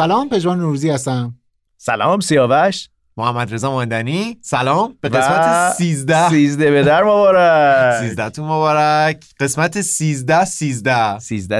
سلام، پژمان نوروزی هستم. سلام سیاوش. محمد رضا ماندنی. سلام به قسمت 13 به در مبارک. 13 تون مبارک. قسمت 13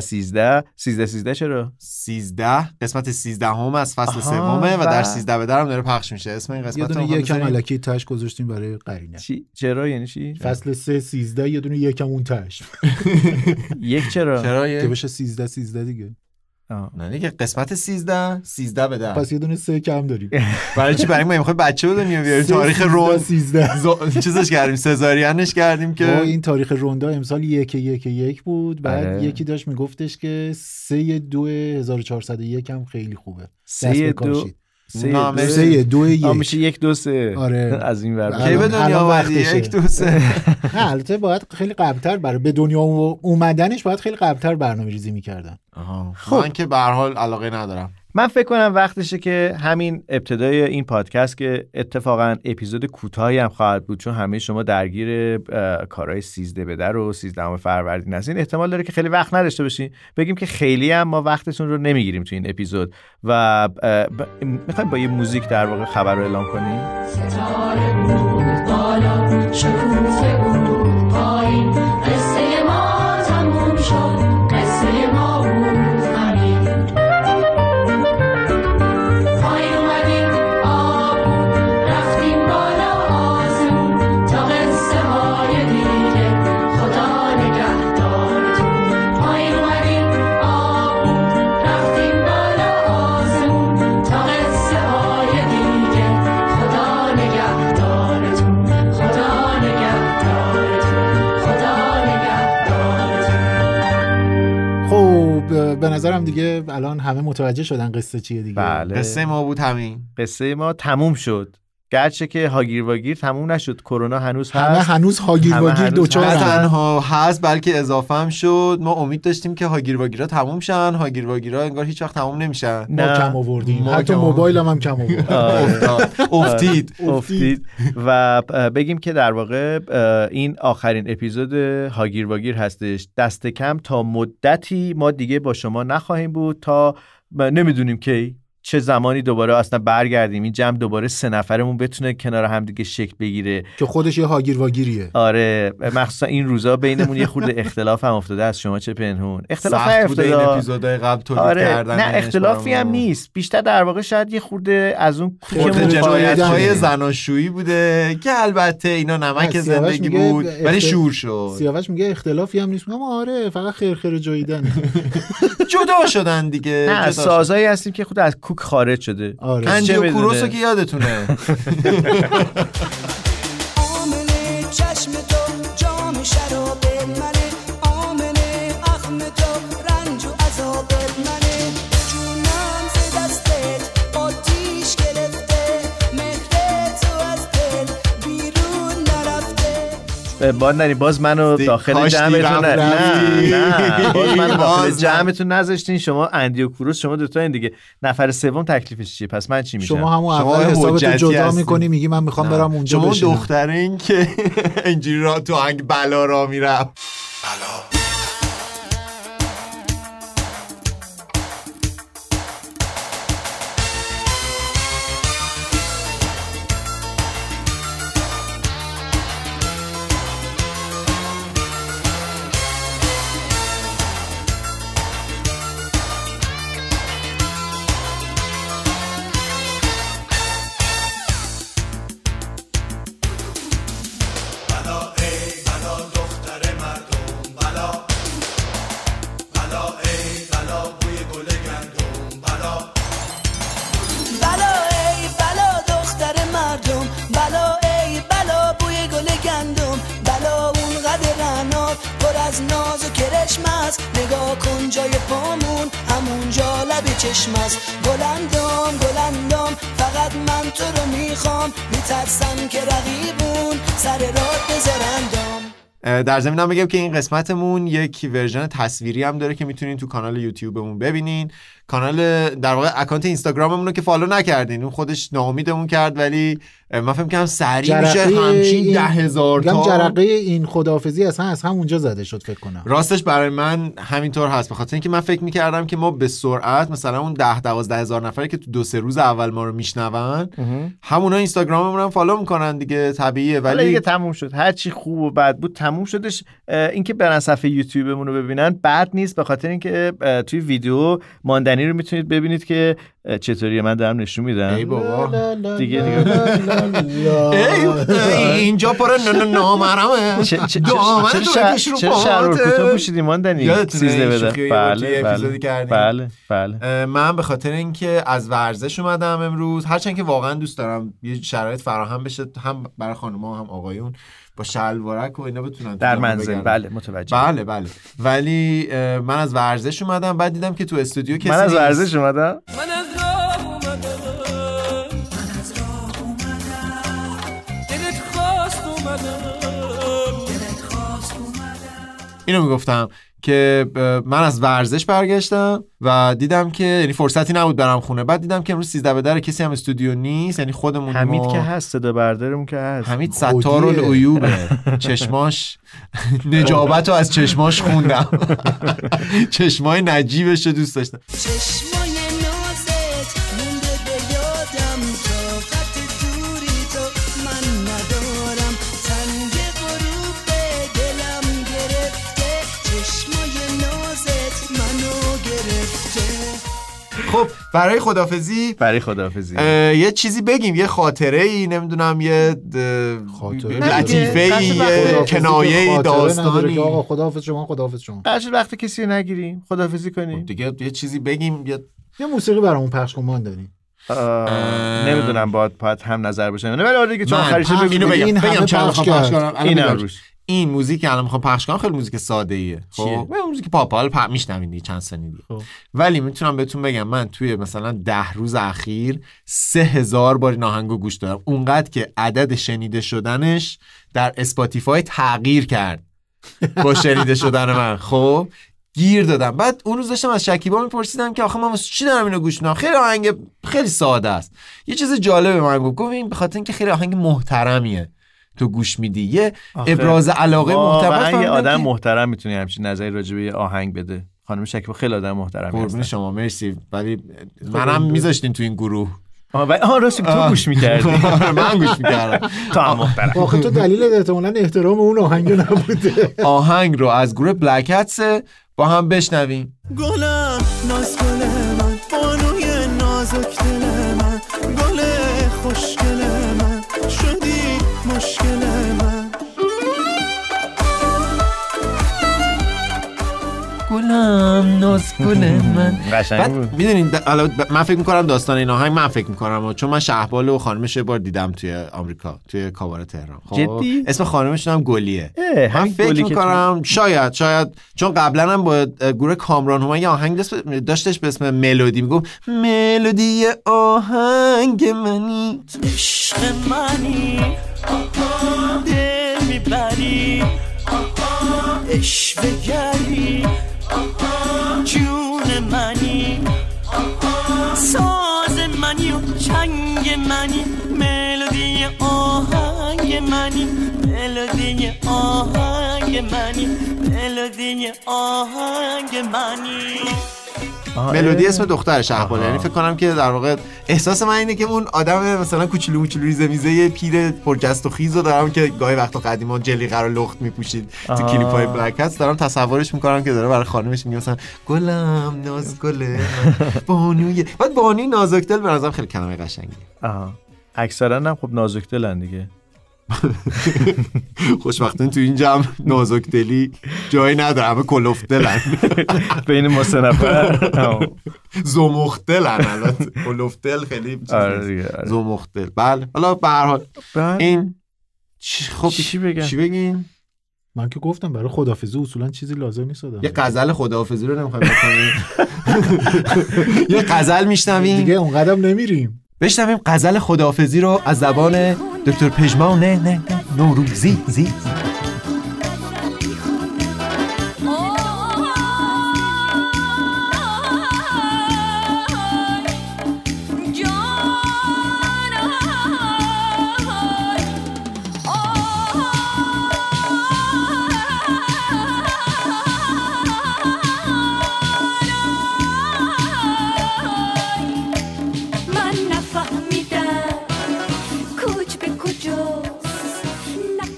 چرا؟ 13 قسمت 13 هم از فصل سومه و در 13 به درم داره پخش میشه. اسم این قسمت یه دونه یکم الکی تاش گذاشتیم برای قرینه. چرا یعنی چی؟ فصل 3 13 یه دونه یکم اون تاش. یک چرا که بشه 13 دیگه. نه دیگه قسمت 13 به در. پس یه دونه 3 کم داریم. برای چی؟ برای ما میخوایم بچه بدونیم بیاریم تاریخ روند 13 چیزش کردیم، سزارینش کردیم که این تاریخ روندا امسال 1 بود. بعد یکی داشت میگفتش که 3/2/1401 هم خیلی خوبه. 3/2 میشه 1 2 3. آره از این ور کی به دنیا اومدی 1 2 3. نه البته باید خیلی قبل‌تر برای به دنیا اومدنش باید خیلی قبل‌تر برنامه‌ریزی می‌کردن. من که به هر حال علاقه ندارم. من فکر کنم وقتشه که همین ابتدای این پادکست که اتفاقا اپیزود کوتاهی هم خواهد بود، چون همه شما درگیر کارهای 13 به در و 13 فروردین هستین، احتمال داره که خیلی وقت نداشته باشین. بگیم که خیلی هم ما وقتتون رو نمیگیریم تو این اپیزود و میخوایم با یه موزیک در واقع خبر رو اعلام کنیم. ستاره بود بالا، شکوفه بود پایین، قصه ما تموم شد، قصه ما بود همین. پایین اومدیم آب بود، رفتیم بالا آسمون، تا قصه های دیگه خدا نگهدارتون. پایین اومدیم آب بود، رفتیم بالا آسمون، تا قصه های دیگه خدا نگهدارتون، خدا نگهدارتون، خدا نگهدارتون. خب به نظرم دیگه الان همه متوجه شدن قصه چیه دیگه. بله. قصه ما بود همین. قصه ما تموم شد، گرچه که هاگیر واگیر تموم نشد، کرونا هنوز هست. همه هنوز هاگیر واگیر دوچار نه هم. تنها هست بلکه اضافه هم شد. ما امید داشتیم که هاگیر واگیرها تموم شن، هاگیر واگیرها انگار هیچ وقت تموم نمیشن. ما کم آوردیم، حتی موبایل هم کم آورد. افتید. و بگیم که در واقع این آخرین اپیزود هاگیر واگیر هستش. دست کم تا مدتی ما دیگه با شما نخواهیم بود، تا نمیدونیم کی چه زمانی دوباره اصلا برگردیم این جمع دوباره 3 نفرمون بتونه کنار هم دیگه شکل بگیره که خودش یه هاگیر واگیریه. آره مخصوصا این روزا بینمون یه خورده اختلاف هم افتاده. از شما چه پنهون اختلاف افتاده این اپیزودهای قبل تولید کردن. نه اختلافی هم نیست، بیشتر در واقع شاید یه خورده از اون جنایت‌های زناشویی بوده که البته اینا نمک زندگی بود ولی شور شد. سیاوش میگه اختلافی هم نیست. ما آره فقط خیر جاییدن. جدا شدن دیگه. نه سازایی هستیم که خود از کوک خارج شده. انجیو کوروسو که یادتونه. آمنه چشم تو جام شراب منه، آمنه اخم تو رنج و عذاب منه، جونم ز دستت آتیش گرفته، مهر تو از دل بیرون نرفته. باز منو داخل جمعتون نه باز منو داخل جمعتون نذاشتین. شما اندی و کوروس شما دوتا این دیگه، نفر سوم تکلیفش چیه؟ پس من چی میشم؟ شما همون اول حسابتو جدا میکنی، میگی من میخوام برم اونجا بشینم. شما دخترین که اینجوری را تو آهنگ بلا را میرم. بلا نگاه کن جای پامون همونجا لب چشم است. گلندام فقط من تو رو میخوام، میترسم که رقیبون سر راه بذارن دام. در ضمن هم بگم که این قسمتمون یک ورژن تصویری هم داره که میتونین تو کانال یوتیوبمون ببینین. کانال در واقع اکانت اینستاگراممون رو که فالو نکردین، اون خودش ناامیدمون کرد، ولی من فکر می‌کنم سریع میشه همچین 10,000 تا. جرقه این خداحافظی اصلا از همونجا زده شد فکر کنم. راستش برای من همینطور هست، به خاطر اینکه من فکر می‌کردم که ما به سرعت مثلا اون 10-12 هزار نفری که تو 2-3 روز اول ما رو میشنون همونا اینستاگراممون هم فالو میکنن دیگه، طبیعیه. ولی دیگه تموم شد، هر چی خوب و بد بود تموم شدش. اینکه برن صفحه یوتیوبمون رو ببینن بد نیست، به خاطر اینکه توی ویدیو ماندنی رو میتونید ببینید که چطوریه. من دارم نشون میدم. ای بابا دیگه اینجا پر نامرمه. چرا شلوار کوتاه پوشیدی ماندنی؟ 13 بده. بله. من به خاطر اینکه از ورزش اومدم امروز، هرچند که واقعا دوست دارم یه شرایط فراهم بشه هم برای خانم‌ها هم آقایون با شلوارک و اینا بتونن در منزل. بله متوجه. بله ولی من از ورزش اومدم، بعد دیدم که تو استودیو کسی من از ورزش اومدم. اینو میگفتم که من از ورزش برگشتم و دیدم که یعنی فرصتی نبود برم خونه. بعد دیدم که امروز 13 به در کسی هم استودیو نیست، یعنی خودمون. حمید که هست، صدا بردارمون که هست. حمید ستار العیوبه. چشماش نجابتو از چشماش خوندم. چشمای نجیبش رو دوست داشتم. چشمای نازت مونده به یادم، طاقت دوری تو من ندارم، سنگ غروب به دلم گرفته، چشمای نازت منو گرفته. خب برای خدافزی یه چیزی بگیم، یه خاطره ای، نمیدونم یه لطیفه ای، یه کنایه داستانی. آقا خداحافظ شما. قرار وقت کسی رو نگیریم، خداحافظی کنیم دیگه. یه چیزی بگیم، یه موسیقی برامون پخش کن ماندنی. نمیدونم باید هم نظر باشم، ولی آره دیگه چون آخرش بگم چند پخش کردم. این موزیک که الان میخوام پخش کنم خیلی موزیک ساده ایه. خب موزیک پاپ حالا میشنوین دیگه چند سنی دیگه. ولی میتونم بهتون بگم من توی مثلا 10 روز اخیر 3000 بار این آهنگو گوش دادم، اونقدر که عدد شنیده شدنش در اسپاتیفای تغییر کرد با شنیده شدن من. خب گیر دادم. بعد اون روز داشتم از شکیبا میپرسیدم که آخه من واسه چی دارم اینو گوش میدم، خیلی آهنگ خیلی ساده است. یه چیز جالبه من گفت این به خاطر اینکه خیلی آهنگ محترمیه تو گوش میدی، یه ابراز علاقه محترم. یه آدم محترم میتونه همچین نظری راجع به آهنگ بده. خانم شکیبا خیلی آدم محترمی هست. قربون شما، مرسی. ولی منم میذاشتین تو این گروه. راستی تو گوش میکردی. من گوش میکردم. تو هم محترم. آخه تو دلیل احتمالاً احترام اون آهنگ نبوده. آهنگ رو از گروه بلک هتس با هم بشنویم. گلم ناز گل من، بانوی نازک دل من، گل خوشگل من، شدی مشکل من. گلم ناز گل من. قشنگ بود. میدونین من فکر میکنم داستان این آهنگ، من فکر میکنم چون من شهبال و خانمش یه بار دیدم توی آمریکا توی کاباره تهران. خب جدی؟ اسم خانمشون هم گلیه. من فکر میکنم شاید چون قبلا هم با گروه کامران هومن یه آهنگ داشتش به اسم ملودی، میگفت ملودی آهنگ منی، عشق منی، دل میبری، عشق گری، جون منی، ساز منی و چنگ منی، ملودی آهنگ منی، ملودی آهنگ منی، ملودی آهنگ منی. ملودی اسم دختر شهبال، یعنی فکر کنم که در واقع احساس من اینه که اون آدم مثلا کوچولو ریزه میزه پیر پرجست و خیزو دارم که گاهی وقتا قدیما جلی قرار لخت میپوشید تو کلیپ‌های بلک هتس، دارم تصورش میکنم که داره برای خانمش میگه مثلا گلم ناز گله بانوی. بعد بانوی نازک دل به نظرم خیلی کلمه قشنگیه. اکثرا هم خب نازک دلن دیگه. خوشبختانه تو این جمع نازک دلی جایی نداره، همه کلفت دلن. بین ما سه نفر زمخت دلن. البته کلفت دل خیلی زمخت دل. بله حالا به هر حال این خب چی بگین؟ من که گفتم برای خداحافظی اصولا چیزی لازم نیست آدم. یه غزل خداحافظی رو نمیخوایم بکنیم؟ یه غزل میشنویم دیگه، اون قدم نمیریم. بشنویم غزل خداحافظی رو از زبان دکتر پژمان نوروزی.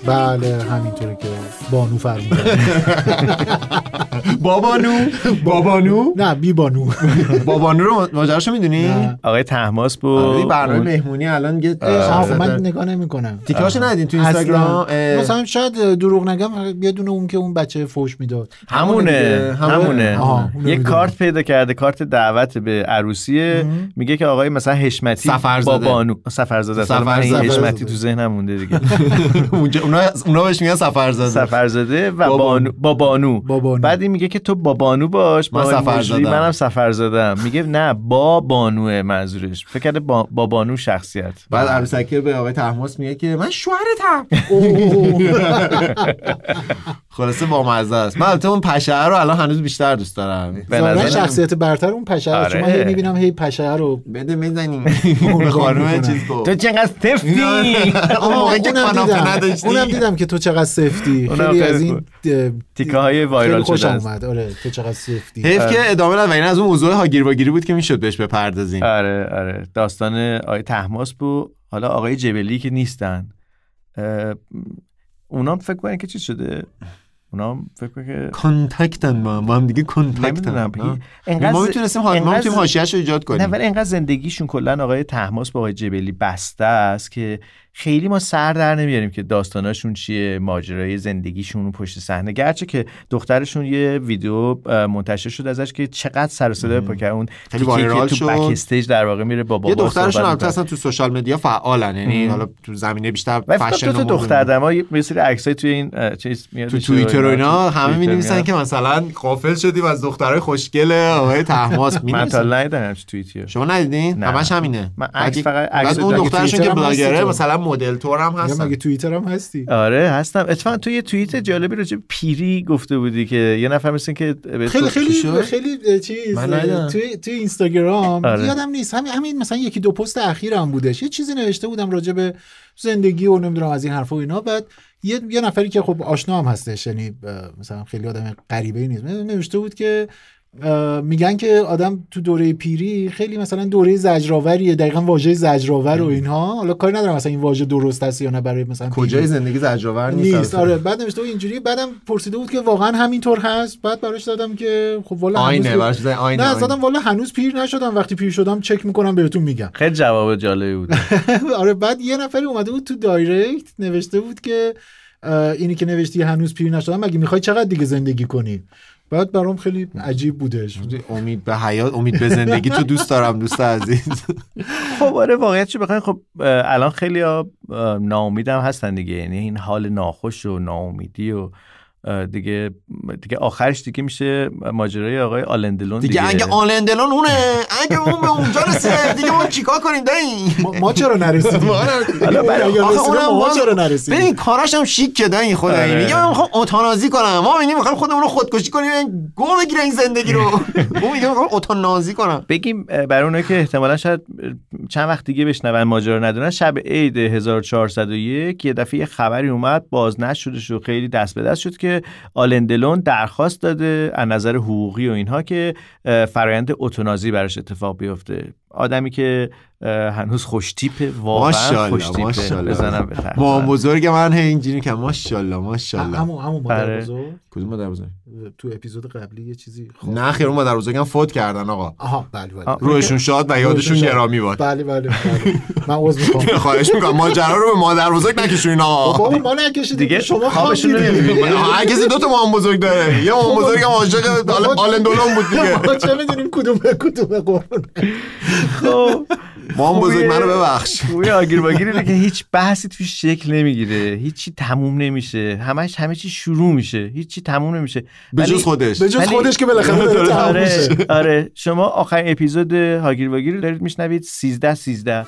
بله همینطوره که بانو فرمودن. بابانو نه بی بانو. بابانو رو ماجراشو میدونی؟ آقای طهماسب بود. برنامه مهمونی الان یه من نگاه نمی‌کنم. تیکاشو ندیدین تو اینستاگرام؟ مثلا شاید دروغ نگم یه دونه اون که اون بچه فوش میداد. همونه. یه کارت پیدا کرده، کارت دعوت به عروسی، میگه که آقای مثلا حشمتی بابانو سفرزاده. من حشمتی تو ذهنم مونده دیگه. اونا بهش میگن سفرزاده و بابانو. بعد این میگه که تو بابانو باش، من سفرزاده، منم سفرزاده‌ام. میگه نه بابانوه منظورش، فکر کرده بابانو شخصیت. بعد عروسکی به آقای طهماسب میگه که من شوهرتم. خلاصه بامزه است. من البته اون پشه رو الان هنوز بیشتر دوست دارم. به نظر شخصیت برتر اون پشه، چون من میبینم هی پشه رو بده میزنیم به خانم چیز کو. تو چقدر سفتی. اون موقع که کاناپه نداشتی. اونم دیدم که تو چقدر سفتی. خیلی از این تیکه‌های وایرال شده است. آره تو چقدر سفتی. حیف که ادامه نداد و این از اون موضوع هاگیر واگیری بود که میشد بهش بپردازیم. آره داستان آقای طهماسب بود. حالا آقای جبلی که نیستن، اونام فکر کنن که چی شده؟ اونام فکر کنن که کانتاکتن با هم دیگه کانتاکتن. ما میتونستیم حاشیه‌شو ایجاد کنیم. نه ولی اینقدر زندگیشون کلا آقای طهماسب با آقای جبلی بسته است که خیلی ما سر در نمیاریم که داستاناشون چیه، ماجرای زندگیشون پشت صحنه. گرچه که دخترشون یه ویدیو منتشر شد ازش که چقدر سر و صدا پا کرد، اون خیلی وایرال شد، تو بک استیج در واقع میره با بابا. یه دخترشون البته اصلا تو سوشال مدیا فعالن، یعنی حالا تو زمینه بیشتر فشن و دختر دما یه سری عکسای توی این چیز میاد تو توییتر و اینا، همه می‌نویسن که مثلا غافل شدیم از دخترای خوشگل آقای طهماسب. من تا ندیدم توییتر. شما ندیدین؟ همش همینه. من عکس فقط اون دخترشون که بلاگره مثلا مدل تور هم هست. مگه توییتر هم هستی؟ آره هستم. اتفاقا تو یه توییت جالبی راجع به پیری گفته بودی که یه نفر مثلا که خیلی چیز تو اینستاگرام یادم نیست، همین مثلا یکی دو پست اخیرم بودش، یه چیزی نوشته بودم راجع به زندگی و نمیدونم از این حرفا و اینا. بعد یه نفری که خب آشنا هم هستش، یعنی مثلا خیلی آدم غریبه‌ای نیست، نوشته بود که میگن که آدم تو دوره پیری خیلی مثلا دوره زجرآوریه، دقیقاً واژه زجرآور و اینها. حالا کاری ندارم مثلا این واژه درست است یا نه برای مثلا کجای زندگی زجرآور نیست. آره بعد نوشته بود اینجوری، بعدم پرسیده بود که واقعا همینطور هست. بعد براش دادم که خب والا آینه نه دادم والا هنوز پیر نشدم، وقتی پیر شدم چک میکنم بهتون میگم. خیلی جواب جالبی بود. آره بعد یه نفری اومده بود تو دایرکت نوشته بود که اینی که نوشتی هنوز پیر نشدم، مگه میخوای چقدر دیگه زندگی کنی؟ بعد برام خیلی عجیب بودش. امید به حیات، امید به زندگی تو دوست دارم دوست عزیز. خب آره واقعیتش بخواین خب الان خیلی ناامیدم هستن دیگه، یعنی این حال ناخوش و ناامیدی و دیگه آخرش دیگه میشه ماجرای آقای آلندلون دیگه. اگه آلندلون اونه، اگه اون به اونجا رسید دیگه ما چیکار کنیم دایی؟ ما چرا نرسیدیم؟ ما چرا نرسیدیم؟ ببین کاراش هم شیک که دایی خدایی میگه من میخوام اتانازی کنم، ما میخوایم خودمون رو خودکشی کنیم، گو بگیره این زندگی رو. ما میگه میخوام اتانازی کنم. بگیم برای اونایی که احتمالاً شاید چند وقت دیگه بشنون ماجرا ندونن، شب عید 1401 یه دفعه خبری اومد بازنشر شدش و خیلی دست به دست شد که آلندلون درخواست داده از نظر حقوقی و اینها که فرآیند اتانازی براش اتفاق بیفته. آدمی که هنوز خوشتیپه، واقعا خوشتیپه. بزنم به تخت. ما بزرگ من اینجوری که ماشاءالله همون مادر بزرگ. کدوم مادر بزرگ؟ تو اپیزود قبلی یه چیزی نه خیر اون مادر بزرگم فوت کردن آقا. آها بله روحشون شاد و یادشون گرامی باد. بله من عذر میخوام. خواهش میکنم ماجرا رو به مادر بزرگ نکشونین آقا. بابا ما نکشیدیم دیگه، شما خوابشون نمیبینید. هر کسی دو تا مام بزرگ داره، یه مام بزرگم عاشق آلندلون بود دیگه. ما چه میدونیم کدوم قربون. خب مام بزرگ منو ببخش. خوبی آگیر باگیره که هیچ بحثی توش شکل نمیگیره، هیچی تموم نمیشه، همه چی شروع میشه، هیچی تموم نمیشه به جز خودش که بالاخره داره تموم میشه. آره شما آخرین اپیزود هاگیر واگیر دارید میشنوید 13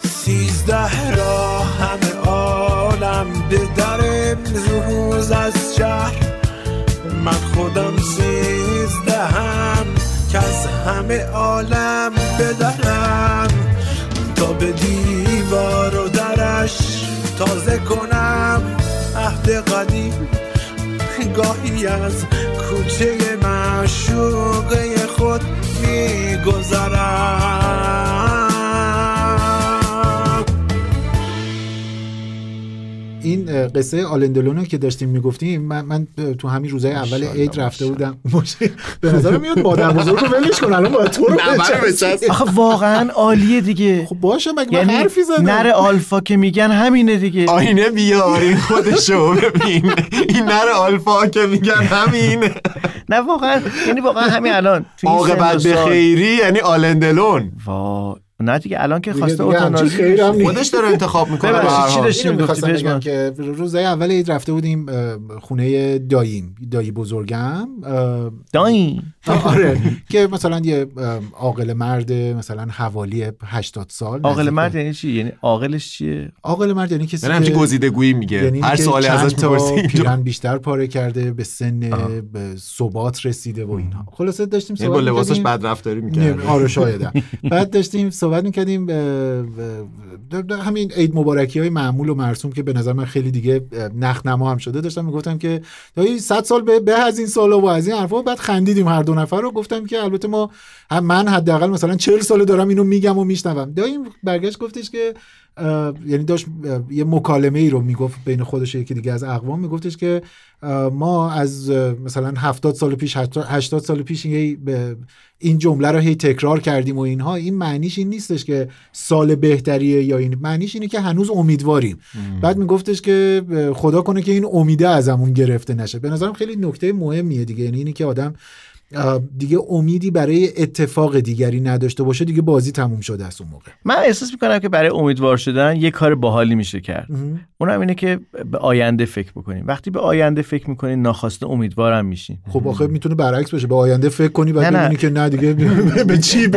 را همه عالم به در امروز از شهر، من خودم 13ام که از همه عالم بدرم، تا به دیوار و درش تازه کنم عهد قدیم، گاهی از کوچه معشوقه خود میگذرم. این قصه آلندلونو که داشتیم میگفتیم، من تو همین روزهای اول عید رفته بودم. به نظر میاد مادر بزرگ رو ولش کن، الان باید تو رو بچسب. آخه واقعا عالیه دیگه. خب باشه مگه من حرفی زدم؟ نر آلفا که میگن همینه دیگه. آینه بیارین خودشو ببین، این نر آلفا که میگن همینه. نه واقعا، یعنی واقعا همین الان عاقبت به خیری یعنی آلندلون. نه دیگه الان که خواسته اوتانازی خودش داره انتخاب میکنه. چی داشتیم می‌خواستم بگم که روزهای اول عید رفته بودیم خونه دایی بزرگم. آره که مثلا یه عاقل مرد مثلا حوالی 80 سال. عاقل مرد یعنی چی؟ یعنی عاقلش چیه؟ عاقل مرد یعنی کسی که گزیدگویی میگه، یعنی هر سوالی ازش می‌پرسی پیرن بیشتر پاره کرده، به سن به ثبات رسیده و اینها. خلاصه داشتیم صحبت می‌کردیم، با لباسش بد رفتاری می‌کرد. آره شاید. بعد داشتیم صحبت می‌کردیم همین عید مبارکی‌های معمول و مرسوم که به نظر من خیلی دیگه نخنما هم شده. داشتم میگفتم که دایی 100 سال به از این سالا و از این حرفا. بعد خندیدیم هر دو نفر رو. گفتم که البته من حداقل مثلا 40 ساله دارم اینو میگم و میشنوم. دایی برگشت گفتش که یعنی داشت یه مکالمه ای رو میگفت بین خودش و یکی دیگه از اقوام، میگفتش که ما از مثلا 70 سال پیش 80 سال پیش این جمله رو هی تکرار کردیم و اینها. این معنیش این نیستش که سال بهتریه یا این، معنیش اینه که هنوز امیدواریم. بعد میگفتش که خدا کنه که این امیده ازمون گرفته نشه. به نظرم خیلی نکته مهمیه دیگه، یعنی اینی که آدم دیگه امیدی برای اتفاق دیگری نداشته باشه، دیگه بازی تموم شده است اون موقع. من احساس میکنم که برای امیدوار شدن یه کار باحالی میشه کرد. اونم اینه که به آینده فکر بکنیم. وقتی به آینده فکر میکنین ناخواسته امیدوارم میشین. خب آخه میتونه برعکس بشه، به آینده فکر کنی بعد ببینی که نه دیگه به چی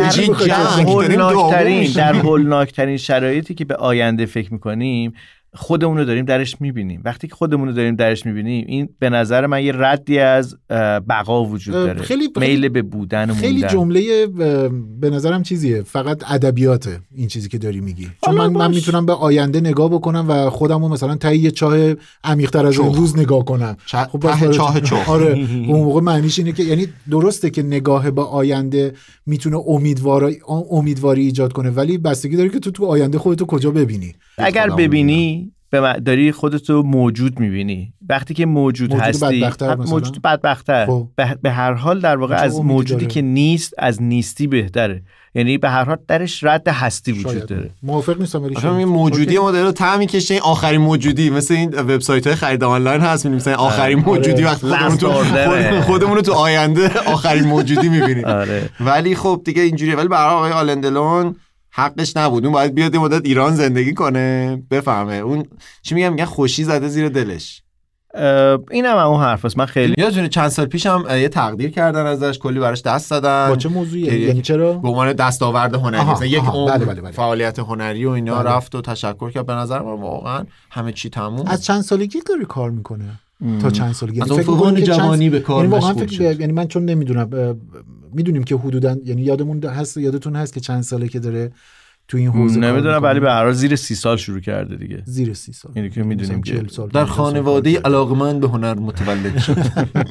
در هولناکترین شرایطی که به آینده فکر میکنیم خودمون رو داریم درش میبینیم. وقتی که خودمون رو داریم درش میبینیم، این به نظر من یه ردی از بقا وجود داره، میل به بودن و موندن. خیلی جمله به نظرم چیزیه، فقط ادبیاته این چیزی که داری میگی. چون من میتونم به آینده نگاه بکنم و خودم رو مثلا ته یه چاه عمیق‌تر از امروز نگاه کنم. خب چاه آره اون موقع معنیش اینه که یعنی درسته که نگاه به آینده میتونه امیدواری ایجاد کنه، ولی بستگی داره که تو آینده خودتو کجا ببینی. اگر ببینی داری خودتو موجود میبینی. وقتی که موجود هستی موجود بدبخت‌تر. به هر حال در واقع از موجودی که نیست از نیستی بهتره. یعنی به هر حال درش رد هستی وجود داره. موافق نیستم ولی این موجودی ما داره طعم میکشه. این آخرین موجودی مثل این وبسایت‌های خرید آنلاین هست، می‌نویسن آخرین موجودی، وقتی خودمون رو تو آینده آخرین موجودی می‌بینیم. ولی خب دیگه اینجوریه. ولی برای آقای آلندلون حقش نبود، اون باید بیاد یه مدت ایران زندگی کنه بفهمه اون چی میگن خوشی زده زیر دلش. اینم اون حرف است. من خیلی یادتونه چند سال پیش هم یه تقدیر کردن ازش، کلی براش دست دادن. با چه موضوعی؟ یعنی چرا؟ به عنوان دستاورد هنری، مثلا یک بله. فعالیت هنری و اینا رفت و تشکر کرد. به نظر من واقعا همه چی تموم. از چند سالگی داره کار میکنه؟ تا چند سالگی؟ از افغان جوانی به کار مشغول شد. یعنی من چون نمیدونم، میدونیم که حدوداً یعنی یادتون هست که چند ساله که داره تو این حوزه نمیدونم، ولی به هر حال زیر 30 سال شروع کرده دیگه. زیر 30 سال یعنی که میدونیم که در خانواده علاقمند به هنر متولد شد.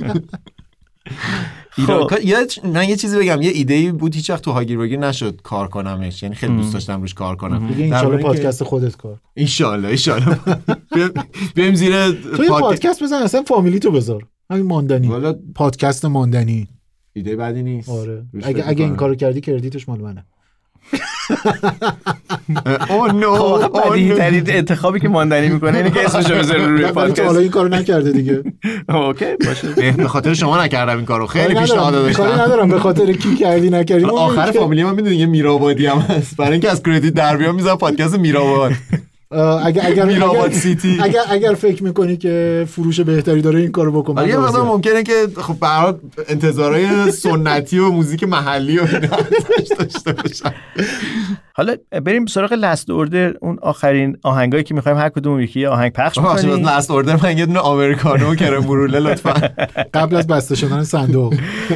من یه چیزی بگم، یه ایده‌ای بود هیچ وقت تو هاگیر واگیر نشد کار کنمش، یعنی خیلی دوست داشتم روش کار کنم. دیگه ان شاءالله پادکست خودت کار. ان شاءالله بریم زیر پادکست بزن، اصلا فامیلی تو بذار، همین ماندنی، پادکست ماندنی. ایده بدی نیست. آره اگه این کارو کردی کردیتش مال منه. اوه نو بدی‌ترین انتخابی که ماندنی میکنه اینه که اسمشو بذاره روی پادکست. حالا این کارو نکرده دیگه. اوکی باشه. به خاطر شما نکردم این کارو، خیلی پیشنهاد داشتم. کاری ندارم به خاطر کی کردی نکردی. آخر فامیلی من میدونی یه میرآبادی هم هست، برای اینکه از کردیت در بیام میذارم پادکست میرآباد. اگر فکر میکنی که فروش بهتری داره این کارو بکن. ولی مثلا ممکنه که خب برات انتظارهای سنتی و موزیک محلی و اینا داشته باشن. حالا بریم سراغ لست اوردر، اون آخرین آهنگایی که میخوایم هر کدوم یکی آهنگ پخش کنیم. لست اوردر من یه دونه آمریکانو کرم بروله لطفا قبل از بسته شدن صندوق.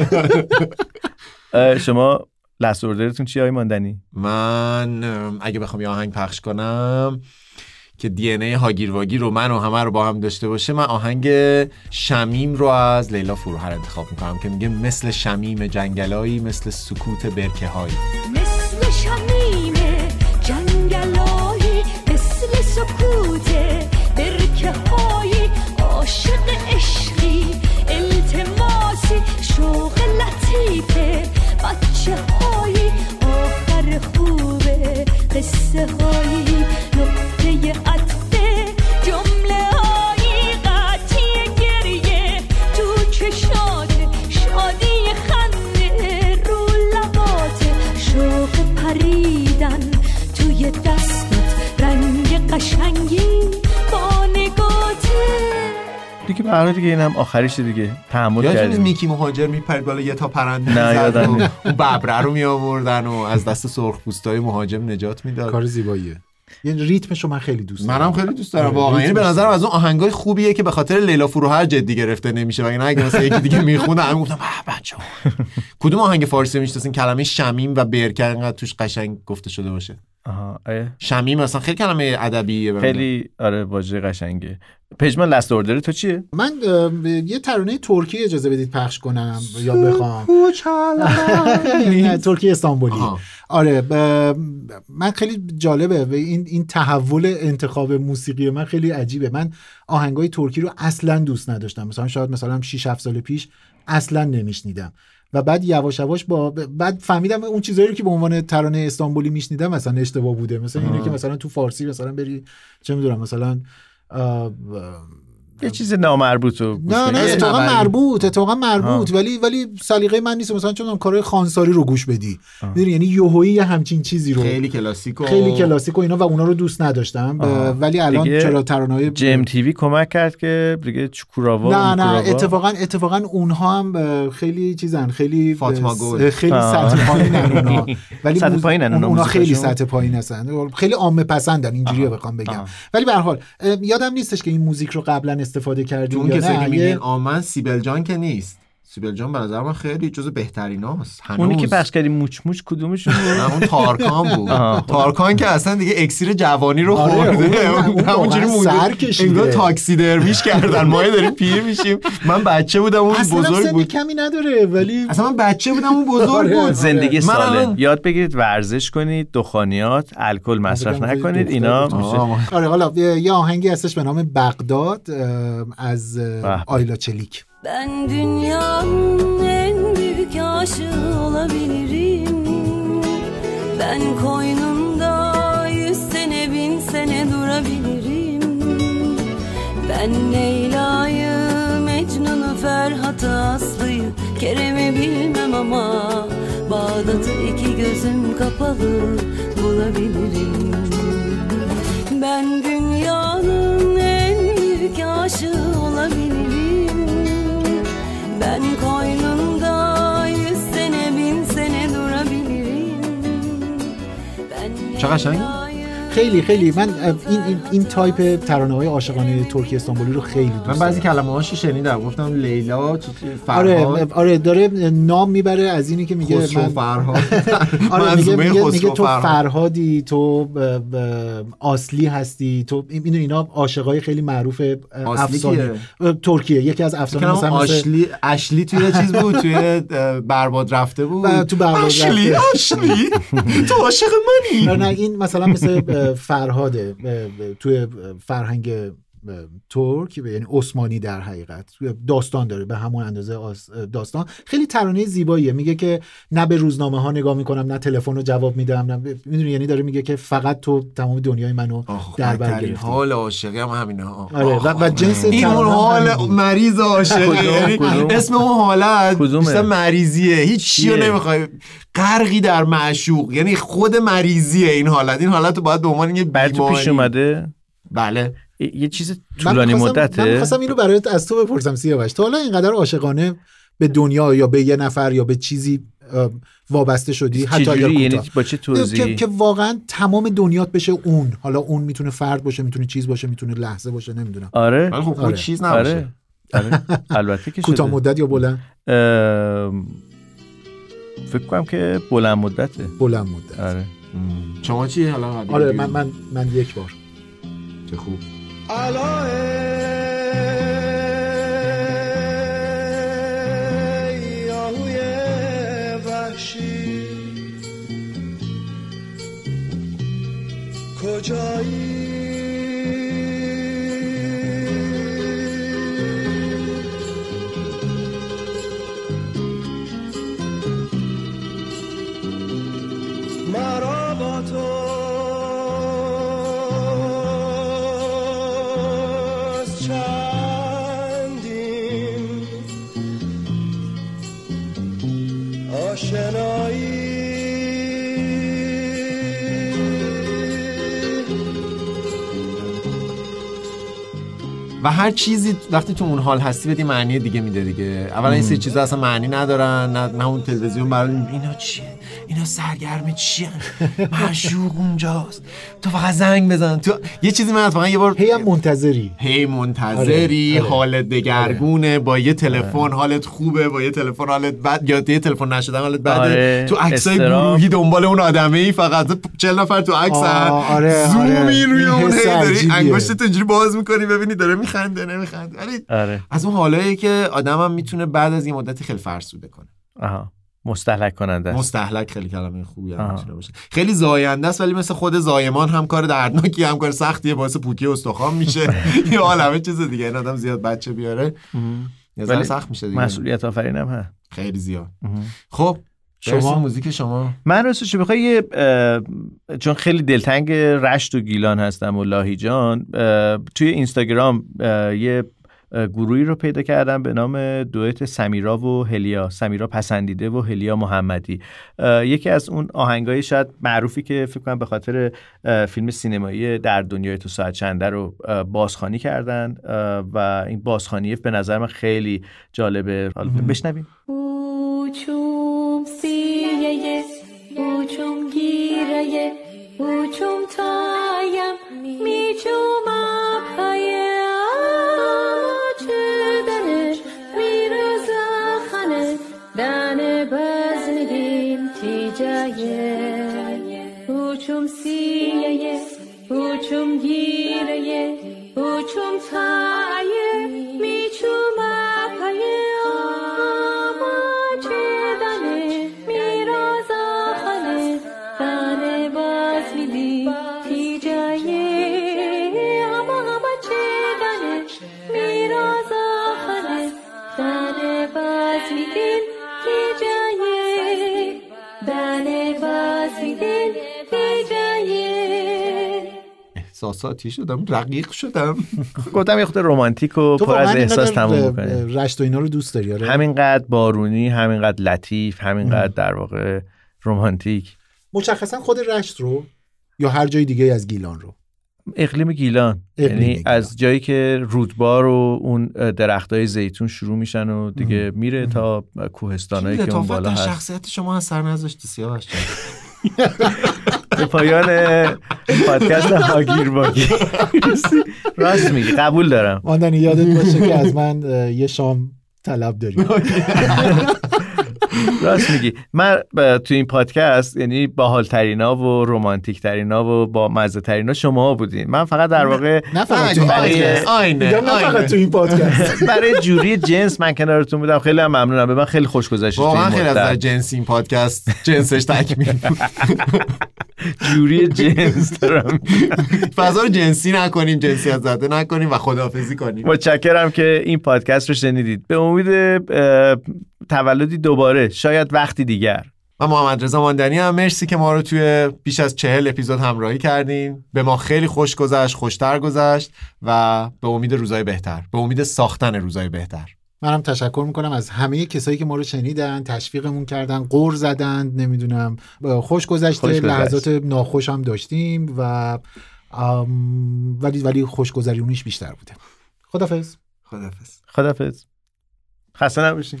شما لست اوردرتون چیه آقای ماندنی؟ من اگه بخوام یه آهنگ پخش کنم که دی ان ای هاگیر واگیر رو من و همه رو با هم داشته باشه، من آهنگ شمیم رو از لیلا فروهر انتخاب میکنم که میگه مثل شمیم جنگلایی، مثل سکوت برکه هایی. مثل شمیم جنگلایی، مثل سکوت برکه بچه هایی عاشق عشقی التماسی شوق لطیفه بچه هایی آخر خوبه قصه هایی نقطه عطفه جمله هایی قطعی گریه تو چشات شادی خنده رو لبات شوق پریدن توی دستات رنگ قشنگی با نگاته دیگه برای دیگه اینم آخریش دیگه تحمل کردیم. یادتون میکی مهاجر میپرید بالا یه تا پرنده میزد و اون ببره رو میآوردن و از دست سرخپوستای مهاجم نجات میداد. کار زیباییه. یعنی ریتمشو من خیلی دوست دارم. منم خیلی دوست دارم واقعا. یعنی به نظرم از اون آهنگای خوبیه که به خاطر لیلا فروهر جدی گرفته نمیشه. وگرنه اگه مثلا یکی دیگه میخونه همین گفتم بچه‌ها کدوم آهنگ فارسی میشناسین کلمه شمیم و برکه انقدر توش قشنگ گفته شده باشه؟ شمیم مثلا خیلی کلمه ادبیه، خیلی آره واژه قشنگه. پژمان لست اوردر تو چیه؟ من یه ترانه ترکی اجازه بدید پخش کنم یا بخوام. ترکی استانبولی. آره من خیلی جالبه و این تحول انتخاب موسیقی من خیلی عجیبه. من آهنگای ترکی رو اصلا دوست نداشتم، شاید 6-7 سال پیش اصلا نمیشنیدم و بعد یواش یواش بعد فهمیدم اون چیزایی رو که به عنوان ترانه استانبولی میشنیدم مثلا اشتباه بوده. مثلا اینه که مثلا تو فارسی مثلا بری چه میدونم مثلا یه چیز نامربوطه. نه اتفاقا مربوط ولی سلیقه من نیست. مثلا چون کارهای خانساری رو گوش بدی میدونی، یعنی یهویی همچین چیزی رو خیلی کلاسیک و اینا و اونا رو دوست نداشتم. ولی الان چرا ترانه‌های جیم تیوی کمک کرد که دیگه چوکوراوا نه اتفاقا اونها هم خیلی چیزن، خیلی فاطمه گل خیلی سطح پایینن اونا، ولی سطح پایینن اونا خیلی سطح پایین هستن، خیلی عامه پسندن اینجوریه بخوام بگم. ولی به هر حال یادم نیستش که این موزیک رو قبلا استفاده کردیم یا نه. میگن آمن سیبل جان که نیست. سیبل جان به نظر من خیلی جزو بهتریناست هنوز. اونی که پخش کردی موچ کدومشون بود؟ اون تارکان بود. تارکان که اصلا دیگه اکسیر جوانی رو خورده، همونجوری مونده انگار تاکسی درمیش کردن. ما داریم پیر میشیم. من بچه بودم اون بزرگ بود. کمی نداره ولی اصلا من بچه بودم اون بزرگ بود. زندگی سالم یاد بگیرید، ورزش کنید، دخانیات، الکل مصرف نکنید، اینا میشه. آره حالا yine آهنگی هستش به نام بغداد از آیلا چلیک. Ben dünyanın en büyük aşığı olabilirim. Ben koynunda 100 sene 1000 sene durabilirim. Ben Leyla'yı, Mecnun'u, Ferhat'ı, Aslı'yı, Kerem'i bilmem ama Bağdat'ı iki gözüm kapalı bulabilirim. Ben dünyanın en büyük aşığı olabilirim. Ben koynunda 100 sene 1000 sene durabilirim. چه قشنگ. خیلی من این تایپ ترانه‌های عاشقانه ترکی استانبولی رو خیلی دوست دارم. من بعضی کلمه‌هاشو شنیدم، گفتم لیلا فرهاد. آره داره نام میبره از اینی که میگه من فرهاد. آره میگه تو فرهادی، تو اصلی هستی، تو اینا عاشقای خیلی معروف افسانه ترکیه. یکی از افسانه مثلا اشلی توی چیز بود، توی برباد رفته بود. تو برباد اشلی تو عاشق منی. نه این مثلا مثل فرهاده توی فرهنگ ترک، یعنی عثمانی در حقیقت داستان داره به همون اندازه داستان. خیلی ترانه زیباییه. میگه که نه به روزنامه ها نگاه میکنم، نه تلفن رو جواب میدم، نه میدونی، یعنی داره میگه که فقط تو تمام دنیای منو در بر گرفتی. حال عاشقی هم همینه. آره و جنس این اون حال مریض عاشقی. اسم اون حالت مثلا مریضیه، هیچ چیزی رو نمیخوای، غرقی در معشوق، یعنی خود مریضیه این حالت. این حالت رو باید به عنوان یه بیماری پیش اومده. بله یه چیز طولانی مدته. من می‌خواستم اینو برات از تو بپرسم سیاوش، تا حالا اینقدر عاشقانه به دنیا یا به یه نفر یا به چیزی وابسته شدی؟ حتی اگر یعنی با چه توضیحی که واقعا تمام دنیات بشه اون، حالا اون میتونه فرد باشه، میتونه چیز باشه، میتونه لحظه باشه، نمیدونم. آره ولی خب خود چیز نباشه. آره البته که کوتاه مدت یا بلند؟ فکر کنم که بلند مدته. بلند مدت. آره. شما چی حالا؟ آره من یک بار. چه خوب. آهوی وحشی کجایی مرا با تو چندین آشنایی و هر چیزی وقتی تو اون حال هستی بدی معنی دیگه میده دیگه. اولا این سری چیزا اصلا معنی ندارن، نه اون تلویزیون برای اینا چیه، اینا سرگرم چیه، معشوق اونجاست، تو فقط زنگ بزن. تو یه چیزی من اتفاقا یه بار هی منتظری حالت دگرگونه، با یه تلفن حالت خوبه، با یه تلفن حالت بد، یا یه تلفن نشدن حالت بده. تو عکسای گروهی دنبال اون آدمه‌ای فقط 40 نفر تو عکسن، زومی روی اون داری انگشتت اینجوری باز می‌کنی ببینی داره میخنده نمیخنده. ولی از اون حالایی که آدمم میتونه بعد از این مدتی خیلی فرسوده کنه. مستهلک کننده. مستهلک خیلی کلمه خوبی میتونه باشه. خیلی زاینده است، ولی مثل خود زایمان هم کار دردناکی، هم کار سختیه، باعث پوکی استخوان میشه. یه عالمه چیز دیگه. این آدم زیاد بچه بیاره یه سخت میشه دیگه. مسئولیت آفرینم هست خیلی زیاد. خب شما موزیک شما؟ من راستش بخوای چون خیلی دلتنگ رشت و گیلان هستم و لاهیجان، توی اینستاگرام یه گروهی رو پیدا کردم به نام دوئت سمیرا و هلیا، سمیرا پسندیده و هلیا محمدی. یکی از اون آهنگای شاید معروفی که فکر کنم به خاطر فیلم سینمایی در دنیای تو ساعت چنده رو بازخوانی کردن و این بازخوانی به نظر من خیلی جالبه. حالا بشنویم. اوچوم سیه اوچوم گیره اوچوم تایم میچوم پایه چه دنه میرزا خانه دنه بزندین تیجایه اوچوم سیه اوچوم گیره اوچوم تایم میچوم پایه احساساتی شدم، رقیق شدم. گفتم یه خود رمانتیک و پر از احساس تموم بکنه. رشت و اینا رو دوست داری؟ آره همینقدر بارونی، همینقدر لطیف، همینقدر در واقع رمانتیک. مشخصا خود رشت رو یا هر جای دیگه از گیلان رو؟ اقلیم گیلان، یعنی از جایی که رودبار و اون درختای زیتون شروع میشن و دیگه میره تا کوهستانایی که اون بالا هست. شخصیت شما اثر نذاشت سیاوش. به پایان پادکست هاگیر باگیر. راست میگی، قبول دارم. ماندنی یادت باشه که از من یه شام طلب داری. راست میگی. من تو این پادکست یعنی باحال ترینا و رمانتیک ترینا و با مزه ترینا شما بودین. من فقط در واقع نه فقط تو این پادکست برای جوری جنس من کنارتون بودم. خیلی هم ممنونم. به من خیلی خوش گذشت. واقعا خیلی از جنس این پادکست جنسش تکمیل بود. جوری جنس دارم. فضا رو جنسی نکنیم، جنسیت زده نکنیم و خداحافظی کنیم. متشکرم که این پادکست رو شنیدید. به امید تولدی دوباره، شاید وقتی دیگر. من محمد رضا ماندنی هم مرسی که ما رو توی بیش از 40 اپیزود همراهی کردین. به ما خیلی خوش گذشت، خوشتر گذشت و به امید روزای بهتر، به امید ساختن روزای بهتر. منم تشکر میکنم از همه کسایی که ما رو شنیدن، تشویقمون کردن، قور زدن، نمیدونم خوش گذشته، لحظات ناخوش هم داشتیم و ولی خوشگذرونیش بیشتر بوده. خدافظ. خدافظ. خسته نباشین.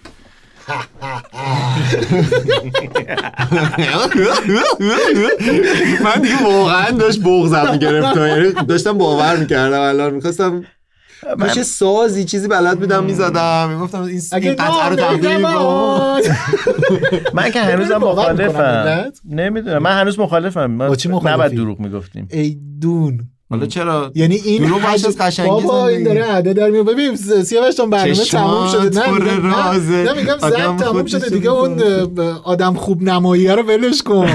من دیگه واقعا داشت بغضم میگرفت، یعنی داشتم باور میکردم الان میخواستم باشه سازی چیزی بلد بودم میزدم، میگفتم این قطعه رو تقدیم من که هنوزم مخالفم. نمیدونم، من هنوز مخالفم. ما نباید دروغ میگفتیم. ای دون حالا چرا یعنی این دروغ باشه از قشنگی بابا این داره ادا در میاد. ببین سیاوش جان برنامه تموم شده. نه میگم زد تموم شده دیگه. اون آدم خوب نماییه رو ولش کن.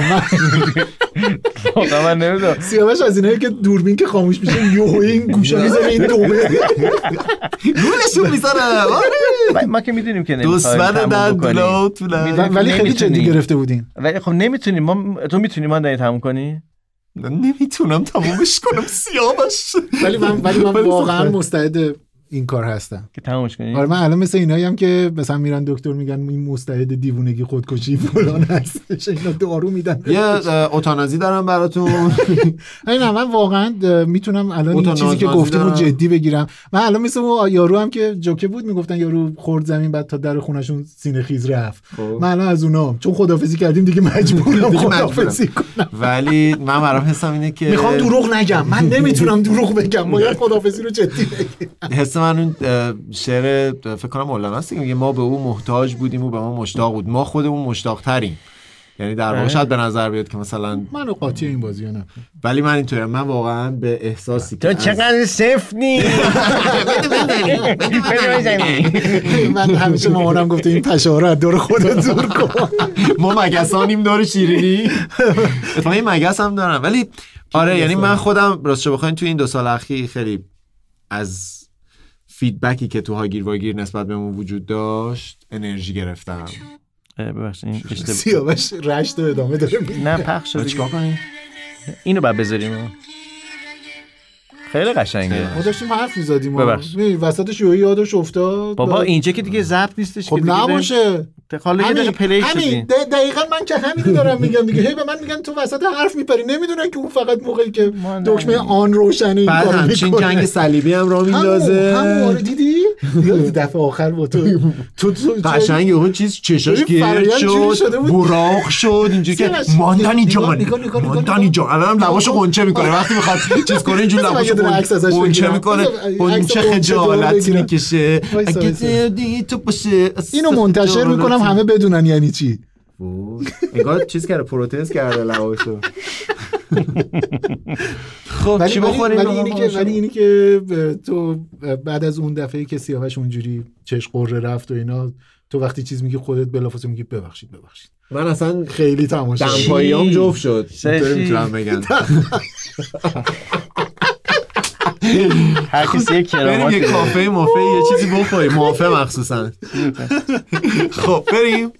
من نمیدونم سیاوش از اینایی که دوربین که خاموش میشه یهو این گوشا میذاره این دومه رولشون میذاره. ما که میدونیم که دشمن دندلا ولی خیلی جدی گرفته بودیم. ولی خب نمیتونیم. تو میتونی من داری تموم کنی؟ نمیتونم تمومش کنم سیاوش. ولی من واقعا مستعد این کار هستم که تمومش کنی. آره من الان مثل اینایی هم که مثلا میرن دکتر میگن این مستعد دیوونگی خودکشی فلان هستش، اینا دارو میدن. یه اوتانازی دارم براتون. نه من واقعا میتونم الان این چیزی که گفتیم رو جدی بگیرم. من الان مثل اون یارو هم که جوکه بود میگفتن یارو خورد زمین بعد تا در خونهشون سینه خیز رفت. من الان از اونام چون خدافظی کردیم دیگه مجبورم خدافظی کنم. ولی من برام حسم اینه که میخوام دروغ نگم. من نمیتونم دروغ بگم. باید خدافظی رو جدی بگیرم. من اون شعر فکر کنم مولانا است که میگه ما به او محتاج بودیم و به ما مشتاق بود. ما خودمون مشتاق تریم. یعنی در واقع شاید به نظر بیاد که مثلا منو قاطی این بازی نه. ولی من اینطوریم. من واقعا به احساسی تو چقدر سفنی. من همیشه مامانم گفته این پشه‌ها رو از دور خودت دور کن. ما مگسانیم دور شیرینی. اتفاقا این مگس هم دارم. ولی آره یعنی من خودم راستش بخواین تو این 2 سال اخیر خیلی از فیدبکی که تو هاگیر واگیر نسبت بهمون وجود داشت انرژی گرفتم. ببخشید این اشتباه. سیاوش رشت و ادامه داره. نه پخش شده. چیکار کنیم؟ اینو بعد بذاریم. خیلی قشنگه. ما داشتیم حرف می‌زدیم. ببخشید وسطش یادش افتاد. بابا اینجا که دیگه ضبط نیستش که دیگه. خب نباشه. حالا یه دقیقه پلی همین دقیقاً من که همینو دارم میگم دیگه. هی به من میگن تو وسط حرف میپری. نمیدونن که اون فقط موقعی که دکمه آن روشنی بعد همچین جنگ صلیبی هم راه میندازه. همون دیدی؟ دفعه آخر با تو قشنگ اون چیز چشاش گرد شد، براق شد اینجوری که ماندنی جان الان لباشو قنچه میکنه وقتی میخواد چیز کنه اینجوری لباشو قنچه میکنه. اون چه خجالتی میکشه. اگه تو باشه اینو منتشر میکنم همه بدونن یعنی چی. انگار چیز کرده پروتز کرده لباشو. خب چی بخوریم؟ ولی اینی که تو بعد از اون دفعه‌ای که سیاوش اونجوری چش قره رفت و اینا تو وقتی چیز میگی خودت بلافاصله میگی ببخشید. من اصلا خیلی تماشا دمپاییام جفت شد. اینطوری میتونم بگم. هر کسی یک کرامات. بریم یه کافه مافه یه چیزی بخوریم. مافه مخصوصا. خب بریم.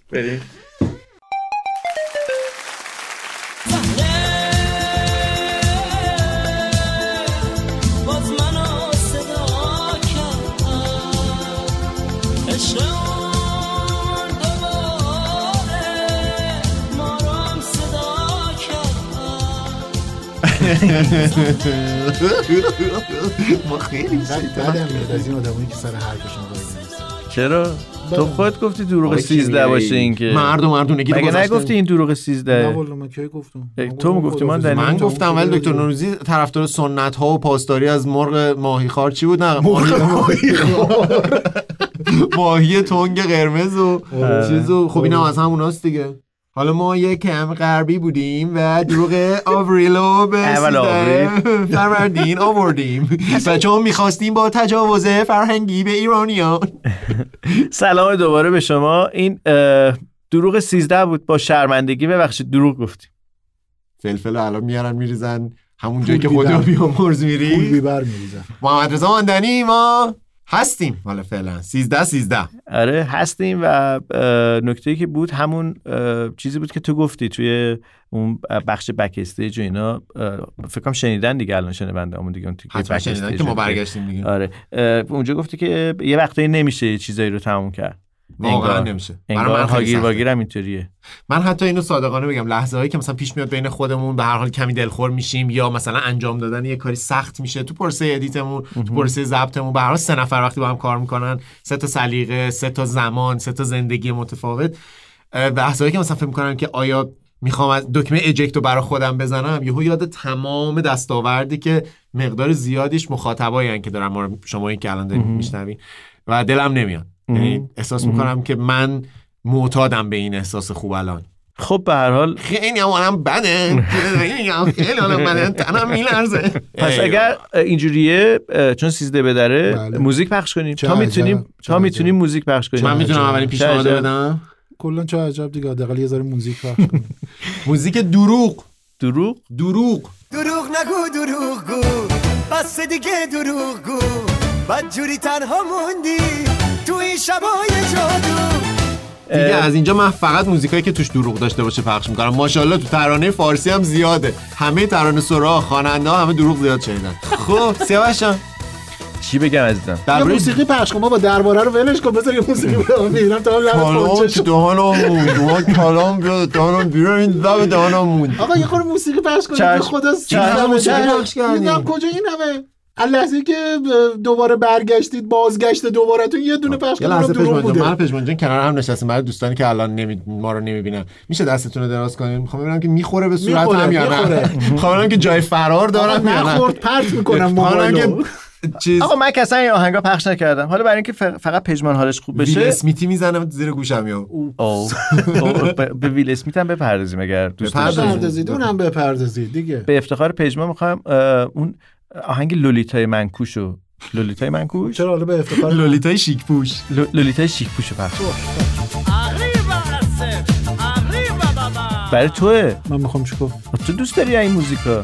ما خیلی بعدم میاد از این آدمایی که سر حرفشون وایس نیست. چرا؟ تو خودت گفتی دروغ 13 باشه این که مردونگی مگه نگفتی این دروغ 13؟ نه والله من کی گفتم. تو میگفتی من گفتم ولی دکتر نوروزی طرفدار سنت ها و پاسداری از مرغ ماهیخوار چی بود؟ نه ماهی تنگ قرمز و چیزو. خب اینم از هموناست دیگه. حالا ما یکم غربی بودیم و دروغ آوریلو به فروردین آوردیم و چون میخواستیم با تجاوز فرهنگی به ایرانیان. سلام دوباره به شما. این دروغ 13 بود. با شرمندگی ببخشید دروغ گفتیم. فلفل الان میارن میریزن همون جایی که خدا بیامرز میری. پول بیبر میریزن. محمد رضا ماندنی ما هستیم حالا فعلا 13 آره هستیم. و نکته‌ای که بود همون چیزی بود که تو گفتی توی اون بخش بک استیج و اینا. فکر کنم شنیدن دیگه الان شنونده‌مون دیگه اون بک استیج که ما برگشتیم دیگه. آره اونجا گفتی که یه وقتایی نمیشه یه چیزایی رو تموم کرد. واقعا نمیشه. برای من هاگیر واگیر هم اینطوریه. من حتی اینو صادقانه بگم لحظه‌هایی که مثلا پیش میاد بین خودمون به هر حال کمی دلخور میشیم یا مثلا انجام دادن یه کاری سخت میشه تو پروسه ادیتمون تو پروسه ضبطمون به هر حال 3 نفر وقتی با هم کار میکنن 3 تا سلیقه 3 تا زمان 3 تا زندگی متفاوت لحظه‌هایی که مثلا فکر میکنم که آیا میخوام از دکمه اجکتو برای خودم بزنم یهو یاد تمام دستاوردی که مقدار زیادیش مخاطبایی که دارن ما شما که الان دارین میشنوین و دلم نمیاد. یعنی احساس میکنم که من معتادم به این احساس خوب الان. خب به هر حال خیلی هم بده، خیلی هم بده، تنم میلرزه. پس اگر اینجوریه چون 13 بدره موزیک پخش کنیم تا میتونیم موزیک پخش کنیم. من میتونم اولین پیشنهاد بدم. کلا چه عجب دیگه، حداقل یه ذره موزیک پخش کنیم. موزیک دروغ نگو دروغ گو، بس دیگه دروغ گو، بدجوری تنها موندی تو این شبای جادو. دیگه از اینجا من فقط موزیکایی که توش دروغ داشته باشه پخش میکنم. ماشاءالله تو ترانه فارسی هم زیاده، همه ترانه سرا خواننده ها همه دروغ زیاد شنیدن. خب سیاوش چی بگم عزیزم؟ یه موسیقی پخش کن، ما با درباره رو ولش کن، بذار یه موسیقی بدم میرم تا کلام بیاد دهانم بیرون، این لب دهانم. آقا یه خورده موسیقی پخش کن خدا. میدونم کجا این همه لحظه‌ای که دوباره برگشتید بازگشت دوباره‌تون یه دونه پخش کنم دروغ بوده. من پژمان جان کنار هم نشستیم برای دوستانی که الان ما رو نمیبینن. میشه دستتون رو دراز کنین؟ میخوام ببینم که میخوره به صورت هم یا نه. میخوام ببینم که جای فرار دارم یا نه. خورد پرت میکنم موبایلو. آقا من که اصلا این آهنگا پخش نکردم، حالا برای اینکه فقط پژمان حالش خوب بشه ویل اسمیتی میزنم زیر گوشم. یا به ویل اسمیت هم بپردازیم اگر دوست دارید. اونم بپردازید دیگه. به افتخار پژمان میخوام اون آهنگ لولیتای منکوشو چرا حالا به افتخار لولیتای شیک پوش پخش. برای توه. من میخوام چیکار؟ تو دوست داری این موزیکا؟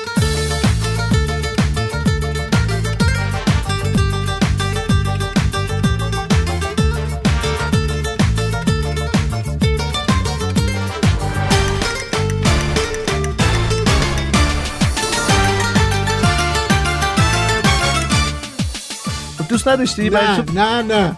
دوست نداشتی؟ نه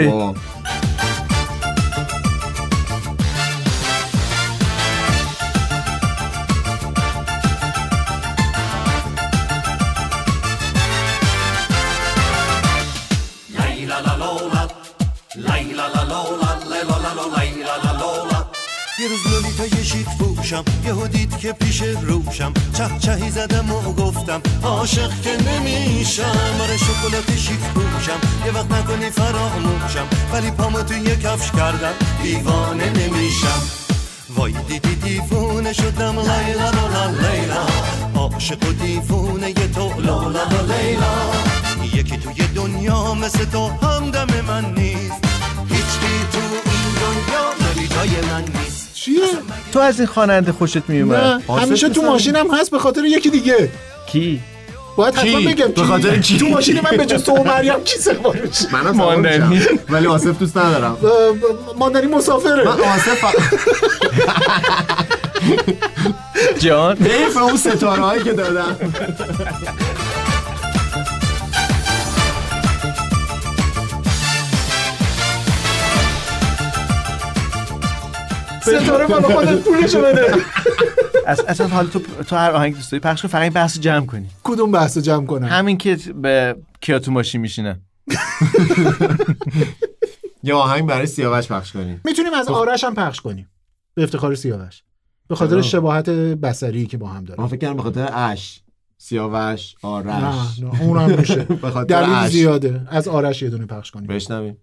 یه روز لولیتای شیک پوشم، یهو دید که پیش روشم، چهی زدم و گفتم عاشق که نمیشم. آره شکلات شیک پوشم، یه وقت نکنی فراموشم، ولی پامو توی کفش کردم دیوانه نمیشم. وای دیوونه شدم لیلا لالا لیلا، عاشق و دیوونه یه تو لالا لالا لیلا. یکی توی دنیا مثل تو همدم من نیست، هیچکی تو این دنیا لولیتای من نیست. چیه؟ تو از این خواننده خوشت میومد؟ همیشه تو ماشینم هست به خاطر یکی دیگه. کی؟ باید حتما بگم به خاطر کی؟ تو ماشین من به جز تو و مریم کی سوارش؟ من ماندنی، ولی آصف دوست ندارم. ماندنی مسافره. من آصف جان حیف اون ستاره هایی که دادم. ستاره بالا خودت پولشو بده. اصلا حالا تو هر آهنگ دوست داری پخش کن، فقط این بحثو جمع کنی. کدوم بحثو جمع کنم؟ همین که به کیا تو ماشین میشینن. یا آهنگ برای سیاوش پخش کنیم. میتونیم از آرش هم پخش کنیم به افتخار سیاوش، به خاطر شباهت بصری که با هم داره. من فکر کنم به خاطر اش سیاوش آرش. نه اونم میشه. به خاطر دلیل زیاده. از آرش یه دونه پخش کنیم. بشنویم.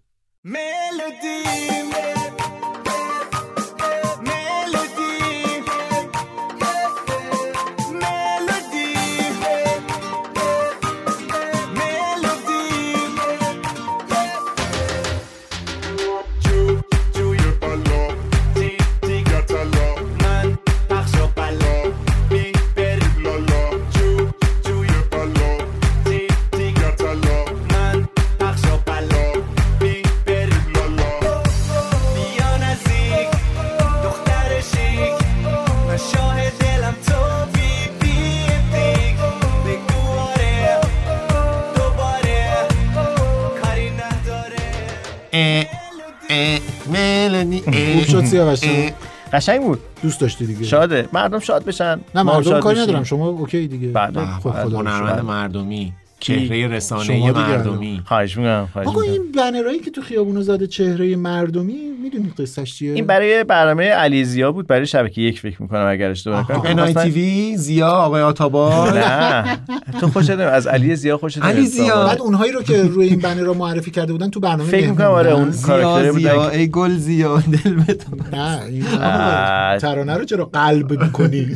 قشنگ بود. دوست داشتی دیگه. شاده مردم شاد بشن. نه مردم کاری ندارم، شما اوکی دیگه. هنرمند مردمی چهره رسانه‌ای مردمی. خواهش می‌کنم. آقا این بنرایی که تو خیابونا زده چهره مردمی، میدونی قصه‌اش چیه؟ این برای برنامه علی زیا بود، برای شبکه 1 فکر می‌کنم اگر اشتباه نکنم. NITV زیا آقای آتابار. نه تو خوشت از علی زیا خوشت نمیاد؟ علی زیا بعد اونهایی رو که روی این بنرها معرفی کرده بودن تو برنامه فکر می‌کنم آره اون کاراکتر بود. زیا ای گل زیا دل بتون. نه این ترانه رو چرا قلب می‌کنی؟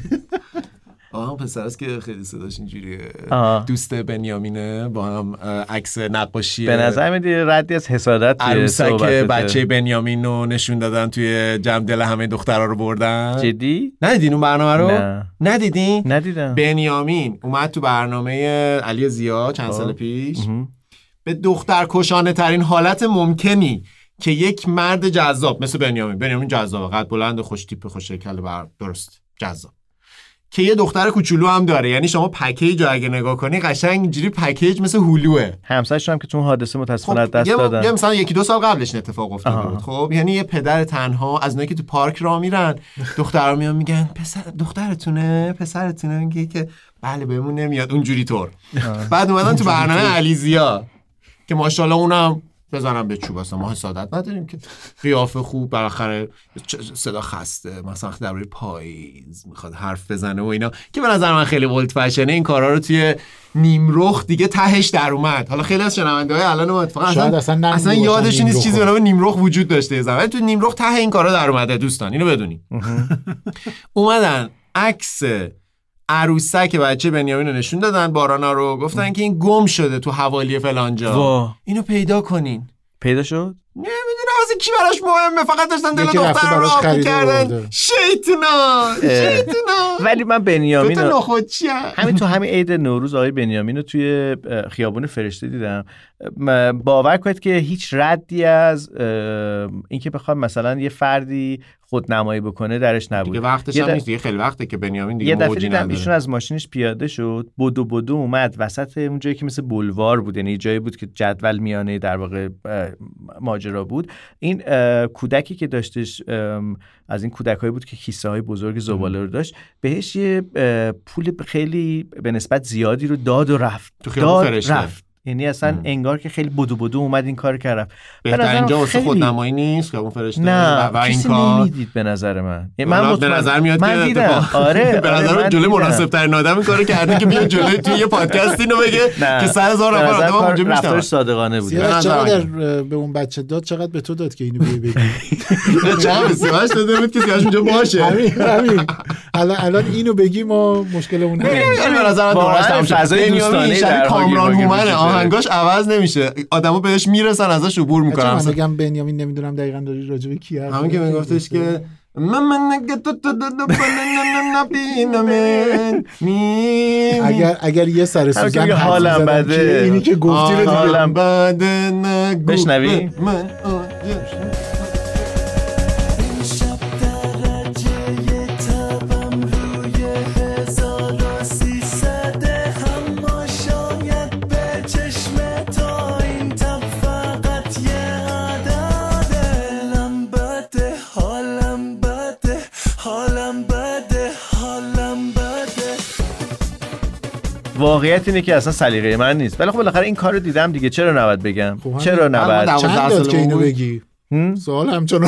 پسر است که خیلی صداش اینجوریه. دوست بنیامینه با هم عکس نقاشی. به نظر میاد ردی از حسادت عروسک بچه بنیامین رو نشون دادن توی جمع دل همه دخترها رو بردن. جدی؟ ندیدین اون برنامه رو؟ نه. ندیدین؟ ندیدم. بنیامین اومد تو برنامه علی زیا چند سال پیش به دختر کشانه ترین حالت ممکنی که یک مرد جذاب مثل بنیامین جذابه، قد بلند، خوش تیپ، خوش شکل، درست جذاب، که یه دختر کوچولو هم داره. یعنی شما پکیج رو اگه نگاه کنی قشنگ اینجوری پکیج مثل هولوه. همسرش هم که تو اون حادثه متاسفانه دست دادن. یه مثلا 1-2 سال قبلش اتفاق افتاده بود. خب یعنی یه پدر تنها از اونایی که تو پارک راه میرن، دخترها میان میگن پسرتونه میگه که بله بهمون نمیاد اونجوری طور. بعد اومدن تو برنامه علی زیا که ماشاءالله اونم بزنم به چوب، اصلا ما حسادت نداریم که قیافه خوب، بالاخره صدا خسته، مثلا در روی پاییز میخواد حرف بزنه و اینا، که به نظر من خیلی اولد فشنه. این کارا رو توی نیمرخ دیگه تهش در اومد. حالا خیلی از شنونده‌های الان اتفاقا اصلا یادشون نیست چیزی به نام نیمرخ وجود داشته. زمان تو نیمرخ ته این کارا در اومده دوستان، اینو بدونید. اومدن عکس عروسک بچه بنیامین رو نشون دادن، بارانا رو، گفتن که این گم شده تو حوالی فلانجا، اینو پیدا کنین. پیدا شد؟ نمیدونم واسه کی براش مهمه، فقط داشتن دل دختر رو آب کردن. شیطونا. ولی من بنیامین همین تو همین عید نوروز آقای بنیامین رو توی خیابون فرشته دیدم. باور کنید که هیچ ردی از اینکه بخواد مثلا یه فردی خودنمایی بکنه درش نبود. دیگه وقتش هم نیست، دیگه خیلی وقته که بنیامین دیگه موجی نداره. یه دفعه دیدم ایشون از ماشینش پیاده شد، بدو اومد وسط اون جایی که مثل بولوار بود، یعنی جایی بود که جدول میانه در واقع ماجرا بود. این کودکی که داشتش از این کودکایی بود که کیسه های بزرگ زباله رو داشت، بهش یه پول خیلی به نسبت زیادی رو داد و رفت. تو خیابون فرشته. یعنی اصلا انگار که خیلی بدو اومد این کار کرد. بهتر اینجا واسه خودنمایی نیست که اون فرشته نه و این کسی کار نمیدید به نظر من. من به نظر میاد من دیدم. آره به نظر جلوی مناسب ترین آدم این کارو کرده که بیاد جلوی توی یه پادکست اینو بگه که 100,000 نفر آدم اونجا میشنن. رفتار صادقانه بود. چقدر به اون بچه داد، چقدر به تو داد که اینو بگی؟ چقدر سیاوش داده بود که سیاوش اونجا باشه. همین الان اینو بگی ما مشکلمون حل میشه. به نظر من درست فضای دوستانه در کامران هومن آهنگاش عوض نمیشه، آدمو بهش میرسن ازش عبور میکنن. من میگم بنیامین نمیدونم دقیقاً داری راجع به کی حرف همین که میگفتش که اگر یه سر سوزن حالم بده، اینی که گفتی رو حالم بده نگو بشنوی. واقعیت اینه که اصلا سلیقه من نیست، ولی خب بالاخره این کارو دیدم دیگه، چرا نباید بگم؟ چرا نباید؟ چند داد که اینو بگی؟ سوال همچنان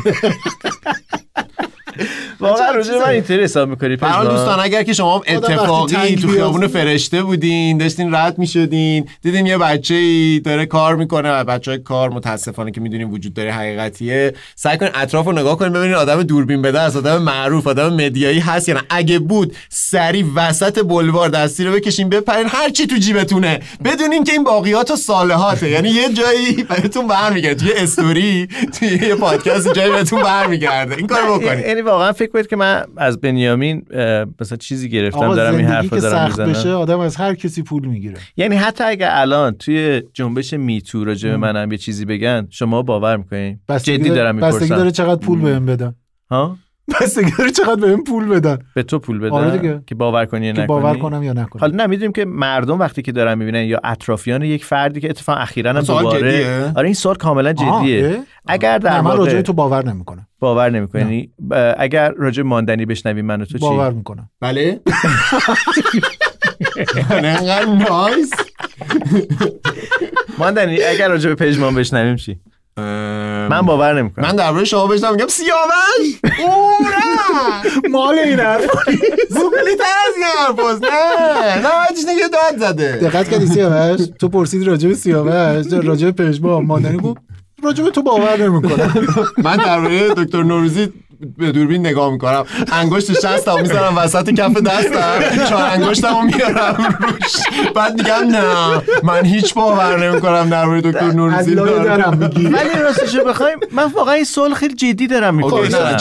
واقعا روزه من اینطوری حساب می‌کنی. برای دوستان اگر که شما اتفاقی تو خیابون فرشته بودین، داشتین رد می‌شدین، دیدین یه بچه‌ای داره کار می‌کنه، بچه‌های کار متاسفانه که می‌دونین وجود داره حقیقتیه، سعی کنین اطرافو نگاه کنین ببینین آدم دوربین بده است، آدم معروف، آدم مدیایی هست یا نه. اگه بود سری وسط بولوار دستی رو بکشین بپرین، هر چی تو جیبتونه، بدونین که این باقیات و صالحاته. یعنی یه جایی بهتون برمیگرده، توی استوری، توی یه پادکست جایی بهتون برمیگرده. این کارو بکنین. یعنی واقعا فکر کنید که من از بنیامین مثلا چیزی گرفتم، دارم این حرفو دارم میزنم. بشه آدم از هر کسی پول میگیره. یعنی حتی اگه الان توی جنبش میتو راجع به منم یه چیزی بگن، شما باور میکنین؟ جدی دارم میپرسم. بستگی داره چقدر پول بهم بدن. ها؟ بستگی داره چقدر بهم پول بدن. به تو پول بدن؟ آره دیگه. که باور کنی یا نکنی. که باور کنم یا نکنم. حالا نمیدونیم که مردم وقتی که دارن میبینن یا اطرافیان یک فردی که اتفاقا اخیراً هم دوباره آره این سوال کاملا جدیه. اگر در من راجع تو باور نمیکنم. باور نمیکنی؟ اگر راجع ماندنی بشنوی من و تو چی؟ باور میکنم. بله. انقدر نایس ماندنی اگر راجع به پژمان بشنویم چی؟ من باور نمیکنم. من درباره شما بشنم میگم سیاوش اوه مال این حرف زوبلی تر از این حرف هست. نه هیچ نگه داد زده. دقت کردی سیاوش تو پرسید راجع به سیاوش راجع به پژمان، ماندنی گفت راجع به تو باور نمیکنم. من درباره دکتر نوروزی به دوربین نگاه میکنم، انگشت شستم میذارم وسط کف دستم، 4 انگشتمو میارم روش، بعد میگم نه من هیچ باور نمیکنم درباره دکتر نوروزی دارم میگی. ولی راستش بخوایم من واقعا این سوال خیلی جدی دارم میکنم.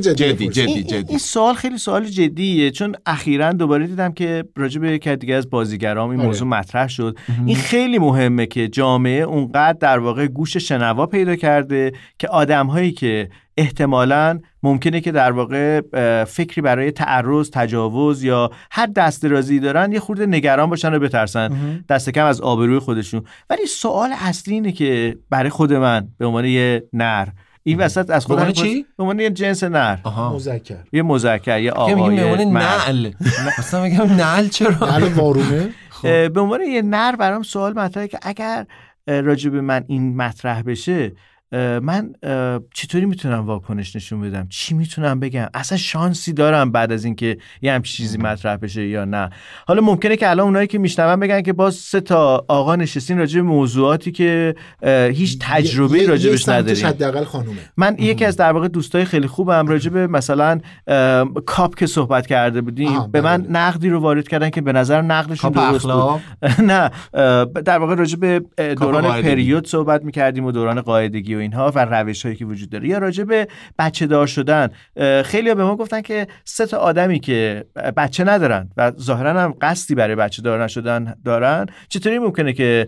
جدی این سوال خیلی سوال جدیه، چون اخیراً دوباره دیدم که راجع به یکی دیگه از بازیگرام این موضوع مطرح شد. این خیلی مهمه که جامعه اونقدر در واقع گوش شنوا پیدا کرده که آدم‌هایی که احتمالاً ممکنه که در واقع فکری برای تعرض، تجاوز یا هر دست درازی دارن یه خورده نگران باشن و بترسن، دست کم از آبروی خودشون. ولی سوال اصلی اینه که برای خود من به عنوان یه نر این وسط از خودم چی؟ به عنوان یه جنس نر، یه مذکر، یه آقای نعل، اصلا میگم نعل چرا؟ نعل وارونه. به عنوان یه نر برام سوال مطرحه که اگر راجع به من این مطرح بشه من چطوری میتونم واکنش نشون بدم؟ چی میتونم بگم؟ اصلا شانسی دارم بعد از اینکه یه همچین چیزی مطرح بشه یا نه؟ حالا ممکنه که الان اونایی که میشنون بگن که باز 3 تا آقا نشستین راجع به موضوعاتی که هیچ تجربه راجعش ندارین. حداقل خانومه. من یکی از در واقع دوستای خیلی خوبم راجع به مثلا کاپ که صحبت کرده بودیم به من نقدی رو وارد کردن که به نظر نقدشون درست بود. نه در واقع راجع به دوران پریود صحبت می‌کردیم و دوران قاعدگی اینها و روش‌هایی که وجود داره، یا راجع به بچه دار شدن. خیلی‌ها به ما گفتن که 3 تا آدمی که بچه ندارن و ظاهراً هم قصدی برای بچه دار نشدن دارن، چطوری ممکنه که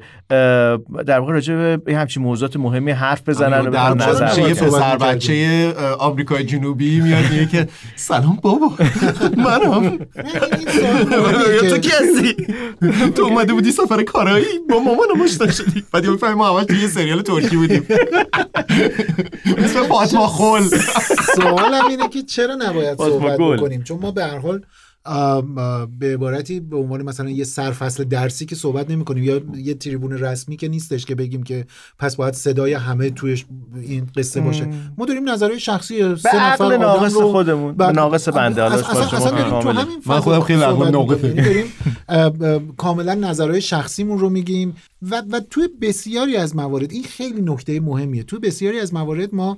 در واقع راجع به همچین موضوعات مهمی حرف بزنن و در نظر یه پسر بچه آمریکای جنوبی میاد میگه که سلام بابا منم تو کی هستی؟ تو اومده بودی سفر کارایی با مامانم آشنا شدی، بعد میفهمی ما همش توی یه سریال ترکی بودیم اسم فاطمه خل. سوالم اینه که چرا نباید صحبت بکنیم؟ چون ما به هر حال به عبارتی به عنوان مثلا یه سرفصل درسی که صحبت نمی کنیم یا یه تریبون رسمی که نیستش که بگیم که پس باید صدای همه توی این قصه باشه. ما داریم نظرهای شخصی 3 نفر آدم ناقص خودمون ناقص بنده من خودم خیلی ناقصه داریم کاملا نظرهای شخصیمون رو میگیم و توی بسیاری از موارد این خیلی نکته مهمیه. توی بسیاری از موارد ما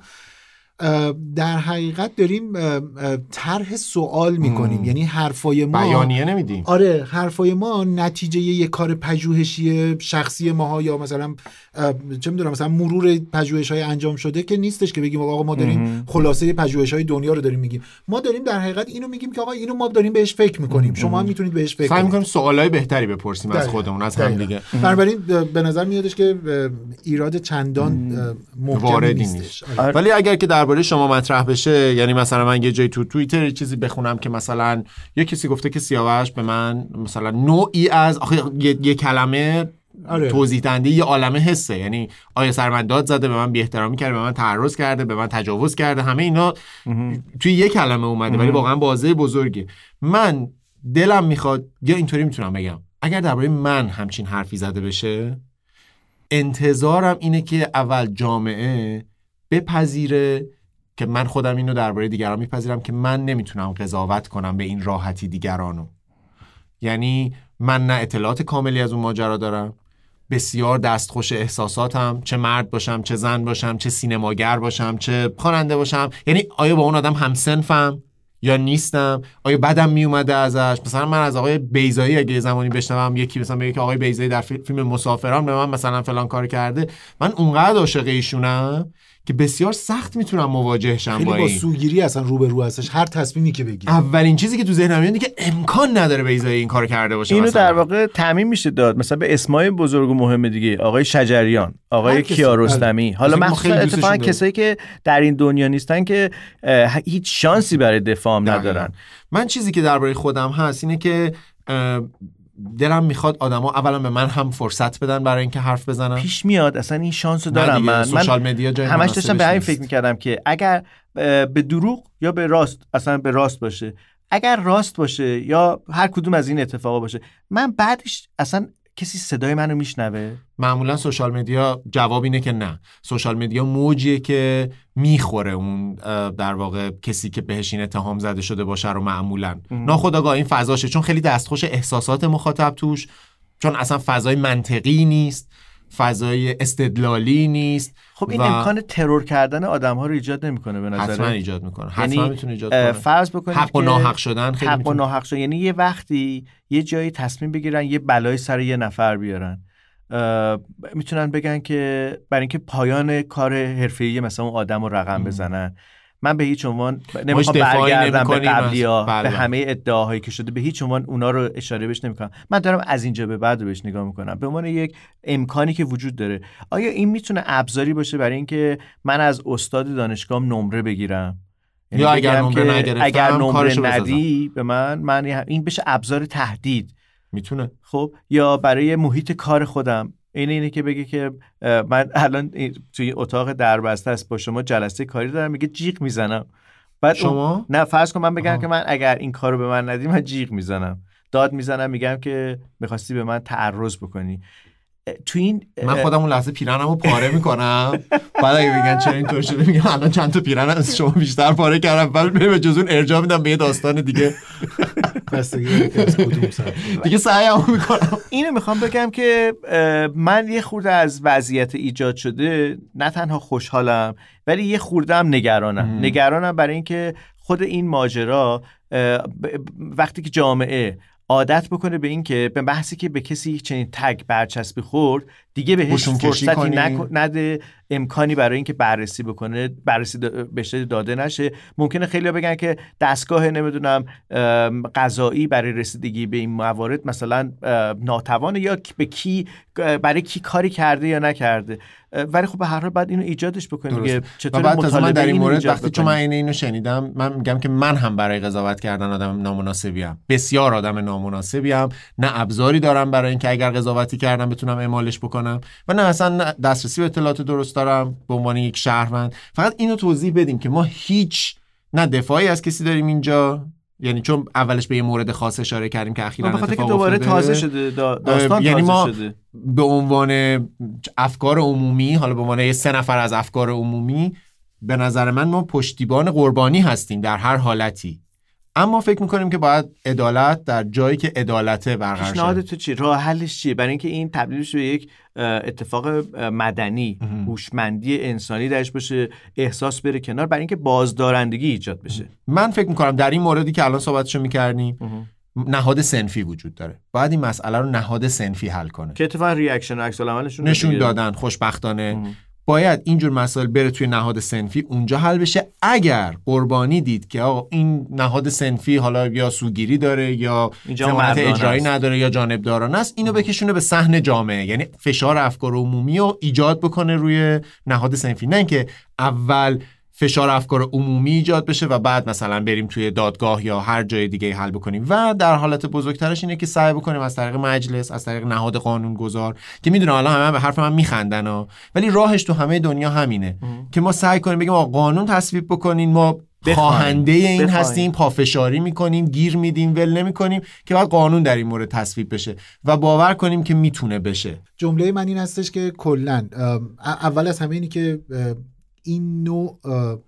در حقیقت داریم طرح سوال میکنیم، یعنی حرفای ما بیانیه نمیدیم. آره حرفای ما نتیجه یک کار پژوهشی شخصی ما یا مثلا چه میدونم مثلا مرور پژوهش‌های انجام شده که نیستش که بگیم آقا ما داریم خلاصه پژوهش‌های دنیا رو داریم میگیم. ما داریم در حقیقت اینو میگیم که آقا اینو ما داریم بهش فکر میکنیم، شما هم میتونید بهش فکر کنید. سعی می‌کنیم سوالای بهتری بپرسیم از خودمون، از هم دیگه. بنابراین به نظر میادش که ایراد چندان محکمی نیستش. ولی اگر که درباره شما مطرح بشه، یعنی مثلا من یه جای تو توییتر چیزی بخونم که مثلا یه کسی گفته که سیاوش به من مثلا نوعی از یه کلمه توضیح دهنده یه عالمه حسه، یعنی آیا سر من داد زده، به من بی‌احترامی کرده، به من تعرض کرده، به من تجاوز کرده، همه اینا توی یه کلمه اومده ولی واقعا بازه بزرگه. من دلم میخواد یا اینطوری میتونم بگم اگر درباره من همچین حرفی زده بشه، انتظارم اینه که اول جامعه بپذیره که من خودم اینو درباره دیگران میپذیرم که من نمیتونم قضاوت کنم به این راحتی دیگرانو. یعنی من نه اطلاعات کاملی از اون ماجرا دارم، بسیار دستخوش احساساتم، چه مرد باشم، چه زن باشم، چه سینماگر باشم، چه خواننده باشم. یعنی آیا با اون آدم همسنفم یا نیستم؟ آیا بدم میومده ازش؟ مثلا من از آقای بیضایی اگه زمانی بشنوم یکی مثلا بگه که آقای بیضایی در فیلم مسافران به من مثلا فلان کار کرده، من اونقدر عاشق ایشونم که بسیار سخت میتونم مواجه شم با این. خیلی با سوگیری اصلا روبرو هستش هر تصمیمی که بگیری. اولین چیزی که تو ذهنم میاد اینه که امکان نداره بیضایی این کارو کرده باشه. اینو در واقع تعمیم میشه داد مثلا به اسمای بزرگ و مهم دیگه، آقای شجریان، آقای کیارستمی. حالا مخصوصا اتفاقا کسایی که در این دنیا نیستن که هیچ شانسی برای دفاع ندارن. من چیزی که درباره خودم هست اینه که دلم میخواد آدما اولا به من هم فرصت بدن برای اینکه حرف بزنم. پیش میاد اصلا این شانسو دارم. من سوشال مدیا جای همش داشتم به همین فکر میکردم که اگر به دروغ یا به راست، اصلا به راست باشه، اگر راست باشه یا هر کدوم از این اتفاقا باشه، من بعدش اصلا کسی صدای منو میشنوه؟ معمولا سوشال مدیا جواب اینه که نه. سوشال مدیا موجیه که میخوره اون در واقع کسی که بهش این اتهام زده شده باشه رو معمولا ناخودآگاه این فضاشه، چون خیلی دستخوش احساسات مخاطب توش، چون اصلا فضای منطقی نیست، فضای استدلالی نیست. خب این امکان ترور کردن آدم‌ها رو ایجاد نمی‌کنه به نظر؟ حتما ایجاد می‌کنه، حتما میتونه ایجاد کنه. فرض بکنید حق و ناحق شدن خیلی حق و ناحق شدن، یعنی یه وقتی یه جایی تصمیم بگیرن یه بلای سر یه نفر بیارن، میتونن بگن که برای اینکه پایان کار حرفه‌ای مثلا اون آدم رو رقم بزنن، من به هیچ عنوان نمیخوام برگردم به قبلی‌ها، به همه ادعاهایی که شده، به هیچ عنوان اونا رو اشاره بهش نمیکنم. من دارم از اینجا به بعد رو بهش نگاه میکنم به عنوان یک امکانی که وجود داره. آیا این میتونه ابزاری باشه برای اینکه من از استاد دانشگاهم نمره بگیرم؟ یا اگر نمره نگرفتم، اگر نمره ندی به من این بشه ابزار تهدید؟ میتونه. خب یا برای محیط کار خودم اینه که بگه که من الان توی اتاق دربسته است با شما جلسه کاری دارم، میگه جیغ میزنم. بعد شما نه فرض کن من بگم که من اگر این کارو به من ندی من جیغ میزنم، داد میزنم، میگم که می‌خواستی به من تعرض بکنی. تو این من خودم اون لحظه پیرنمو پاره میکنم، بعد اگه بگن چرا اینطور شده میگم الان چند تا پیرن از شما بیشتر پاره کردم، بعد به جز اون ارجاع میدم به یه داستان دیگه. دیگه سعیمو میکنم. اینو میخوام بگم که من یه خورده از وضعیت ایجاد شده نه تنها خوشحالم ولی یه خورده هم نگرانم برای اینکه خود این ماجرا وقتی که جامعه عادت بکنه به این که به بحثی که به کسی چنین تگ برچسبی خورد دیگه بهش فرصتی نده، امکانی برای اینکه بررسی بکنه، بررسی بهش داده نشه. ممکنه خیلی‌ها بگن که دستگاه نمیدونم قضایی برای رسیدگی به این موارد مثلا ناتوانه یا به کی برای کی کاری کرده یا نکرده، ولی خب به هر حال بعد اینو ایجادش بکنیم دیگه. چطور مطالبه در این مورد وقتی بکنیم؟ چون من اینو شنیدم من میگم که من هم برای قضاوت کردن آدم نامناسبیم، بسیار آدم نامناسبیم، نه ابزاری دارم برای اینکه اگر قضاوتی کردم بتونم اعمالش بکنم و نه اصلا دسترسی به اطلاعات درست دارم به عنوان یک شهروند. فقط اینو توضیح بدیم که ما هیچ نه دفاعی از کسی داریم اینجا، یعنی چون اولش به یه مورد خاص اشاره کردیم که اخیراً اتفاق افتاده، دوباره تازه شده داستان، یعنی تازه ما شده به عنوان افکار عمومی، حالا به عنوان 3 نفر از افکار عمومی، به نظر من ما پشتیبان قربانی هستیم در هر حالتی، اما فکر میکنیم که باید عدالت در جایی که عدالته برقرار شه. پیشنهاد تو چی؟ راه حلش چیه برای اینکه این تبدیل بشه به یک اتفاق مدنی، هوشمندی انسانی درش باشه، احساس بره کنار، برای اینکه بازدارندگی ایجاد بشه؟ من فکر میکنم در این موردی که الان صحبتشو میکردیم نهاد صنفی وجود داره، باید این مسئله رو نهاد صنفی حل کنه که اتفاقا ریاکشن عکس العملشون نشون دادن. خوشبختانه باید اینجور مسائل بره توی نهاد صنفی، اونجا حل بشه. اگر قربانی دید که آقا این نهاد صنفی حالا یا سوگیری داره یا ضمانت اجرایی نداره یا جانبدارانه است، اینو بکشونه به صحن جامعه، یعنی فشار افکار عمومی رو ایجاد بکنه روی نهاد صنفی، نه اینکه اول فشار افکار عمومی ایجاد بشه و بعد مثلا بریم توی دادگاه یا هر جای دیگه حل بکنیم. و در حالت بزرگترش اینه که سعی بکنیم از طریق مجلس، از طریق نهاد قانونگذار، که میدونم الان همه به حرف من میخندن ولی راهش تو همه دنیا همینه که ما سعی کنیم بگیم آقا قانون تصویب بکنین، ما خواهنده این هستیم، پافشاری میکنیم، گیر میدیم، ول نمیکنیم که بعد قانون در این مورد تصویب بشه و باور کنیم که میتونه بشه. جمله من این هستش که کلا اول از همه اینی که این نوع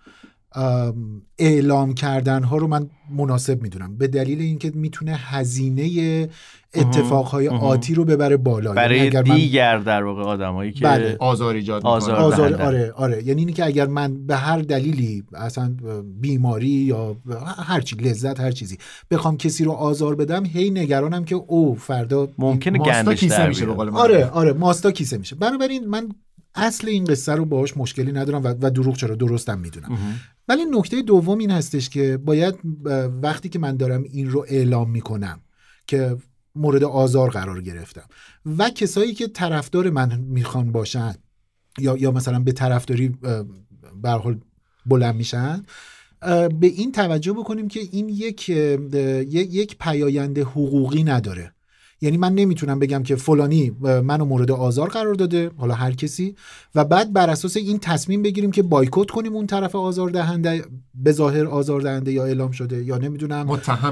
اعلام کردن ها رو من مناسب میدونم، به دلیل اینکه میتونه هزینه اتفاقهای آتی رو ببره بالا، برای یعنی دیگر در واقع آدمایی که آزار ایجاد میکنن. آره یعنی اینی که اگر من به هر دلیلی اصلا بیماری یا هر چی، لذت هر چیزی بخوام کسی رو آزار بدم، هی نگرانم که او فردا ممکنه گندش در میشه. آره ماستا کیسه میشه. بنابراین من اصل این قصه رو باهاش مشکلی ندارم و دروغ چرا، درستم میدونم. ولی نکته دوم این هستش که باید وقتی که من دارم این رو اعلام میکنم که مورد آزار قرار گرفتم و کسایی که طرفدار من میخوان باشن یا مثلا به طرفداری به هر حال بلند میشن، به این توجه بکنیم که این یک پیایند حقوقی نداره. یعنی من نمیتونم بگم که فلانی منو مورد آزار قرار داده، حالا هر کسی، و بعد بر اساس این تصمیم بگیریم که بایکوت کنیم اون طرف آزاردهنده، به ظاهر آزاردهنده یا اعلام شده یا نمیدونم متهم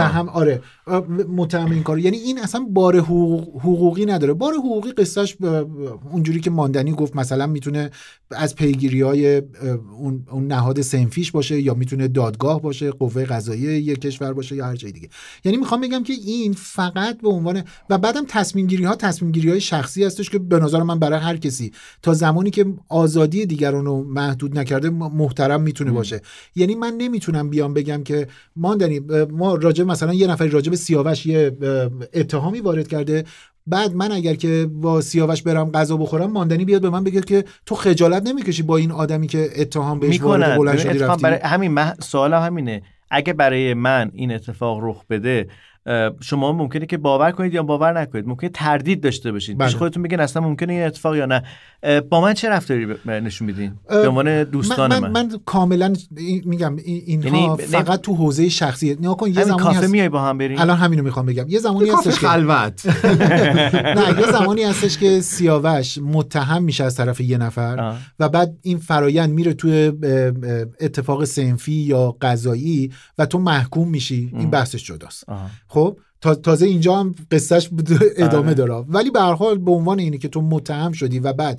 این کار. یعنی این اصلا بار حقوقی نداره. بار حقوقی قصهش اونجوری که ماندنی گفت مثلا میتونه از پیگیری‌های اون نهاد صنفیش باشه یا میتونه دادگاه باشه، قوه قضاییه یک کشور باشه یا هر جای دیگه. یعنی میخوام بگم که این فقط به عنوان و بعدم تصمیم گیری‌های شخصی هستش که به نظر من برای هر کسی تا زمانی که آزادی دیگران رو محدود نکرده محترم میتونه باشه. یعنی من نمیتونم بیام بگم که ماندنی ما راجع مثلا یه نفر راجع به سیاوش یه اتهامی وارد کرده، بعد من اگر که با سیاوش برم غذا بخورم ماندنی بیاد به من بگه که تو خجالت نمیکشی با این آدمی که اتهام بهش وارد بلند شدی رفتی. برای همین سوالم همینه، اگه برای من این اتفاق رخ بده شما ممکنه که باور کنید یا باور نکنید، ممکنه تردید داشته باشید، پیش خودتون بگین اصلا ممکنه این اتفاق یا نه. با من چه رفتاری نشون میدین به عنوان دوستان من کاملا میگم اینها فقط تو حوزه شخصیت. نگاه کن، یه زمانی کافه میای با هم بریم، الان همینو میخوام بگم، یه زمانی هستش که خلوت نه یه زمانی هستش که سیاوش متهم میشه از طرف یه نفر و بعد این فرایند میره توی اتفاق صنفی یا قضایی و تو محکوم میشی. این بحثش جداست. خب تازه اینجا هم قصهش ادامه داره، ولی به هر حال به عنوان اینه که تو متهم شدی و بعد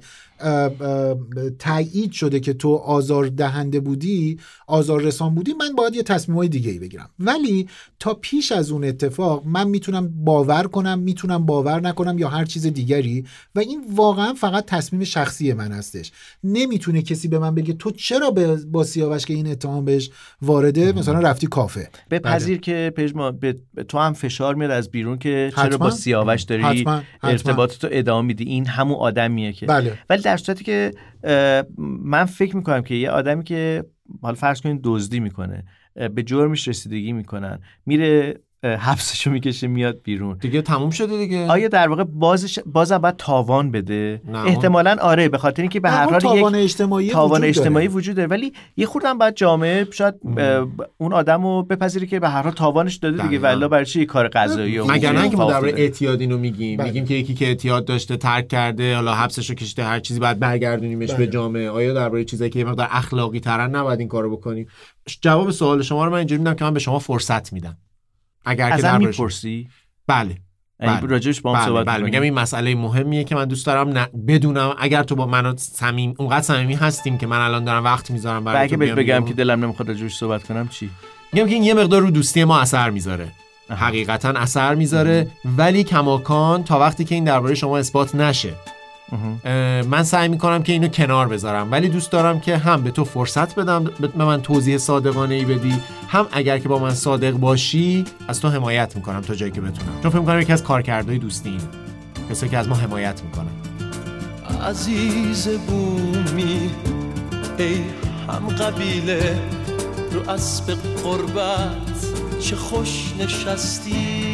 تایید شده که تو آزار دهنده بودی، آزار رسان بودی، من باید یه تصمیمای دیگه ای بگیرم. ولی تا پیش از اون اتفاق من میتونم باور کنم، میتونم باور نکنم یا هر چیز دیگری، و این واقعا فقط تصمیم شخصی من هستش. نمیتونه کسی به من بگه تو چرا با سیاوش که این اتهام بهش وارده مثلا رفتی کافه. بپذیر که پژمان به تو هم فشار میاد از بیرون که چرا با سیاوش داری ارتباطتو ادامه میدی، این همون آدمیه که ولی در صورتی که من فکر میکنم که یه آدمی که حالا فرض کنید دزدی میکنه، به جرمش رسیدگی میکنن، میره حبسشو میکشه میاد بیرون، دیگه تموم شده دیگه. آیا در واقع بازم باید تاوان بده؟ احتمالاً آره، به خاطر اینکه به هر حال تاوان اجتماعی وجود داره، ولی یه خورده هم باید جامعه شاید اون آدمو بپذیره که به هر حال تاوانش داده دیگه، والا برای چی کار قضایی مگر نه که ما درباره اعتیاد اینو میگیم که یکی که اعتیاد داشته ترک کرده، حالا حبسشو کشیده، هر چیزی باید برگردونیمش به جامعه. آیا درباره چیزایی که یه مقدار اخلاقی ترن نباید این کارو بکنیم؟ جواب سوال شما رو من اینجوری میدم که من به شما فرصت میدم. اگر که در میپرسی؟ بله راجعش با هم صحبت کنیم. میگم این مسئله مهمیه که من دوست دارم بدونم اگر تو با من اونقدر صمیمی هستیم که من الان دارم وقت میذارم برای تو بگم که دلم نمیخواد راجعش صحبت کنم، چی میگم که این یه مقدار رو دوستی ما اثر میذاره. حقیقتا اثر میذاره، ولی کماکان تا وقتی که این درباره شما اثبات نشه من سعی میکنم که اینو کنار بذارم، ولی دوست دارم که هم به تو فرصت بدم به من توضیح صادقانه ای بدی، هم اگر که با من صادق باشی از تو حمایت میکنم تا جایی که بتونم، چون فکر میکنم یکی از کارکردهای دوستیم کسی که از ما حمایت میکنن. عزیز بومی ای هم قبیله رو اسب قربت چه خوش نشستی،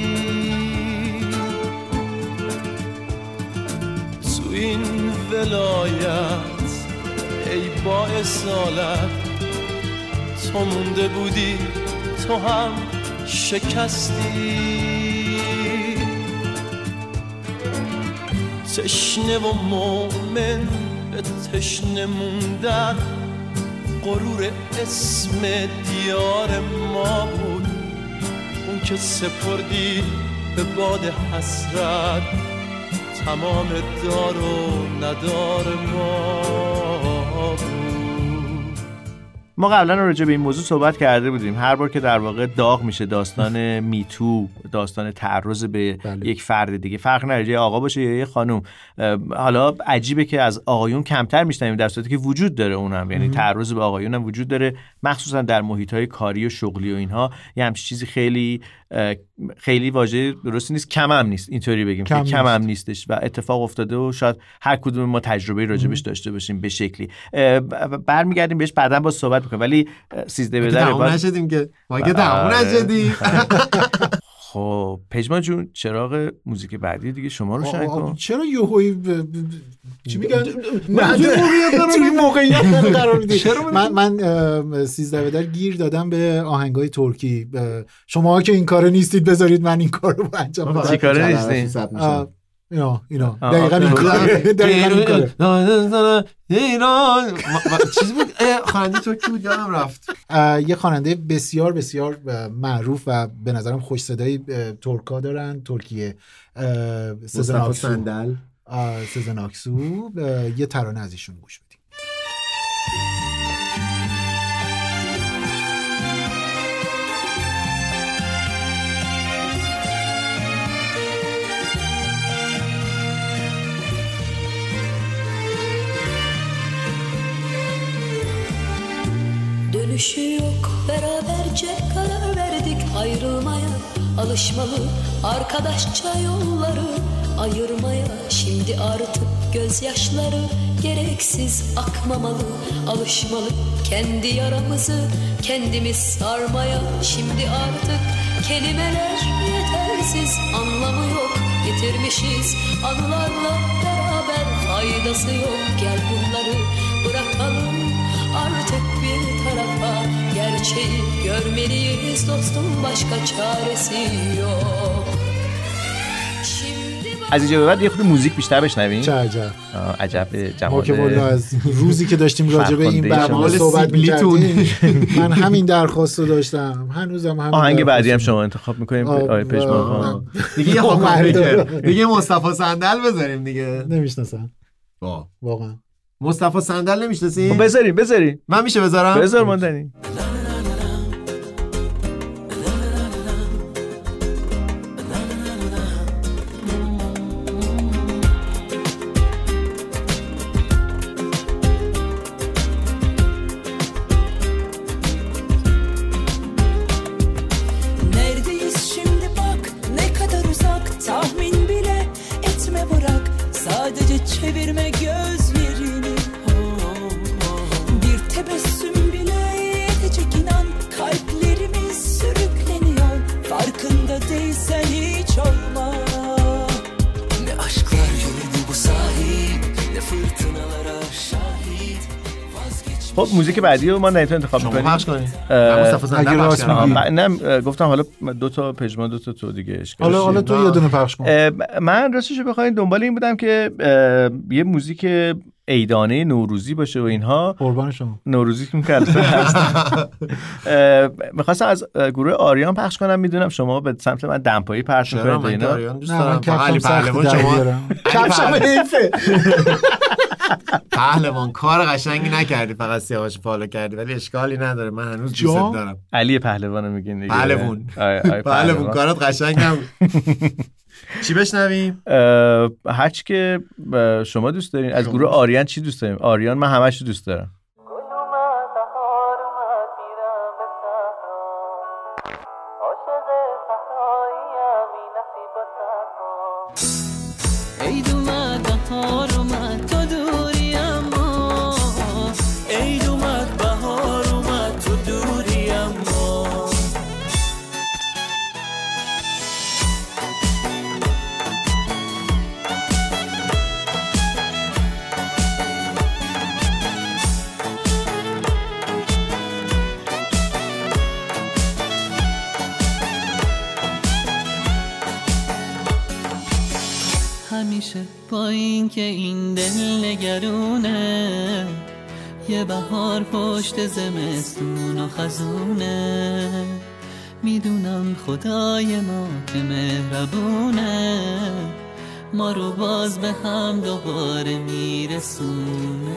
تو این ولایت ای با اصالت تو مونده بودی تو هم شکستی، تشنه و مومن به تشنه موندن غرور اسم دیار ما بود، اون که سپردی به باد حسرت تمام دار و ندار ما بود. ما قبلا راجع به این موضوع صحبت کرده بودیم. هر بار که در واقع داغ میشه داستان میتو، داستان تعرض به یک فرد دیگه، فرق نداره یه آقا باشه یا یه خانم، حالا عجیبه که از آقایون کمتر میشنویم در صورتی که وجود داره اونم، یعنی تعرض به آقایون هم وجود داره، مخصوصا در محیط‌های کاری و شغلی و اینها. یه همچین چیزی خیلی واژه درستی نیست، کم هم نیست، اینطوری بگیم که کم هم نیستش و اتفاق افتاده و شاید هر کدوم ما تجربه راجبش داشته باشیم به شکلی. برمیگردیم بهش بعداً با صحبت می‌کنیم، ولی 13 به در نشدیم که ما که تموم نشدیم. خب پژمان جون چراغ موزیک بعدی دیگه شما رو روشن کن. چرا یهویی چی میگن توی موقعیت قرار میدی؟ من 13 بدر گیر دادم به آهنگای ترکی. شما که این کارو نیستید بذارید من این کارو انجام بدم. چی کاره نیستین؟ اینا دقیقاً این کاره. ایران چیزی بود خواننده ترکی بود یادم رفت. یه خواننده بسیار بسیار معروف و به نظرم خوش صدای ترکا دارن ترکیه، مصطفی صندل. سزن آکسو. یه ترانه از ایشون گوش بدیم. Dönüşü yok beraberce karar verdik ayrılmaya. Alışmalı arkadaşça yolları ayırmaya. Şimdi artık gözyaşları gereksiz akmamalı. Alışmalı kendi yaramızı kendimiz sarmaya. Şimdi artık kelimeler yetersiz, anlamı yok, yitirmişiz anılarla beraber, faydası yok. Gel bunları bırakalım artık bir tarafa, gerçeği görmeliyiz dostum, başka çaresi yok. از اینجا به بعد یه خود موزیک بیشتر بشنویم. چه عجب. عجب جمال. ما که والا از روزی که داشتیم راجع به این برنامه صحبت می‌کردیم من همین درخواست رو داشتم، هنوزم همین. آهنگ بعدی هم شما انتخاب می‌کنیم آقای پژمان. دیگه یه دیگه مصطفی صندل بذاریم دیگه. نمی‌شناسم. واقعا. مصطفی صندل نمی‌شناسین؟ بذاریم. من میشه بذارم؟ بذار ماندنی. Çevirme gözlerini, bir tebessüm bile yetecek inan. Kalplerimiz sürükleniyor, farkında değilsen hiç olma. Ne aşklar yürüdü bu sahil, ne fırtınalara şahit. خب موزیک بعدی رو ما نایتون انتخاب می‌کنیم. شما پخش کنید. مصطفی صندل پخش کنید. نه گفتم حالا دو تا پژمان دو تا تو دیگه اشکال. حالا تو یه دونه پخش کن. من راستش بخواید دنبال این بودم که یه موزیک عیدانه نوروزی باشه و اینها. قربان شما. نوروزی که می‌کردم می‌خواستم از گروه آریان پخش کنم. میدونم شما به سمت من دمپایی پخش می‌کنید اینا. آریان دوست دارم. علی پهلوان شما کفشم حیفه. پهلوان کار قشنگی نکردی، فقط سیاوش فالو کردی، ولی اشکالی نداره، من هنوز دوست دارم. علی پهلوانو میگین دیگه. پهلوان کارات قشنگ نبود. چی بشنویم؟ هر چی که شما دوست دارین. از گروه آریان چی دوست دارین؟ آریان من همش رو دوست دارم. همیشه با این که این دل نگرونه، یه بهار پشت زمستون و خزونه، میدونم خدای ما که مهربونه، ما رو باز به هم دوباره میرسونه.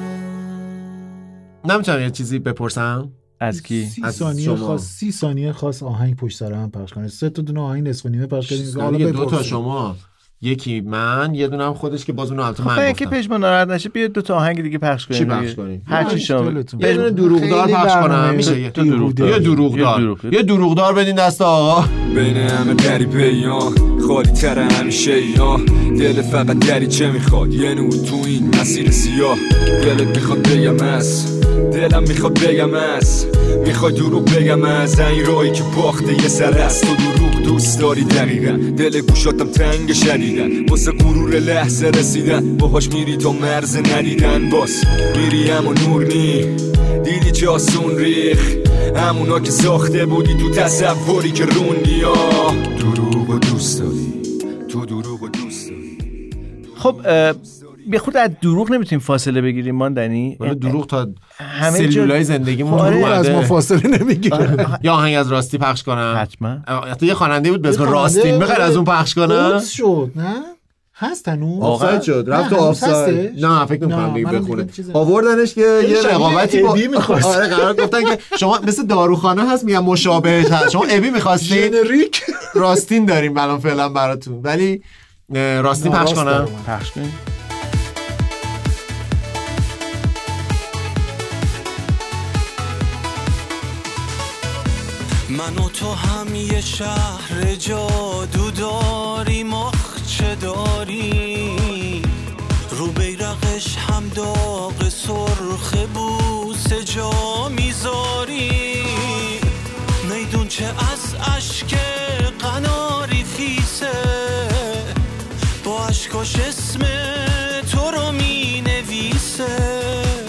نمیتونم یه چیزی بپرسم؟ از کی؟ 30 ثانیه خاص آهنگ پشت سر هم پخش کنید. 3 تا دونه آهنگ نصف نیمه پخش کنید. حالا 2 تا شما، یکی من، یه دونه هم خودش که باز اون البته من گفتم. که پژمان ناراحت نشه بیا 2 تا آهنگ دیگه پخش کنید. چی پخش کنید؟ هر چی شما. یه دونه دروغدار پخش کنم میشه. یه دروغدار بدین دست آقا. بین همه پری پیان خالی تر همیشه یا دل فقط دریچه میخواد، یه نور تو این مسیر سیاه. دلت میخواد بگم از دلم میخواد بگم از میخواد دروغ بگم از این راهی که باخته یه سر است. تو دوست داری دقیقا، دل گوشاتم تنگ شدیدن، واسه غرور لحظه رسیدن، باهاش میری تا مرز ندیدن، باز میری اما نور نی، دیدی چه آسون ریخ، همونا که ساخته بودی تو تصوری که روندی. دروغ و دوست داری، تو دروغ و دوست داری. خب به خود از دروغ نمیتونیم فاصله بگیریم ماندنی، ولی دروغ تا سلولای زندگیمون از ما فاصله نمیگیره. یا آهنگ از راستی پخش کنم حتما. یه خواننده بود به اسم راستین، بخیر از اون پخش کنم. شد نه هست هنوز آفساید شد، رفت تو آفساید. نه فکر نمی‌کنم دیگه بخونه. آوردنش که یه رقابتی با آره قرار گفتن که شما مثل داروخانه هست میگم مشابهش هست، شما ابی می‌خواستین جنریک راستین داریم الان فعلا براتون، ولی راستین پخش کنم. پخش کنیم. من و تو هم یه شهر جادو داریم، چه داری رو بیرقش هم داغ سرخ بوسه جا میذاری، میدون چه از اشک قناری خیسه، با اشکاش اسم تو رو می نویسه.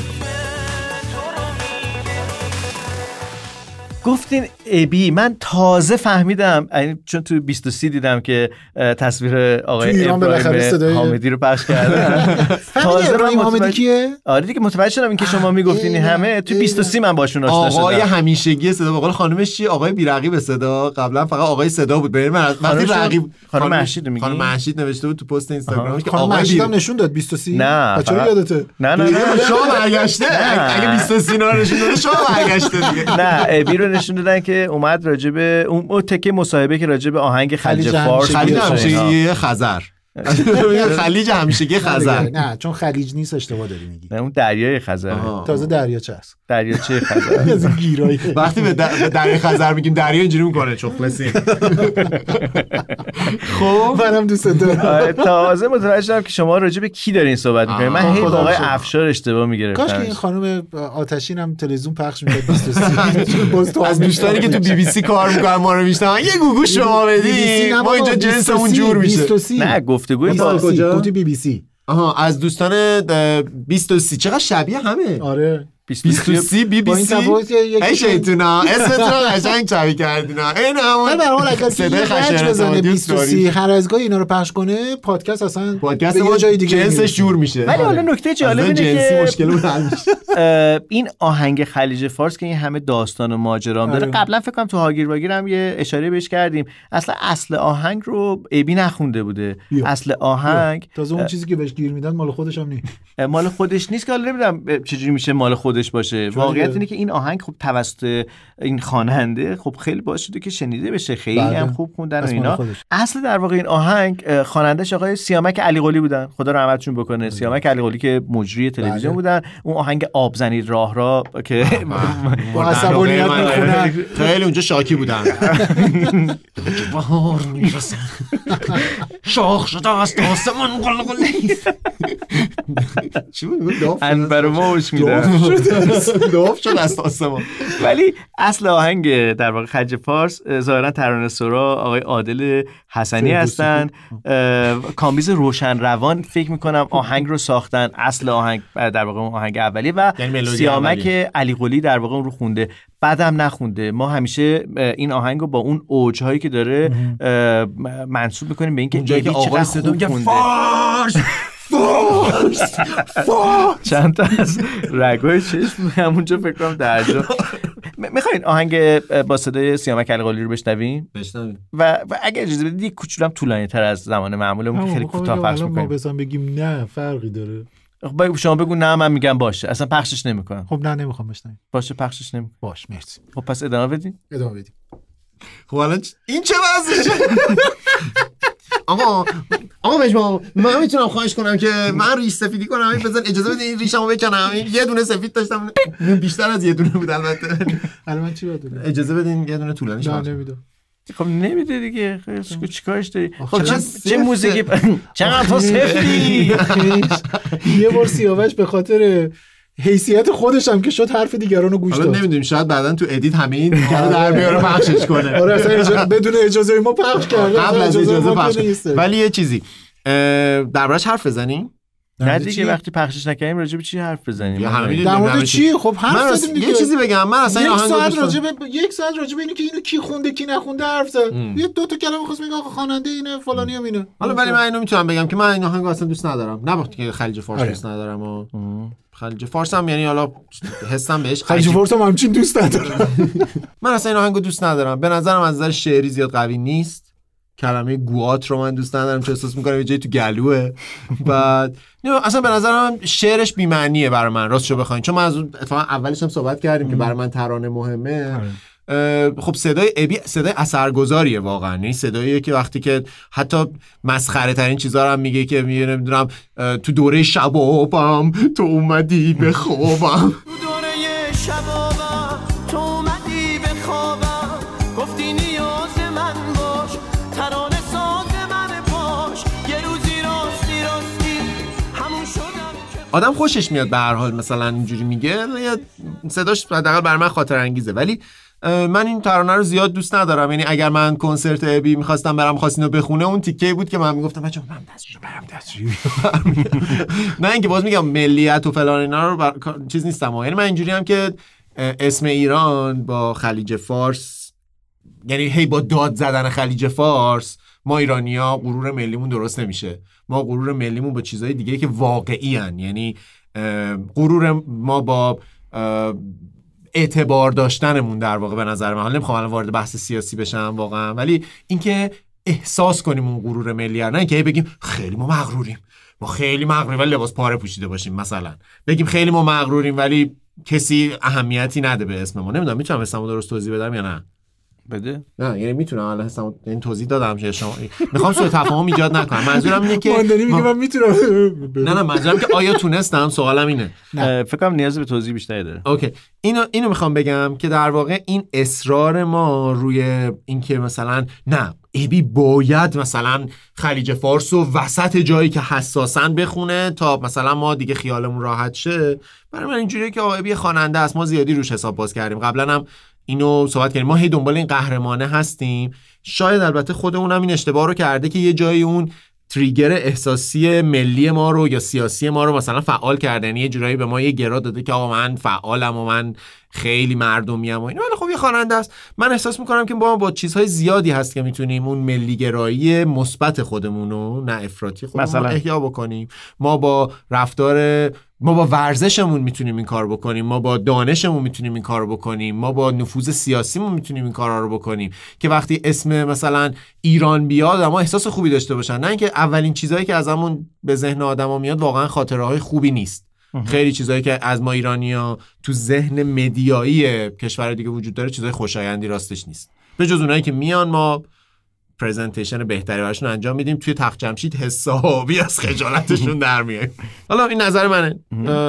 گفتین ابی، من تازه فهمیدم چون تو 23 دیدم که تصویر آقای ابراهیم حامدی رو پخش کردن. تازه ابراهیم حامدی کیه؟ آره دیگه متوجه شدم این که شما میگفتین همه تو 23 من باشون آشنا شدم. آقای همیشگی صدا، به قول خانمش چی؟ آقای بی‌رقیب صدا. قبلا فقط آقای صدا بود. بریم وقتی رقیب خانم مهشید میگی؟ خانم مهشید نوشته بود تو پست اینستاگرامش که آقای مهشید نشون داد 23. نه چرا یادته؟ نه شما برگشته. اگه 23 رو نشون داده شما برگشته دیگه. نه ابی رو نشون دادن که اومد راجع به اون تکه مصاحبه که راجع به آهنگ خلیج فارس، خلیج همیشگی خزر، خلیج همیشگی خزر. نه چون خلیج نیست اشتباه داری میگی. نه اون دریای خزر. تازه دریاچه است. دریاچه خزر. از گیرایی. وقتی به دریای خزر میگیم دریا اینجوری میکنه چخلسی. خب منم دوست دارم. تازه متوجه شدم که شما راجع به کی دارین صحبت میکنید. من هی آقای افشار اشتباه میگرفتم. کاش که این خانم آتشین هم تلویزیون پخش میکرد 23. از دوستانی که تو بی بی سی کار میکنن ما رو میشنن یه گوگوش شما بدی ما اینجا جنسمون جور میشه. نه گفتگوی کجا؟ تو بی بی سی. آها از دوستان 23 چقدر شبیه همه. آره 23 بی بی سی. ای شیطونا اسمتون رو قشنگ چاوی کردینا. این همون به هر حال اگه صدای خشن 23 هر از گاهی اینا رو پخش کنه پادکست اصلا پادکست یه جای دیگه جنسش جور میشه. ولی حالا نکته جالب اینه که مشکل حل میشه. این آهنگ خلیج فارس که این همه داستان و ماجرا داره، قبلا فکر کنم تو هاگیر واگیر هم یه اشاره بهش کردیم. اصل آهنگ رو ابی نخونده بوده. اصل آهنگ تازه اون چیزی که بهش گیر میدن مال خودش هم نیست. مال خودش نیست که حالا نمیدونم چجوری میشه مال خودش باشه. واقعیت اینه که این آهنگ خب توسط این خواننده خب خیلی باعث شده که شنیده بشه، خیلی هم خوب خوندن و اینا. اصل در واقع این آهنگ خواننده‌اش آقای سیامک علیقلی بودن، خدا رحمتشون بکنه. سیامک علیقلی که مجری تلویزیون بودن. اون آهنگ آب زنید راه را که با عصبانیت میخونن، خیلی اونجا شاکی بودن. بهار میرسه شاخ شده است آسمان قلقلی. چی بود؟ انبر موش میده. داف شد از آسمان. ولی اصل آهنگ در واقع خلیج فارس ظاهرا ترانه سرا آقای عادل حسنی هستن. کامبیز روشن روان فکر میکنم آهنگ رو ساختن. اصل آهنگ در واقع اون آهنگ اولیه و سیامک علیقلی در واقع اون رو خونده، بعدم نخونده. ما همیشه این آهنگ رو با اون اوج‌هایی که داره منسوب میکنیم به اینکه اونجایی که آقای صدا میگه فارس چند تا از رگای چشم همونجا فکر کنم درجا. میخواین آهنگ با صدای سیامک علیقلی رو بشنویم؟ و اگه اجازه بدید یک کوچولو طولانی تر از زمان معمولمون که خیلی کوتاه پخش می‌کنیم. ما بزن بگیم نه فرقی داره. شما بگو نه من میگم باشه، اصلا پخشش نمی‌کنم. خب نه نمیخوام بشنویم. باشه پخشش نمی‌کنم. باش مرسی. خب پس ادامه بدیم. خب الان این چه وضعشه؟ آقا بجما من میتونم خواهش کنم که من ریش سفیدی کنم؟ بزن اجازه بده این ریشمو بکنم. یه دونه سفید داشتم، بیشتر از یه دونه بود البته. الان چی باید اجازه بدین یه دونه طولانی شه. نمیدم. خب نمیده دیگه. خیلی چیکارش داری؟ خب چه موزیکی چقدر تو سفتی. یه بار سیاوش به خاطر حیثیت خودش هم که شد حرف دیگران رو گوش داد. حالا نمیدونیم شاید بعدن تو ادیت همه این دیگه در بیاره پخشش کنه. آره اصلا بدون اجازه ما پخش کرده، قبل از اجازه پخش. ولی یه چیزی دربارش حرف بزنیم. نه دیگه وقتی پخشش نکردیم راجع به چی حرف بزنیم؟ در مورد چی؟ خب حرف زدیم دیگه. یه چیزی بگم، من اصلا این آهنگو یک ساعت راجع به اینو که اینو کی خونده کی نخونده حرف زد. یه دو تا کلمه خواست بگه آقا خواننده اینه فلانی هم اینه. حالا ولی من اینو میتونم بگم که من این آهنگو اصلا دوست ندارم. نه وقتی که خلیج فارس دوست ندارم و خلیج فارس هم یعنی حالا حسم بهش خلیج فارس هم همچین دوست ندارم. من اصلا این آهنگو دوست ندارم. به نظرم از نظر شعری زیاد قوی نیست. کلمه گوات رو من دوست ندارم چون احساس می‌کنم یه جایی تو گلوه. بعد اصلا به نظرم شعرش بی معنیه برای من راستشو بخواید، چون ما از اتفاقا اولش هم صحبت کردیم که برای من ترانه مهمه. خب صدای ابی صدای اثرگذاریه واقعا، این صداییه که وقتی که حتی مسخره ترین چیزا رو هم میگه که میگه نمیدونم تو دوره شبابم تو اومدی به خوابم، تو دوره شبابم تو اومدی به خوابم، گفتی نیاز من باش، ترانه ساز من باش، یه روزی راستی همون شدم. آدم خوشش میاد به هر حال مثلا اینجوری میگه، صداش حداقل برای من خاطر انگیزه. ولی من این ترانه رو زیاد دوست ندارم. یعنی اگر من کنسرت ابی می‌خواستم برام خواست اینو بخونه، اون تیکه بود که من میگفتم بچه‌ها من دستشو برام نه اینکه باز میگم ملیت و فلان اینا رو چیز نیستم. یعنی من اینجوری هم که اسم ایران با خلیج فارس، یعنی هی با داد زدن خلیج فارس ما ایرانی‌ها غرور ملیمون درست نمیشه. ما غرور ملیمون با چیزهای دیگه که واقعی ان، یعنی غرور ما با اعتبار داشتنمون در واقع به نظر من. حالا نمیخوام الان وارد بحث سیاسی بشم واقعا، ولی اینکه احساس کنیم اون غرور ملی، نه اینکه بگیم خیلی ما مغروریم، ما خیلی مغروریم ولی لباس پاره پوشیده باشیم، مثلا بگیم خیلی ما مغروریم ولی کسی اهمیتی نده به اسم ما. نمیدونم میتونم اسمو درست توضیح بدم یا نه؟ بده. نه یعنی میتونم الان حسام این توضیح دادم که شما میخوام سوء تفاهم ایجاد نکنم. منظورم اینه که من میتونم نه منظورم که آیا تونستم، سوالم اینه. فکر کنم نیاز به توضیح بیشتری داره. اوکی اینو میخوام بگم که در واقع این اصرار ما روی این که مثلا نه ابی باید مثلا خلیج فارس و وسط جایی که حساسن بخونه تا مثلا ما دیگه خیالمون راحت شه، برای من اینجوریه که ابی خواننده است، ما زیادی روش حساب باز کردیم. قبلا هم اینو صحبت کردیم، ما هی دنبال این قهرمانه هستیم. شاید البته خودمون هم این اشتباه رو کرده که یه جایی اون تریگر احساسی ملی ما رو یا سیاسی ما رو مثلا فعال کرده، یعنی یه جورایی به ما یه گرا داده که آقا من فعالم و من خیلی مردمیم و اینا. ولی خب یه خواننده است. من احساس میکنم که با چیزهای زیادی هست که میتونیم اون ملی گرایی مثبت خودمون رو، نه افراطی خودمون رو احیا بکنیم. ما با ورزشمون میتونیم این کار بکنیم، ما با دانشمون میتونیم این کار بکنیم، ما با نفوذ سیاسیمون میتونیم این کارا رو بکنیم که وقتی اسم مثلا ایران بیاد اما احساس خوبی داشته باشن، نه اینکه اولین چیزایی که ازمون به ذهن آدما میاد واقعا خاطره‌های خوبی نیست. خیلی چیزایی که از ما ایرانی‌ها تو ذهن مدیایی کشور دیگه وجود داره چیزای خوشایندی راستش نیست. به جز اونایی که میان ما پرزنتیشن بهتری براشون انجام میدیم، توی تخت جمشید حسابی از خجالتشون در میایم. حالا این نظر منه.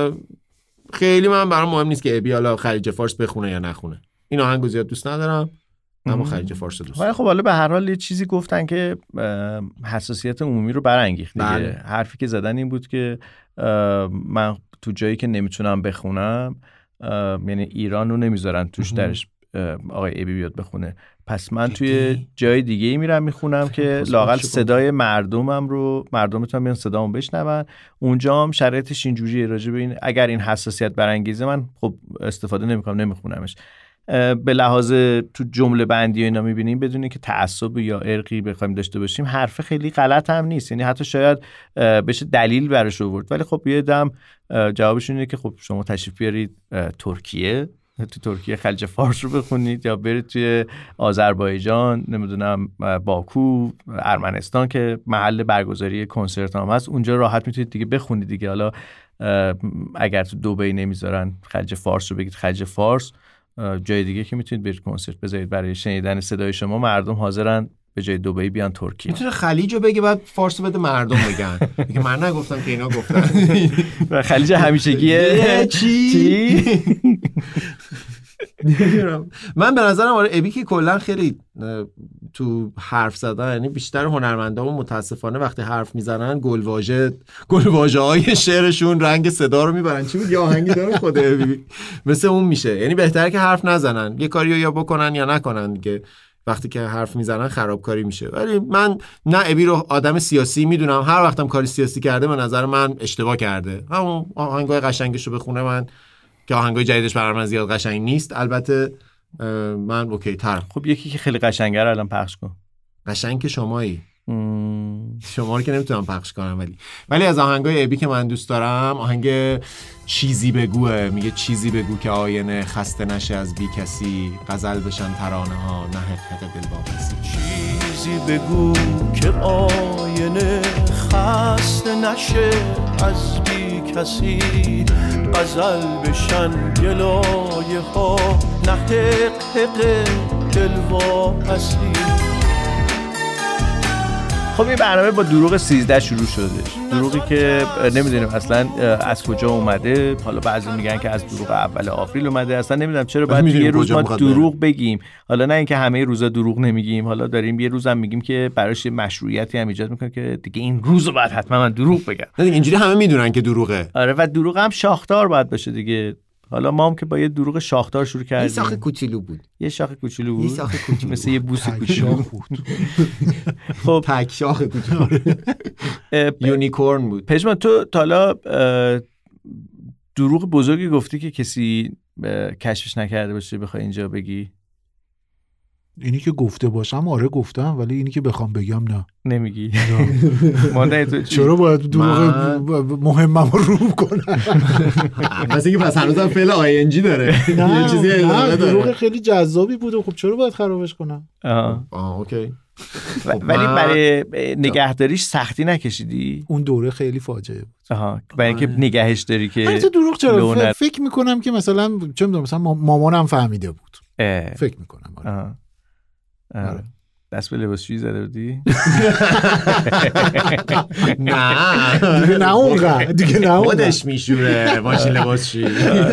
خیلی برام مهم نیست که ابی حالا خلیج فارس بخونه یا نخونه. این آهنگو زیاد دوست ندارم، اما خلیج فارس دوست دارم. خب حالا به هر حال یه چیزی گفتن که حساسیت عمومی رو برانگیخت دیگه. حرفی که زدن این بود که من تو جایی که نمیتونم بخونم، یعنی ایران رو نمیذارن توش درش آقای ابی بیاد بخونه، پس من توی جای دیگه ای میرم میخونم که لااقل صدای مردمتون بیان صدامو بشنون. اونجا هم شرایطش اینجوریه راجع به این اگر این حساسیت برانگیزه من خب استفاده نمیکنم، نمیخونمش. به لحاظ تو جمله بندی اینا میبینیم بدون که تعصب یا ارقی بخوایم داشته باشیم، حرف خیلی غلط هم نیست، یعنی حتی شاید بشه دلیل براش آورد. ولی خب یه دم جوابشون اینه که خب شما تشریف بیارید ترکیه، تو ترکیه خلیج فارس رو بخونید، یا برید توی آذربایجان، نمیدونم باکو، ارمنستان که محل برگزاری کنسرت هم هست، اونجا راحت میتونید دیگه بخونید دیگه. حالا اگر تو دبی نمیذارن خلیج فارس رو بگید خلیج فارس، جای دیگه که میتونید برید کنسرت بذارید برای شنیدن صدای شما مردم حاضرن به جای دبی بیان ترکیه. میتونه خلیج رو بگه بعد فارس رو بده مردم بگن دیگه. من نگفتم که اینا گفتن. خلیج همیشگیه چی؟ من به نظرم آره ابی که کلا خیلی تو حرف زدن، یعنی بیشتر هنرمندان متاسفانه وقتی حرف میزنن گلواژه‌های شعرشون رنگ صدا رو میبرن. چی بود یه آهنگی داره خدا مثل اون میشه. یعنی بهتره که حرف نزنن، یه کاریو یا بکنن یا نکنن دیگه. وقتی که حرف میزنن خرابکاری میشه. ولی من نه ابی رو آدم سیاسی میدونم، هر وقتم کاری سیاسی کرده به نظر من اشتباه کرده. همون آهنگای قشنگش رو بخونه، من که آهنگای جدیدش برای من زیاد قشنگ نیست البته، من اوکی ترم. خب یکی که خیلی قشنگه رو الان پخش کن. قشنگ که شمایی. شما رو که نمیتونم پخش کنم، ولی از آهنگای ابی که من دوست دارم آهنگ چیزی بگوه. میگه چیزی بگو که آینه خسته نشه از بی کسی، غزل بشن ترانه ها نه حق دل واپسی. چیزی بگو که آینه خسته نشه از بی کسی، غزل بشن گلایه ها نه حق دل واپسی. خب این برنامه با دروغ 13 شروع شده. دروغی که نمیدونیم اصلا از کجا اومده. حالا بعضی میگن که از دروغ اول آوریل اومده. اصلا نمیدونم چرا باید یه روز ما دروغ بگیم. حالا نه اینکه همه روزا دروغ نمیگیم، حالا داریم یه روزم میگیم که براش مشروعیتی هم ایجاد میکنه که دیگه این روزو بعد حتما من دروغ بگم. نه دیگه اینجوری همه میدونن که دروغه. آره و دروغ هم شاخدار باید باشه دیگه. حالا ما هم که با یه دروغ شاخدار شروع کردیم. یه شاخ کوچولو بود. یه شاخ کوچولو بود. مثل یه بوس کوچولو بود. خب تک شاخ کوچولو. یونیکورن بود. پژمان تو حالا دروغ بزرگی گفتی که کسی کشفش نکرده باشه بخوای اینجا بگی؟ اینی که گفته باشم آره گفتم، ولی اینی که بخوام بگم نه. نمیگی؟ چرا باید دروغ مهمم رو کنم؟ مثل که پس هنوزم فعل آینجی داره. یه چیزی ادامه داره. دروغ خیلی جذابی بوده، خب چرا باید خرابش کنم؟ اوکی. ولی برای نگهداریش سختی نکشیدی؟ اون دوره خیلی فاجعه بود. برای اینکه نگهش داری که البته دروغ چرا فکر میکنم که مثلا چه میدونم مثلا مامانم فهمیده بود. فکر میکنم. آره. دست به لباسشویی زده بودی؟ نه اونقدر دیگه نه خودش میشوره ماشین لباسشویی.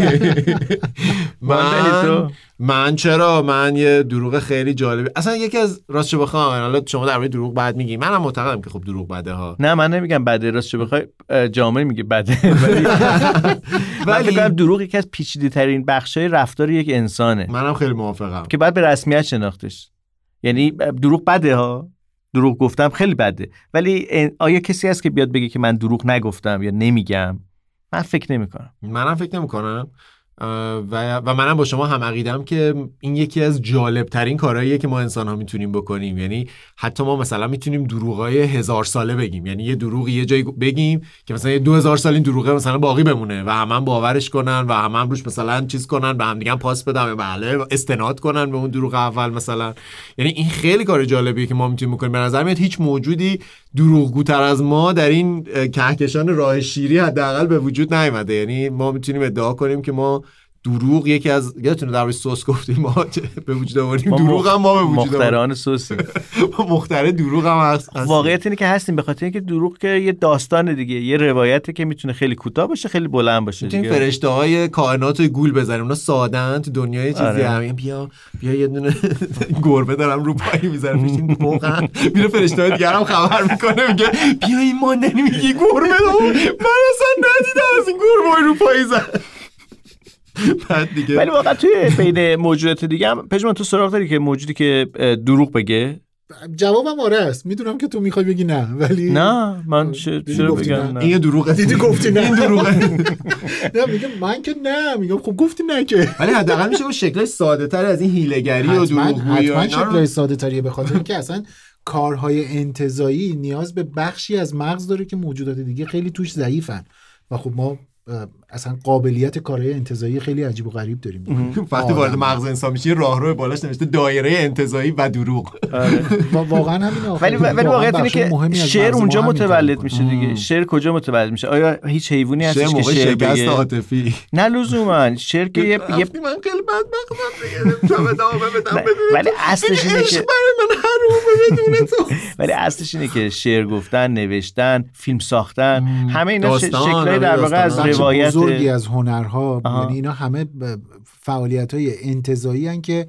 من چرا من یه دروغ خیلی جالبی اصلا یکی از راستش بخوام، حالا شما در مورد دروغ بد میگی، منم معتقدم که خب دروغ بده ها. نه من نمیگم بده، راستش بخوای جامعه میگه بده، ولی من فکر کنم دروغ یکی از پیچیده ترین بخشای رفتار یک انسانه. منم خیلی موافقم که باید به رسمیت شناختش. یعنی دروغ بده ها، دروغ گفتم خیلی بده، ولی آیا کسی هست که بیاد بگه که من دروغ نگفتم یا نمیگم؟ من فکر نمی‌کنم. منم فکر نمی‌کنم و منم با شما هم عقیدم که این یکی از جالب‌ترین کارهاییه که ما انسان‌ها میتونیم بکنیم. یعنی حتی ما مثلا میتونیم دروغای 1000 ساله بگیم، یعنی یه دروغی یه جایی بگیم که مثلا یه 2000 سال این دروغه مثلا باقی بمونه و همه باورش کنن و همه روش مثلا چیز کنن، به هم دیگه پاس بدن، بله استناد کنن به اون دروغ اول مثلا. یعنی این خیلی کار جالبیه که ما میتونیم بکنیم. به نظر میاد هیچ موجودی دروغگوتر از ما در این کهکشان راه شیری حداقل به وجود نیامده. یعنی ما میتونیم ادعا کنیم که ما دروغ یکی از یادتونه در سس گفتیم ما به وجود آوردیم، دروغ هم ما به وجود مخترعان سس مخترع دروغ هم هست. واقعیت اینه که هستیم، به خاطر اینکه دروغ که یه داستان دیگه، یه روایته که میتونه خیلی کوتاه باشه خیلی بلند باشه دیگه. فرشته‌های کائنات رو گول بزنیم، اونا ساده‌اند تو دنیای چیزی همین بیا یه دونه گربه دارم رو پای میذارم میشین واقعا میره فرشته‌های دیگه هم خبر میکنه میگه بیا این ماندنی میگی گربه من اصلا ندیدم از این گربه رو پای زد. ولی واقعا توی بین موجودات دیگه هم پژمان تو سراغ داری که موجودی که دروغ بگه؟ جوابم آره است. میدونم که تو میخوای بگی نه، ولی نه من چرا بگم نه؟ این دروغه. دیدی گفتی نه این دروغه. نه میگم من که نه، میگم خب گفتی نه که. ولی حداقل میشه با شکل‌های ساده‌تر از این هیله‌گری و دروغگویی حتما شکل‌های ساده‌تریه، به خاطر اینکه اصلا کارهای انتزاعی نیاز به بخشی از مغز داره که موجودات دیگه خیلی توش ضعیفن و خب ما اصلا قابلیت کارهای انتزاعی خیلی عجیب و غریب داریم. وقتی وارد مغز انسان میشی راهرو بالاش نوشته دایره انتزاعی و دروغ. واقعا همینه. ولی واقعیت اینه که شعر اونجا متولد میشه دیگه. شعر کجا متولد میشه؟ آیا هیچ حیوانی هستش که شعر بگه؟ عاطفی نه لزوما. شعر که یه من خیلی بدبختم دیگه بدم ولی اصلش اینه که من حرومه بدون تو. ولی اصلش اینه که شعر گفتن، نوشتن، فیلم ساختن، همه اینا شکل‌های در واقع از روایت بزرگی از هنرها، یعنی اینا همه فعالیت‌های انتزاعی هستن که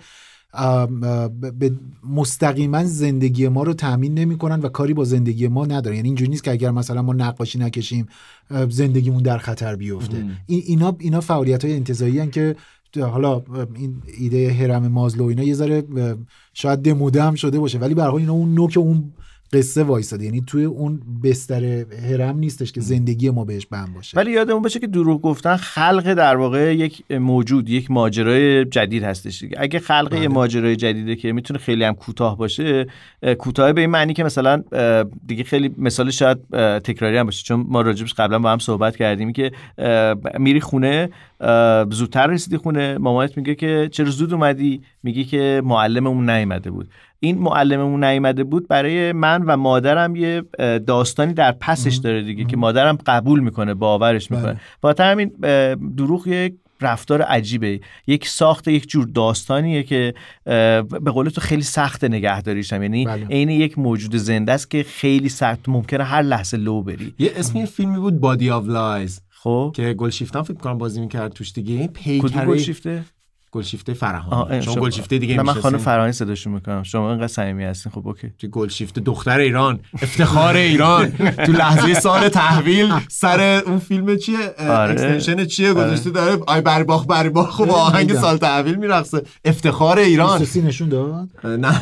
مستقیما زندگی ما رو تامین نمی‌کنن و کاری با زندگی ما ندارن. یعنی اینجوری نیست که اگر مثلا ما نقاشی نکشیم زندگیمون در خطر بیفته. اینا فعالیت‌های انتزاعی ان که حالا این ایده هرم مازلو اینا یه ذره شاید دموده هم شده باشه، ولی به هر حال اینا اون نوک اون قصه وایساده، یعنی توی اون بستر هرم نیستش که زندگی ما بهش بند باشه. ولی یادمون باشه که دروغ گفتن خلق در واقع یک موجود، یک ماجرای جدید هستش دیگه. اگه خلق یه ماجرای جدیده که میتونه خیلی هم کوتاه باشه، کوتاه به این معنی که مثلا دیگه خیلی مثال شاید تکراری هم باشه، چون ما راجبش قبلا با هم صحبت کردیم که میری خونه، زودتر رسیدی خونه، مامانت میگه که چرا زود اومدی، میگی که معلممون نیومده بود. این معلممون نیومده بود برای من و مادرم یه داستانی در پسش داره دیگه که مادرم قبول میکنه، باورش میکنه. با همین دروغ یک رفتار عجیبه، یک ساخت، یک جور داستانیه که به قول تو خیلی سخت نگهداریش هم، یعنی عین یک موجود زنده است که خیلی سخت، ممکنه هر لحظه لو بری. یه اسم فیلمی بود بادی آف لایز، خب که گلشیفته‌ام فکر کنم بازی می‌کرد توش دیگه. کدوم گلشیفته؟ گلشیفته فرهانی. شما گلشیفته دیگه من خانم فرهانی صداشون میکنم، شما اینقدر صمیمی هستین. خب اوکی. تو گلشیفته دختر ایران، افتخار ایران، تو لحظه سال تحویل سر اون فیلم چیه، اکستنشن چیه گذاشته داره آی بریباخ و آهنگ سال تحویل میرقصه. افتخار ایران 23 نشون داد؟ نه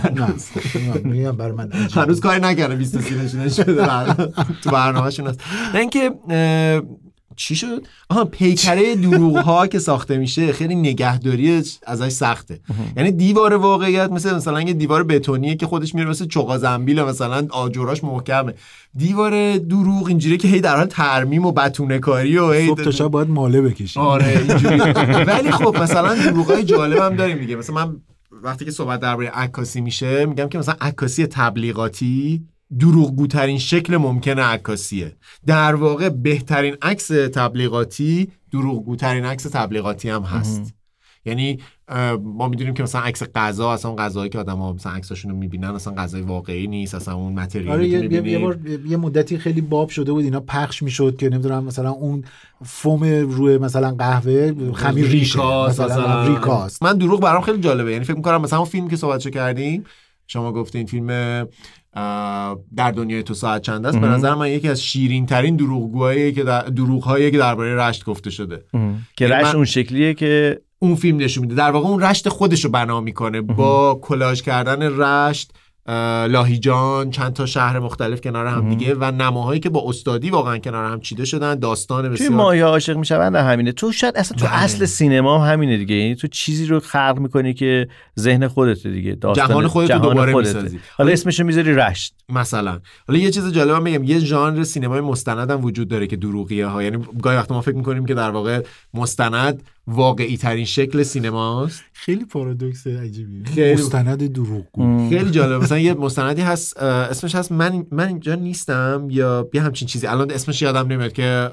میگم بر من هنوز کاری نکردم 23 نشون داد تو برنامه‌شون هست. نه اینکه چی شد؟ پیکره دروغ ها که ساخته میشه خیلی نگهداری ازش سخته. یعنی دیوار واقعیت مثلا یه دیوار بتونیه که خودش میره مثل چوغا زنبیل، مثلا آجراش محکمه. دیوار دروغ اینجوریه که هی در حال ترمیم و بتونه کاری و هی صبح تا شب باید ماله بکشی. آره اینجوری. ولی خب مثلا دروغای جالب هم داریم دیگه. مثلا من وقتی که صحبت درباره عکاسی میشه میگم که مثلا عکاسی تبلیغاتی دروغگوترین شکل ممکنه عکاسیه. در واقع بهترین عکس تبلیغاتی دروغگوترین عکس تبلیغاتی هم هست. یعنی ما میدونیم که مثلا عکس غذا، اصلا غذایی که آدم‌ها مثلا عکساشون رو میبینن اصلا غذای واقعی نیست، اصلا اون متریالی که میبینیم. یه مدتی خیلی باب شده بود اینا پخش میشد که نمیدونم مثلا اون فوم روی مثلا قهوه خمیر ریشه مثلا ریکاست. من دروغ برام خیلی جالبه. یعنی فکر می‌کنم مثلا اون فیلمی که صحبتشو کردیم، شما گفتین فیلم در دنیای تو ساعت چند است، به نظر من یکی از شیرین ترین دروغگوهایی که دروغ‌هایی که درباره رشت گفته شده که رشت اون شکلیه که اون فیلم نشون میده. در واقع اون رشت خودش رو بنا میکنه با کلاژ کردن رشت، لاهیجان، چند تا شهر مختلف کنار هم دیگه و نماهایی که با استادی واقعا کنار هم چیده شدن. داستان بسیار توی مایا عاشق میشن در همینه. تو شاید اصلا تو اصل سینما هم همینه دیگه، یعنی تو چیزی رو خلق میکنی که ذهن خودته دیگه، داستان جهان خودت دوباره میسازی. حالا اسمشو میذاری رشت مثلا. حالا یه چیز جالبم بگم، یه ژانر سینمای مستند هم وجود داره که دروغیه ها. یعنی گاهی وقتا ما فکر میکنیم که در واقع مستند واقعی ترین شکل سینماست. خیلی پارادوکس عجیبیه. مستند دروغگو خیلی جالب. مثلا یه مستندی هست اسمش هست من اینجا نیستم یا یه همچین چیزی، الان اسمش یادم نمیاد، که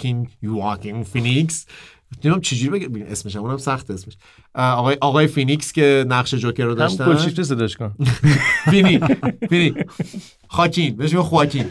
خواکین فینیکس، نمیدونم چجوری بگم اسمش، اونم سخته اسمش، آقای فینیکس که نقش جوکر رو داشتن. هم گلشیفته صداش کن. فینی خواکین بهش میگن خواکین.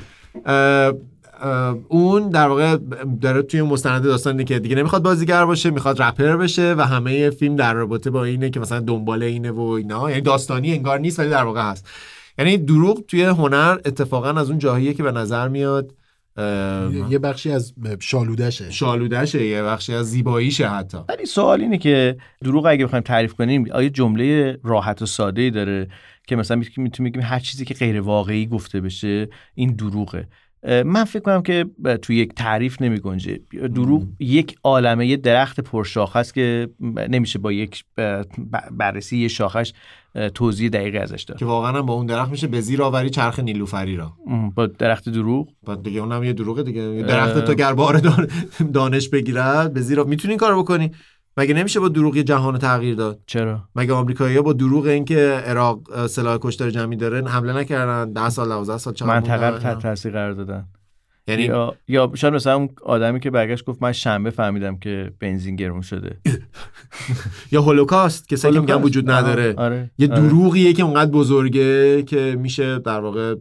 اون در واقع داره توی مستند داستانی که دیگه نمیخواد بازیگر باشه، میخواد رپر بشه و همه فیلم در رابطه با اینه که مثلا دنبال اینه و اینا. یعنی داستانی انگار نیست ولی در واقع هست. یعنی دروغ توی هنر اتفاقا از اون جاهاییه که به نظر میاد یه بخشی از شالودشه، یه بخشی از زیباییشه حتی. ولی سوال اینه که دروغ اگه بخوایم تعریف کنیم آیا جمله راحت و ساده‌ای داره که مثلا میتونیم بگیم هر چیزی که غیر واقعی گفته بشه این دروغه؟ من فکر کنم که توی یک تعریف نمی گنجه. دروغ یک عالمه، یه درخت پرشاخه است که نمیشه با یک بررسی یه شاخش توضیح دقیقی ازش داد، که واقعا با اون درخت میشه به زیر آوری چرخ نیلوفری را. با درخت دروغ دیگه اونم یه دروغه دیگه. درخت تو گر بار دانش بگیرد به زیر میتونی این کارو بکنی. مگه نمیشه با دروغ جهان تغییر داد؟ چرا؟ مگه آمریکایی‌ها با دروغ اینکه عراق سلاح کشتار جمعی داره حمله نکردن؟ 10 سال 12 سال چقدر منطقه رو تحت تاثیر قرار دادن. یعنی یا شاید مثلا اون آدمی که برگشت گفت من شنبه فهمیدم که بنزین گرون شده. یا هولوکاست که سعی میگن وجود نداره. آره. یه دروغیه که اونقدر بزرگه که میشه در واقع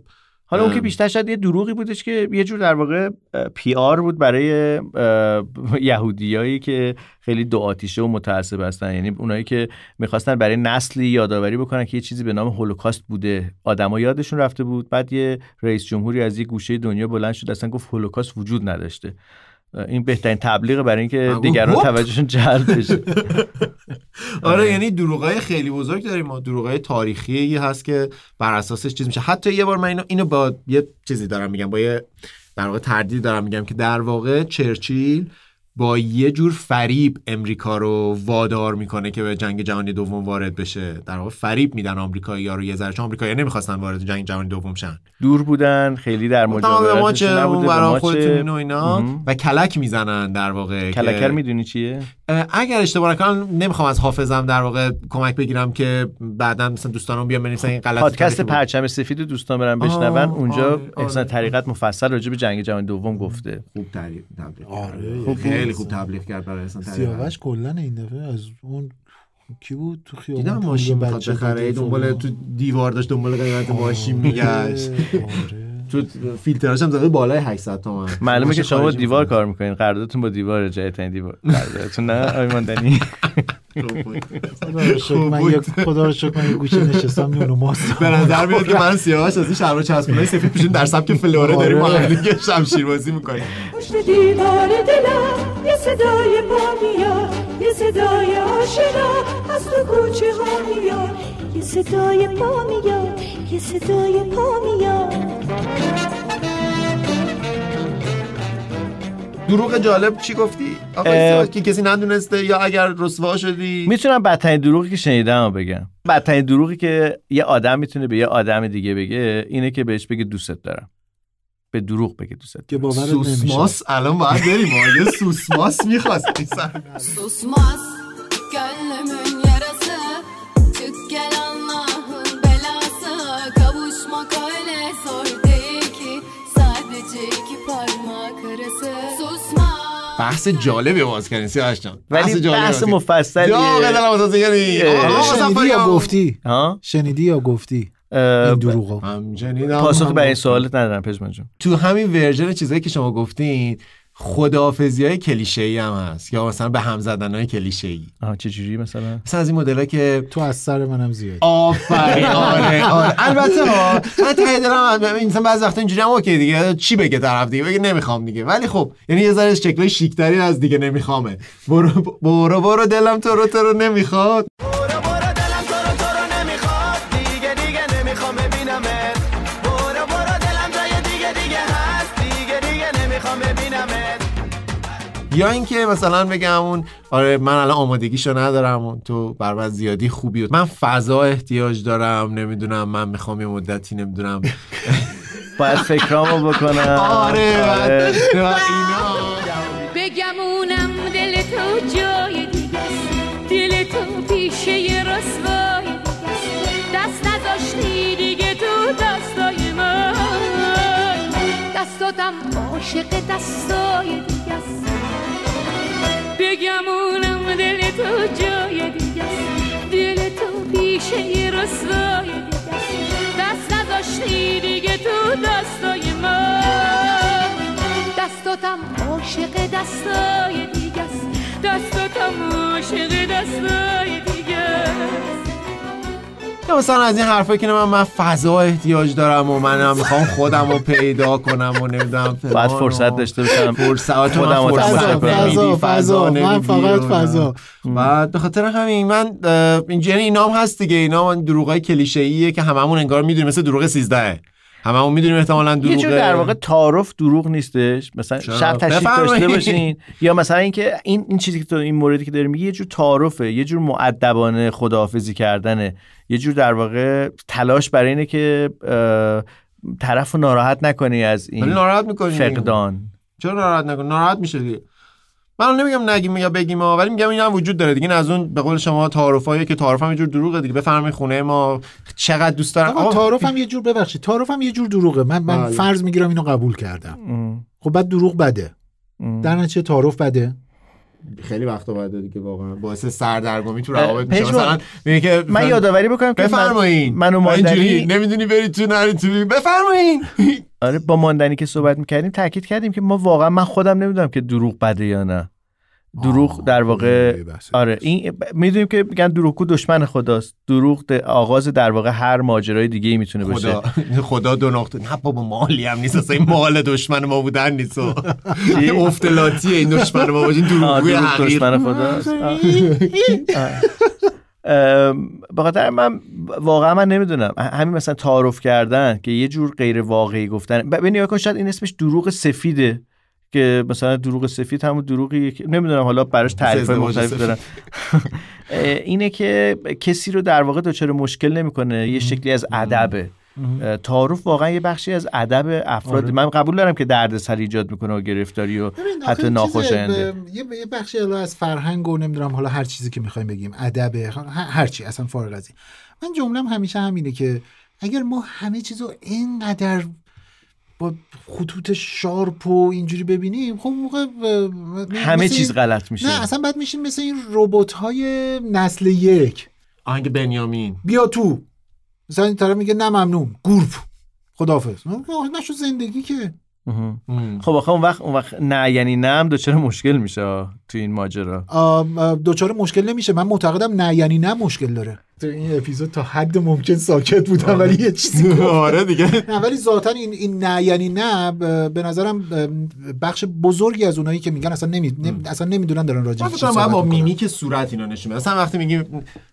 حالا اون که بیشتر شاید یه دروغی بودش که یه جور در واقع پی آر بود برای یهودیایی که خیلی دو آتیشه و متعصب هستن، یعنی اونایی که میخواستن برای نسلی یادآوری بکنن که یه چیزی به نام هولوکاست بوده، آدما یادشون رفته بود. بعد یه رئیس جمهوری از یه گوشه دنیا بلند شد اصلا گفت هولوکاست وجود نداشته. این بهترین تبلیغه برای اینکه دیگران توجهشون جلب بشه. آره یعنی دروغای خیلی بزرگ داریم ما، دروغای تاریخی هست که بر اساسش چیز میشه. حتی یه بار من اینو با یه چیزی دارم میگم، با یه در واقع تردید دارم میگم که در واقع چرچیل با یه جور فریب امریکا رو وادار میکنه که به جنگ جهانی دوم وارد بشه. در واقع فریب میدن آمریکایی‌ها رو یه ذره، چون آمریکایی‌ها نمیخواستن وارد جنگ جهانی دوم شن، دور بودن، خیلی در مجاورتش نبوده، برای خودتون و اینا و کلک میزنن. در واقع کلکر میدونی چیه؟ اگر اشتباه نکنم، نمیخوام از حافظم در واقع کمک بگیرم که بعداً مثلا دوستانم بیان بنویسن این غلط. پادکست پرچم سفید دوستان برن بشنون، اونجا احسان طریقت مفصل راجع به جنگ جهانی دوم گفته. خوب تبلیغ. آره خیلی خوب تبلیغ کرد برای احسان طریقت. سیاوش کلا این دفعه از اون کی بود تو خیابون دیدم ماشین میخواد بخره، دنبال تو دیوار داشت دنبال قیمت ماشین میگشت. تو فیلتراش هم زده بالای 800 تومن. معلومه که شما با دیوار کار میکنین، قراردادتون با دیوار جایتین دیوار قراردادتون نه آیماندنی. خدا رو شکر من یه گوشه نشستم نونو ماست. به نظر میاد که من سیاوش از این شلوار چسبونای سفید پیشون در سبک فلوره داریم با هم دیگه شمشیر بازی میکنیم. پشت دیوار دلم یه صدای پا میاد، یه صدای آشنا از تو کوچه ها میاد، یه صدای پا میاد، یه صدای پا میاد. دروغ جالب چی گفتی؟ آقا که کسی ندونسته یا اگر رسوا شدی؟ میتونم بدترین دروغی که شنیدم بگم. بدترین دروغی که یه آدم میتونه به یه آدم دیگه بگه اینه که بهش بگه دوستت دارم. به دروغ بگه دوستت که باورت نمیشه. سوسماس الان باید بریم یه سوسماس می‌خواستی سر. Susmaz gönlümün yarası, tükkel Allah'ın belası. Kavuşmak öyle zor değil ki, sadece iki parmak arası. Susmaz. بحث جالبی باز کردین سیاوش جان، ولی بحث مفصلیه. شنیدی یا گفتی؟ شنیدی یا گفتی؟ این دروغو پاسخ به این سوالت ندارم پژمان جون. تو همین ورژن چیزایی که شما گفتین خداحافظی‌های کلیشه‌ای هم هست یا مثلا به هم زدن‌های کلیشه‌ای. چه جوری مثلا از این مدل‌ها که تو از سر منم زیاد. آفرین. آره البته من ته دلم مثلا بعضی وقتا اینجوری هم اوکی دیگه چی بگه طرف دیگه بگه نمیخوام دیگه، ولی خب یعنی یه ذره شکلای شیک‌تری از دیگه نمیخوامه. برو دلم تو رو نمیخواد. یا اینکه مثلا بگم اون آره من الان آمادگیشو ندارم و تو برابر زیادی خوبی من فضا احتیاج دارم، نمیدونم من میخوام یه مدتی نمیدونم باید فکرامو بکنم. آره اینا بگمونم دل تو جای دیگه است، دل تو پیشه رسوای دیگه است، دست نذاشتی دیگه تو دستای من، دستاتم عاشق دستای دیگه است. بگمونم دل تو جای دیگه است، دل تو پیشه رسوای دیگه است، دست نذاشتی دیگه تو دستای من، دستاتم عاشق دستای دیگه است، دستاتم عاشق دستای دیگه است. یا مثلا از این حرفایی که من فضا احتیاج دارم و منم میخوام خودم رو پیدا کنم و نمیدونم بعد فرصت داشته باشم فرصت خودم رو فضا من فقط فضا. بعد به خاطر همین من اینجوری اینا هم هست دیگه، اینا دروغای کلیشه‌ایه که هممون انگار میدونیم، مثل دروغ 13 هممون میدونیم احتمالاً دروغه. یه جور در واقع تعارف دروغ نیستش، مثلا شب تشریف داشته باشین یا مثلا اینکه این چیزی که تو این موردی که داری میگی یه جور تعارفه، یه جور مؤدبانه خداحافظی کردنه، یه جور در واقع تلاش برای اینه که طرفو ناراحت نکنی از این فقدان. چرا ناراحت نکنی؟ ناراحت میشه دیگه. من نمیگم نگیم یا بگیم ولی میگم این هم وجود داره دیگه. از اون به قول شما تعارفایی که تعارف هم یه جور دروغه دیگه. بفرمایید خونه ما چقدر دوست دارم. آقا تعارف هم یه جور ببخشید تعارف هم یه جور دروغه. من فرض میگیرم اینو قبول کردم. خب بعد دروغ بده. در نتیجه تعارف بده. خیلی وقت بعد دیگه واقعا باعث سردرگمی تو روابط میشه. مثلا میگه که من یادآوری بکنم که بفرمایید منو ماندنی نمیدونی بری تو نری تو بفرمایید. آره با ماندنی که صحبت میکردیم تاکید کردیم که ما واقعا من خودم نمیدونم که دروغ بده یا نه. دروغ در واقع آره این میدونیم که میگن دروغگو دشمن خداست. دروغ آغاز در واقع هر ماجرای دیگه ای میتونه باشه. خدا دو نقطه نه بابا مالی هم نیست اصلا این مال دشمن ما بودن نیست. افتلاطیه این دشمن ما باشه. دروغگوی حقیر دشمن خداست. بخاطر من واقعا من نمیدونم همین مثلا تعارف کردن که یه جور غیر واقعی گفتن ببین کن شاید این اسمش دروغ سفیده که مثلا دروغ سفید همون دروغی نمیدونم حالا براش تعریفای مختلف دارن. اینه که کسی رو در واقع دچار مشکل نمیکنه. یه شکلی از ادبه. تعارف واقعا یه بخشی از ادب افراد. آره. من قبول دارم که دردسر ایجاد میکنه و گرفتاری و حتی ناخوشاینده. یه بخشی از فرهنگ و نمیدونم حالا هر چیزی که میخوایم بگیم ادب هر چی اصلا فارغ از این. من جمله‌ام همیشه همینه که اگر ما همه چیزو اینقدر با خطوط شارپ و اینجوری ببینیم خب موقع همه چیز غلط میشه. نه اصلا بعد میشیم مثل این ربات‌های نسل یک. آهنگ بنیامین بیا تو مثلا این طرف میگه نه ممنون گورپ خداحافظ. نشو زندگی که خب آخه اون وقت نه یعنی نه هم دوچاره مشکل میشه تو این ماجرا. دوچاره مشکل نمیشه. من معتقدم نه یعنی نه مشکل داره. تو این اپیزود تا حد ممکن ساکت بودم ولی یه چیزی گفتم. آره دیگه. نه ولی ذاتاً این نه یعنی نه به نظرم بخش بزرگی از اونایی که میگن اصلا نمیدونن دارن راجع به چی صحبت میکنن. با میمیک صورت اینا نشون میده. مثلا وقتی میگیم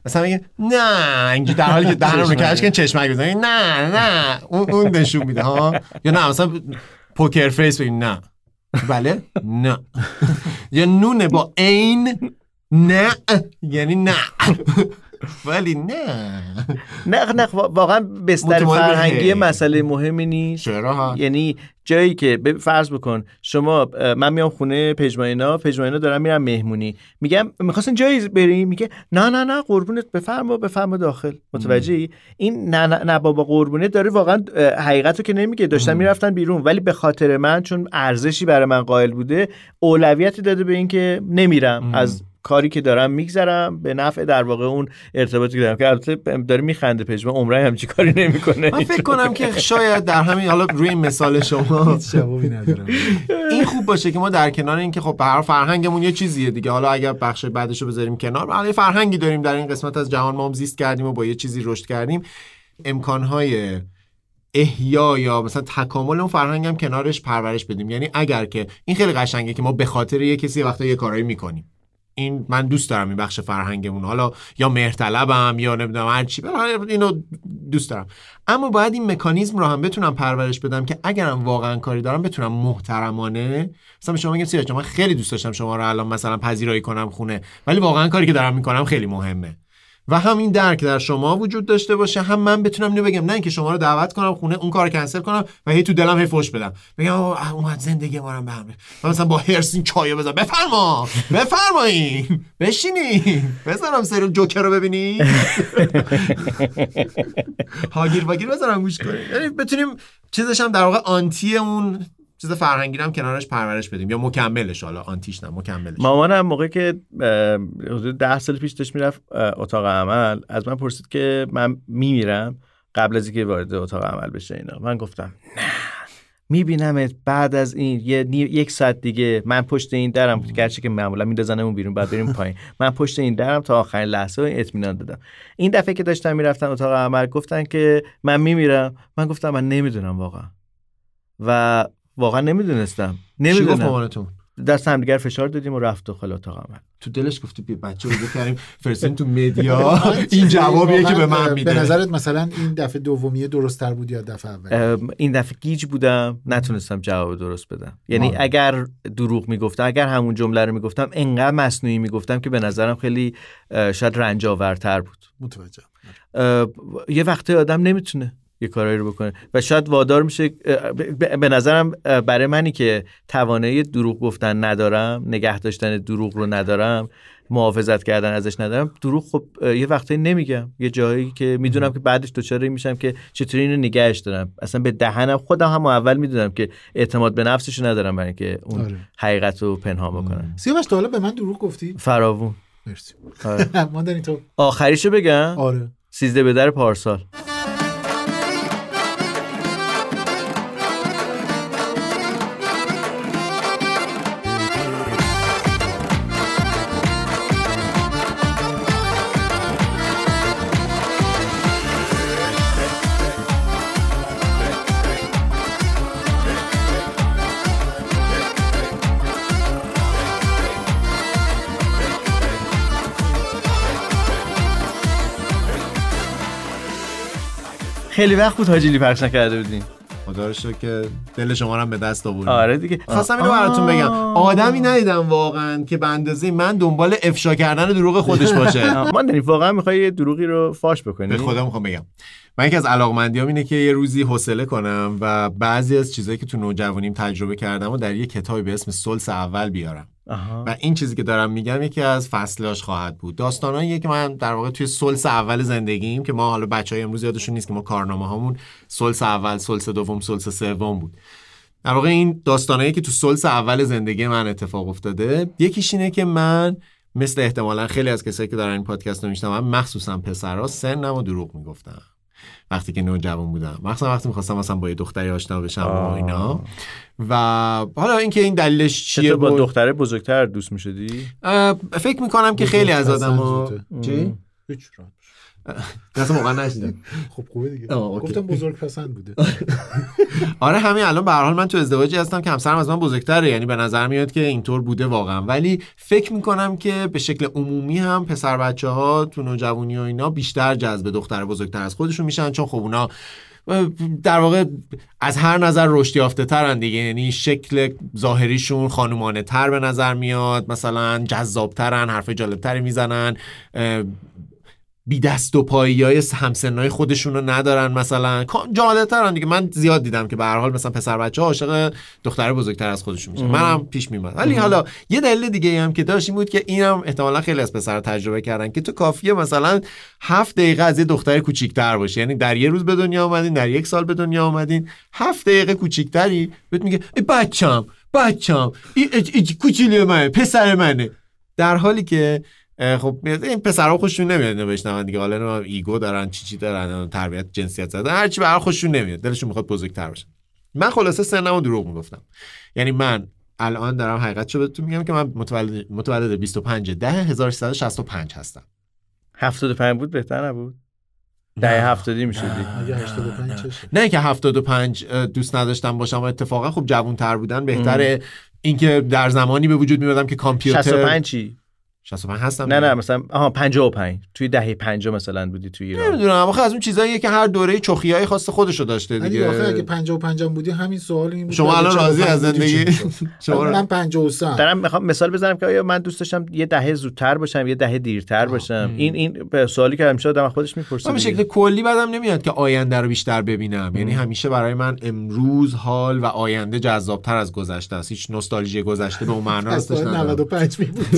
نه اینجوری در حالی که دهنم رو کج کن چشمک بزنی نه اون نشون میده ها. یا نه مثلا پوکر فیس بگیم نه بله نه یا نونه با عین نه یعنی نه ولی نه واقعا بستر فرهنگی مسئله مهمی نیست. یعنی جایی که فرض بکن شما من میام خونه پژماینا دارم میرم مهمونی میگم میخواستین جایی بریم میگه نه قربونت بفرما داخل. متوجهی؟ این نه بابا قربونت داره واقعا حقیقتو که نمیگه. داشتن میرفتن بیرون ولی به خاطر من چون ارزشی برای من قائل بوده اولویتی داده به این که نمیرم از کاری که دارم میگذرم به نفع در واقع اون ارتباطی که دارم. که البته داره میخنده پژمان عمره همچی کاری نمیکنه. من فکر کنم که شاید در همین حالا روی این مثال شما جوابی ندارم این خوب باشه که ما در کنار این که خب به هر فرهنگمون یه چیزیه دیگه، حالا اگر بخش بعدشو بذاریم کنار، حالا فرهنگی داریم در این قسمت از جهان ما هم زیست کردیم و با یه چیزی رشد کردیم، امکانهای احیا یا مثلا تکامل اون فرهنگ هم کنارش پرورش بدیم. یعنی اگر که این خیلی قشنگه که ما به خاطر یه کسی وقتا یه کارایی میکنیم، این من دوست دارم این بخش فرهنگمون، حالا یا مهرطلبم یا نمیدونم هر چی، اینو دوست دارم، اما باید این مکانیزم رو هم بتونم پرورش بدم که اگرم واقعا کاری دارم بتونم محترمانه مثلا شما میگم سیاج من خیلی دوست داشتم شما رو الان مثلا پذیرایی کنم خونه، ولی واقعا کاری که دارم میکنم خیلی مهمه و هم این درک در شما وجود داشته باشه، هم من بتونم اینو بگم، نه اینکه شما رو دعوت کنم خونه اون کارو کنسل کنم و هی تو دلم هی فوش بدم بگم اومد زندگی ما رو به هم و مثلا با هرسین چایو بزنم بفرمایین بشینین بزنم سریال جوکر رو ببینی هاگیر واگیر بزنم گوش کنین، یعنی بتونیم چیزش هم در واقع آنتی اون چیز فرهنگی هم کنارش پرورش بدیم یا مکملش، حالا آنتیش نه مکملش. مامانم موقعی که حدود 10 سال پیش داشت میرفت اتاق عمل از من پرسید که من میمیرم قبل از اینکه وارد اتاق عمل بشه اینا. من گفتم نه میبینمت بعد از این یک ساعت دیگه، من پشت این درم، گرچه که معمولا میندازنمون بیرون بعد بریم پایین، من پشت این درم تا آخرین لحظه اطمینان دادم. این دفعه که داشتن میرفتن اتاق عمل گفتن که من میمیرم، من گفتم من نمیدونم واقعا نمیدونستم. چی گفت مامانتون؟ دست هم دیگر فشار دادیم و رفت داخل اتاق عمل. تو دلش گفتی بیا بچه‌ها رو بکریم فرستیم تو مدیا این جوابیه که به من میده. به نظرت مثلا این دفعه دومیه درست‌تر بود یا دفعه اول؟ این دفعه گیج بودم، نتونستم جواب درست بدم. یعنی اگر دروغ میگفتم، اگر همون جمله رو میگفتم انقدر مصنوعی میگفتم که به نظرم خیلی شاید رنج آورتر بود. متوجهم. یه وقته آدم نمیتونه یه کارایی رو بکنه و شاید وادار میشه. به نظرم برای منی که توانایی دروغ گفتن ندارم، نگه داشتن دروغ رو ندارم، محافظت کردن ازش ندارم، دروغ خب یه وقتایی نمیگم، یه جایی که میدونم که بعدش دوچاره میشم که چطوری اینو نگهش دارم. اصلا به دهنم خودم هم اول میدونم که اعتماد به نفسشو ندارم برای اینکه اون حقیقت رو پنهان بکنم. سیاوش تا حالا به من دروغ گفتی؟ فراوون. مرسی. آره. ما داریم تو آخریشو بگم. آره. 13 به در پارسال. خیلی وقت بود حاجیلی پخش نکرده بودیم. خدا رو شکر که دل شما رو هم به دست آوردید. آره دیگه. خواستم اینو براتون بگم، آدمی ندیدم واقعا که به اندازه من دنبال افشا کردن دروغ خودش باشه. من داریم واقعا میخوای یه دروغی رو فاش بکنی؟ به خدا میخوام بگم من یکی از علاقمندیام اینه که یه روزی حوصله کنم و بعضی از چیزایی که تو نوجوانیم تجربه کردم و در یه کتابی به اسم سلس اول بیارم. و این چیزی که دارم میگم یکی از فصلاش خواهد بود. داستاناییه که من در واقع توی سلس اول زندگیم که ما حالا بچهای امروز یادشون نیست که ما کارنامه‌هامون سلس اول، سلس دوم، سلس سوم بود. در واقع این داستانایی که تو سلس اول زندگی من اتفاق افتاده، یکیش اینه که من مثل احتمالاً خیلی از کسایی که دارن این پادکست رو میشنون، مخصوصا پسرها، سنمو دروغ میگفتم وقتی که نوجوان بودم، مخصوصا وقتی می‌خواستم مثلا با یه دختری آشنا بشم و اینا. و حالا اینکه این دلیلش چیه؟ با دختره بزرگتر دوست می‌شدی؟ فکر می‌کنم که خیلی از آدم‌ها چی؟ هیچ راه. دست موقع نشیدم. خب خوبه دیگه. گفتم بزرگ پسند بوده. آره همین الان به هر حال من تو ازدواجی هستم که همسرم از من بزرگتره، یعنی به نظر میاد که اینطور بوده واقعا، ولی فکر میکنم که به شکل عمومی هم پسر بچه‌ها تو نوجوانی و اینا بیشتر جذب دختر بزرگتر از خودشون میشن، چون خب اونا در واقع از هر نظر رشد یافته ترن دیگه، یعنی شکل ظاهریشون خانومانه تر به نظر میاد، مثلا جذاب ترن، حرف جالب تری میزنن، بی دست و پایه‌های همسنای خودشون رو ندارن، مثلا جالب‌ترن دیگه. من زیاد دیدم که به هر حال مثلا پسر بچه‌ها عاشق دختر بزرگتر از خودشون میشن، منم پیش میاد. ولی حالا یه دلیل دیگه هم که داشت این بود که اینم احتمالاً خیلی از پسرا تجربه کردن که تو کافیه مثلا 7 دقیقه از یه دختر کوچیک‌تر باشه، یعنی در یه روز به دنیا اومدین، در یک سال به دنیا اومدین، 7 دقیقه کوچیک‌تری بهت میگه ای بچه‌م این کوچیلی منه، پسر منه، در حالی که خب این پسرها خوششون نمیاد بشنون دیگه، حالا ایگو دارن، چی دارن، تربیت جنسیت زدن، هر چی برای خوششون نمیاد، دلشون میخواد بزرگتر باشن. من خلاصه سنمو دروغ میگفتم، یعنی من الان دارم حقیقتشو بهتون میگم که من متولد 25/10/1365 هستم. 75 بود بهتر نبود؟ دهه 70 میشدی. اگه 85 چشه؟ نه که 75 دوست نداشتم باشم، اتفاقا خب جوان‌تر بودن بهتره. اینکه در زمانی به وجود میادم که کامپیوتر 65 چی؟ 65 هستم. نه مثلا 55 توی دهه 50 مثلا بودی توی ایران. نمیدونم، آخه از اون چیزاییه که هر دوره چخیای خاص خودشو داشته دیگه. آخه اگه 55 هم بودی همین سوال این بود. شما الان راضی از زندگی؟ من 53 دارم میخوام مثال بزنم که آیا من دوست داشتم یه دهه زودتر باشم، یه دهه دیرتر باشم. این سوالی که همیشه آدم خودش میپرسه. به شکل کلی بعدم نمیاد که آینده رو بیشتر ببینم، یعنی همیشه برای من امروز، حال و آینده جذاب‌تر از گذشته است. هیچ نوستالژی گذشته به اون معنا هستش. 95 میبود.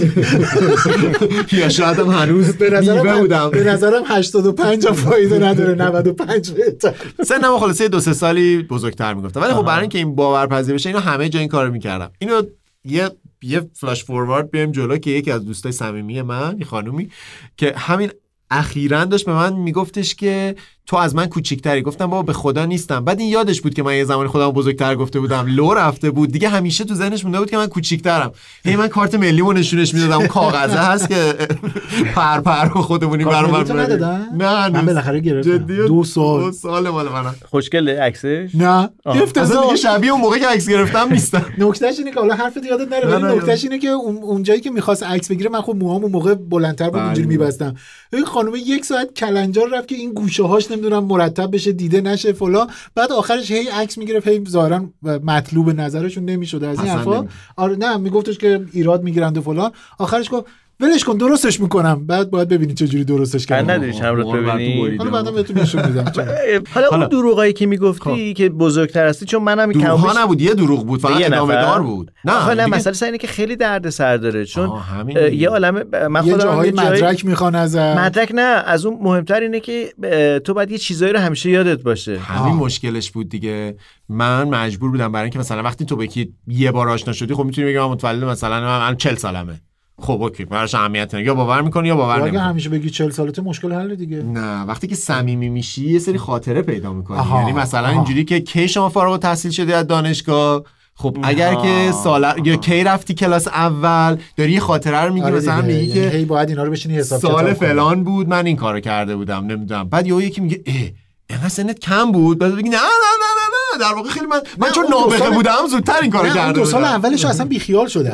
یا شاید هم هنوز میوه بودم. به نظرم 85 هم فایده نداره، 95 بهتر. سنم خلاصه 2-3 سالی بزرگتر میگفتم، ولی خب برای اینکه این باورپذیر بشه اینا همه جا این کارو میکردم. اینو یه فلاش فوروارد بریم جلو که یکی از دوستای صمیمی من، یه خانومی که همین اخیراً داشت به من میگفتش که تو از من کوچیک‌تری. گفتم بابا به خدا نیستم. بعد این یادش بود که من یه زمانی خودم بزرگتر گفته بودم، لو رفته بود دیگه، همیشه تو ذهنش مونده بود که من کوچیک‌ترم. من کارت ملیمو نشونش میدادم، اون کاغذه هست که پر خودمونی برام نه من بالاخره گرفتم. 2 سال مال منم. خوشگله عکسش؟ نه اصلا دیگه شبیه اون موقع که عکس گرفتم نیستم. نکتهش اینه که حالا حرفت یادت نره، ولی نکتهش اینه که اون جایی که می‌خواست عکس بگیره من خب موهام اون موقع بلندتر بود، اونجوری می‌بستم. این خانم 1 ساعت کلنجار رفت که این گوشه‌هاش نمیدونم مرتب بشه، دیده نشه فلان. بعد آخرش هی عکس میگرفت، هی ظاهرا مطلوب نظرشون نمیشد از این حرفا. آره نه میگفتش که ایراد میگیرند و فلان. آخرش گفت ولش کن درستش میکنم، بعد باید ببینی چه جوری درستش کردم. نداری چند روز ببینی. حالا بعدا بهتون نشون میدم. حالا اون دروغایی که میگفتی که بزرگتر هستی، چون منم دروغ نبود، یه دروغ بود فقط ادامه دار بود. نه مسئله اینه که خیلی دردسر داره، چون یه عالمه من خودم جاهای مدرک میخوان ازت. مدرک نه، از اون مهمتر اینه که تو باید یه چیزایی رو همیشه یادت باشه. همین مشکلش بود دیگه. من مجبور بودم برای اینکه مثلا وقتی تو به کی یه بار آشنا شدی، خب میتونی بگی من متولد مثلا من 40 سالمه، خب اوکی براش اهمیت نداره، یا باور میکنی یا باور نمیکنی. اگه همیشه بگی 40 سالته مشکل حل دیگه. نه وقتی که صمیمی میشی یه سری خاطره پیدا میکنی. یعنی مثلا اینجوری که کی شما فارغ التحصیل شدی از دانشگاه، خب اگر که یا کی رفتی کلاس اول، داری یه خاطره رو میگی. مثلا میگی که هی باید اینا رو بشینی حساب کتاب سال فلان بود من این کارو کرده بودم، نمیدونم. بعد یکی میگه اینقدر سنت کم بود، بعد بگی نه در واقع خیلی من چون نابغه بودم زودتر این کارو کرده بودم. 2 سال اولش اصلا بیخیال شدم.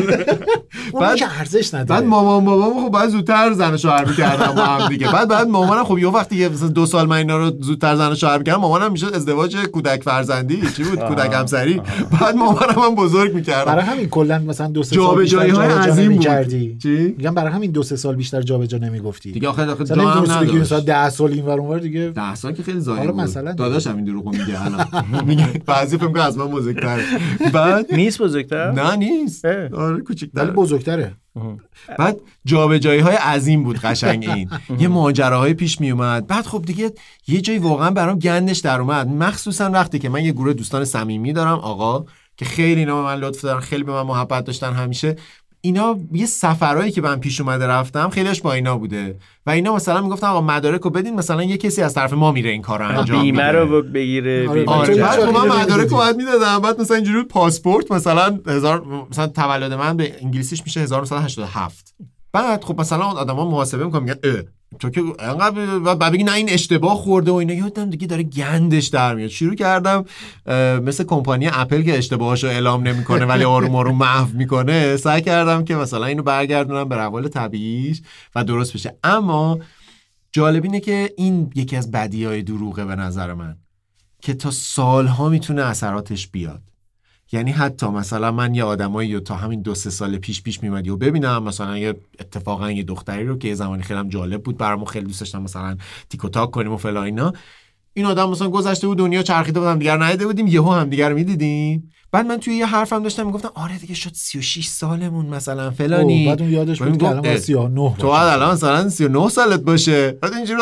اون که ارزش نداره. بعد مامان بابام خب بعد زودتر زن و شوهر می‌کردم با هم دیگه. بعد مامانم خب یه وقتی مثلا 2 سال من اینا رو زودتر زن و شوهر می‌کردم، مامانم میشد ازدواج کودک فرزندی چی بود، کودک همسری. بعد مامانم هم بزرگ می‌کردم. برای همین کلا مثلا 2 سال جابجایی‌های عظیم کردی. میگم برای همین 2 سال بیشتر جابجا نمیگفتی دیگه. آخه جا هم نداشت. مثلا 10 سال اینور اونور دیگه. 10 سال که خیلی زایه بود. داداشم این دروغو میگه الان. میگه بعضی فکر می‌کنه از من بزرگتره. بعد نیست بزرگتر؟ نه نیست. آره کوچیک‌تره. ولی بزرگتره. بعد جابجایی‌های عظیم بود قشنگ این. یه ماجراهای پیش می اومد. بعد خب دیگه یه جایی واقعا برام گندش در اومد، مخصوصا وقتی که من یه گروه دوستان صمیمی دارم آقا که خیلی اینا به من لطف دارن، خیلی به من محبت داشتن همیشه. اینا یه سفرهایی که من پیش اومده رفتم خیلیش با اینا بوده و اینا مثلا میگفتن آقا مدارکو بدین، مثلا یه کسی از طرف ما میره این کارو انجام میده، بیمه رو بگیره. آره بعد من مدارکو باید میدادم. بعد مثلا اینجوری پاسپورت مثلا مثلا تولد من به انگلیسیش میشه 1987. بعد خب مثلا اون آدما محاسبه میکنن میگن تو که انقدر بعد بگی نه این اشتباه خورده و اینا. یادم دیگه داره گندش در میاد. شروع کردم مثل کمپانی اپل که اشتباهاشو اعلام نمیکنه ولی آروم آروم محو میکنه، سعی کردم که مثلا اینو برگردونم به روال طبیعیش و درست بشه. اما جالب اینه که این یکی از بدیهای دروغه به نظر من که تا سالها میتونه اثراتش بیاد. یعنی حتی مثلا من یه آدمایی تا همین 2-3 سال پیش میومدی و ببینم مثلا یه اتفاقا یه دختری رو که یه زمانی خیلی هم جالب بود برامون، خیلی دوست داشتم مثلا تیک و تاک کنیم و فلان اینا. این آدم مثلا گذشته بود دنیا چرخیده بودم دیگر ندیده بودیم، یهو هم دیگر میدیدیم. بعد من توی یه حرفم داشتم میگفتم آره دیگه شد 36 سالمون مثلا فلانی. بعد اون یادش بود که الان 39 تو الان مثلا 39 سالت باشه. بعد اینجوری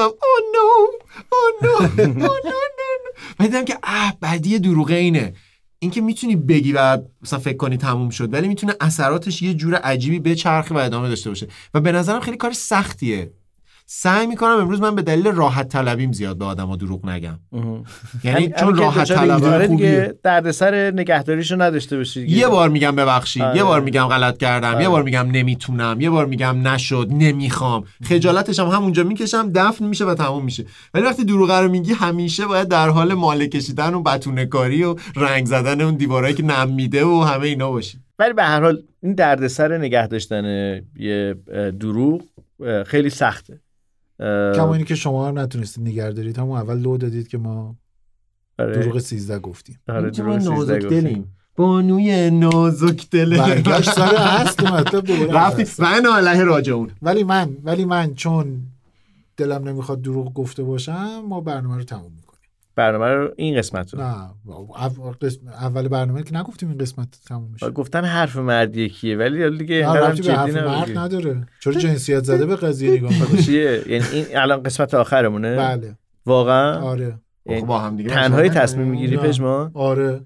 بعد دیدم که بعدی دروغه اینه، اینکه میتونی بگی و مثلا فکر کنی تموم شد، ولی میتونه اثراتش یه جور عجیبی بچرخه و ادامه داشته باشه و به نظرم خیلی کار سختیه. سعی میکنم امروز من به دلیل راحت طلبیم زیاد به آدما دروغ نگم. یعنی چون راحت طلبی دیگه دردسر نگهداریشو نداشته باشی. یه بار میگم ببخشید، یه بار میگم غلط کردم، یه بار میگم نمیتونم، یه بار میگم نشد، نمیخوام. خجالتش هم همونجا میکشم، دفن میشه و تموم میشه. ولی وقتی دروغ رو میگی همیشه باید در حال ماله کشیدن و بتونه کاری و رنگ زدن اون دیوارایی که نم میده و همه اینا باشی. ولی به هر حال این دردسر نگه داشتن یه دروغ خیلی سخته. کما اینی که شما هم نتونستید نگه دارید، همون اول لو دادید که ما دروغ 13 گفتیم. آره دروغ 13 گفتیم. بانوی نازک دل برگشت سر اصل مطلب دوباره رفتی من علیه راجعون. ولی من چون دلم نمیخواد دروغ گفته باشم، ما برنامه رو تموم میکنیم. برنامه رو این قسمت رو نه اول برنامه که نگفتیم این قسمت تموم میشه. گفتن حرف مردیه کیه، ولی دیگه حرف مرد نداره. چرا جنسیت زده به قضیه نگاه می‌کنی؟ چیه؟ یعنی این الان قسمت آخرمونه؟ بله واقعا؟ آره. با هم دیگه تنهایی تصمیم میگیری پژمان؟ آره.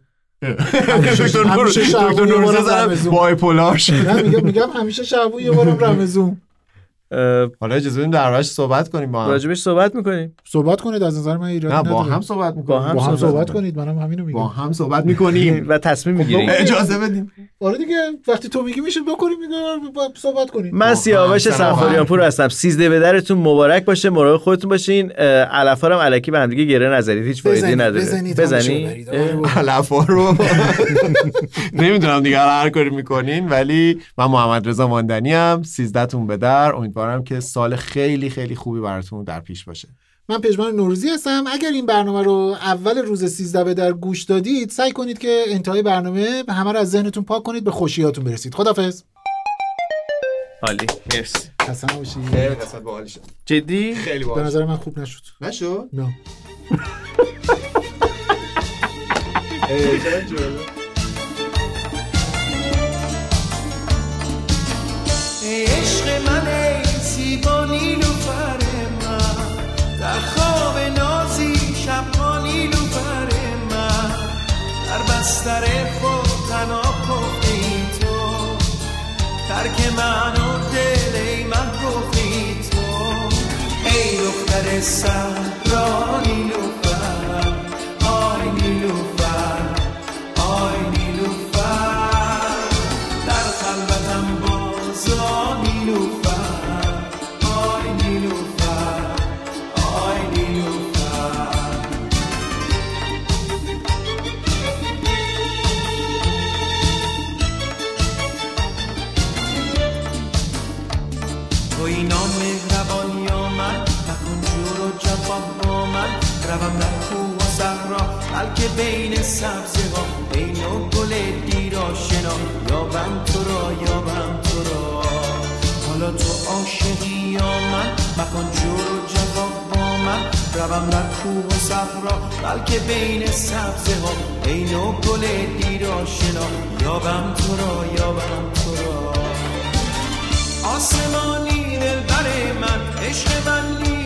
دکتر نوروزی زدم بایپولار شد. میگم همیشه شبو یه بارم رمضون. حالا اجازه بدیم دربارش صحبت کنیم، با هم راجبش صحبت میکنیم. صحبت کنید، از نظر من ایراد نداره. با هم صحبت میکنیم. با هم صحبت کنید، منم همینو میگم. با هم صحبت میکنیم و تصمیم میگیریم. اجازه بدیم. آره دیگه وقتی تو میگی میشه بکنیم، میگم صحبت کنید. من سیاوش صفاریان پور هستم. 13 به درتون مبارک باشه، مراقب خودتون باشین. علفا رو الکی به هم دیگه گره نذارید، هیچ فایده نداره. بزنید علفا رو. نمیدونم دیگه هر کاری میکنین، ولی من محمد رضا ماندنی ام. 13 تون به در. امیدوارم که سال خیلی خیلی خوبی براتون در پیش باشه. من پژمان نوروزی هستم. اگر این برنامه رو اول روز 13 به در گوش دادید، سعی کنید که انتهای برنامه همه رو از ذهنتون پاک کنید، به خوشیاتون برسید. خداحافظ. عالی مرسی. حسن باشی. خیلی قسمت باحالی شد. جدی خیلی به باحال. نظر من خوب نشد. نشد؟ نه. عشق من ای زیبا نیلوفر من، در خواب نازی شبها نیلوفر من، در بستر خود تنها خفتی تو، ترک من و دل من گفتی تو، ای دختر صحرا نیلوفر، آی نیلوفر، آی نیلوفر، در خلوتم بازا نیلوفر، آی نیلوفر، آی نیلوفر. توی نام مهربانی من، نکن جور و جفا با من، روم در کوه و صحرا بلکه بین سبزه ها، بین و گل دیر آشنا، یابم تو را یابم تو را. حالا تو عاشقی یا من، مکن جور و جفا با من، روم در کوه و صحرا بلکه بین سبزه ها، بین و گل دیر آشنا، یابم تو را یابم تو را. آسمانی دلبر من، عشق من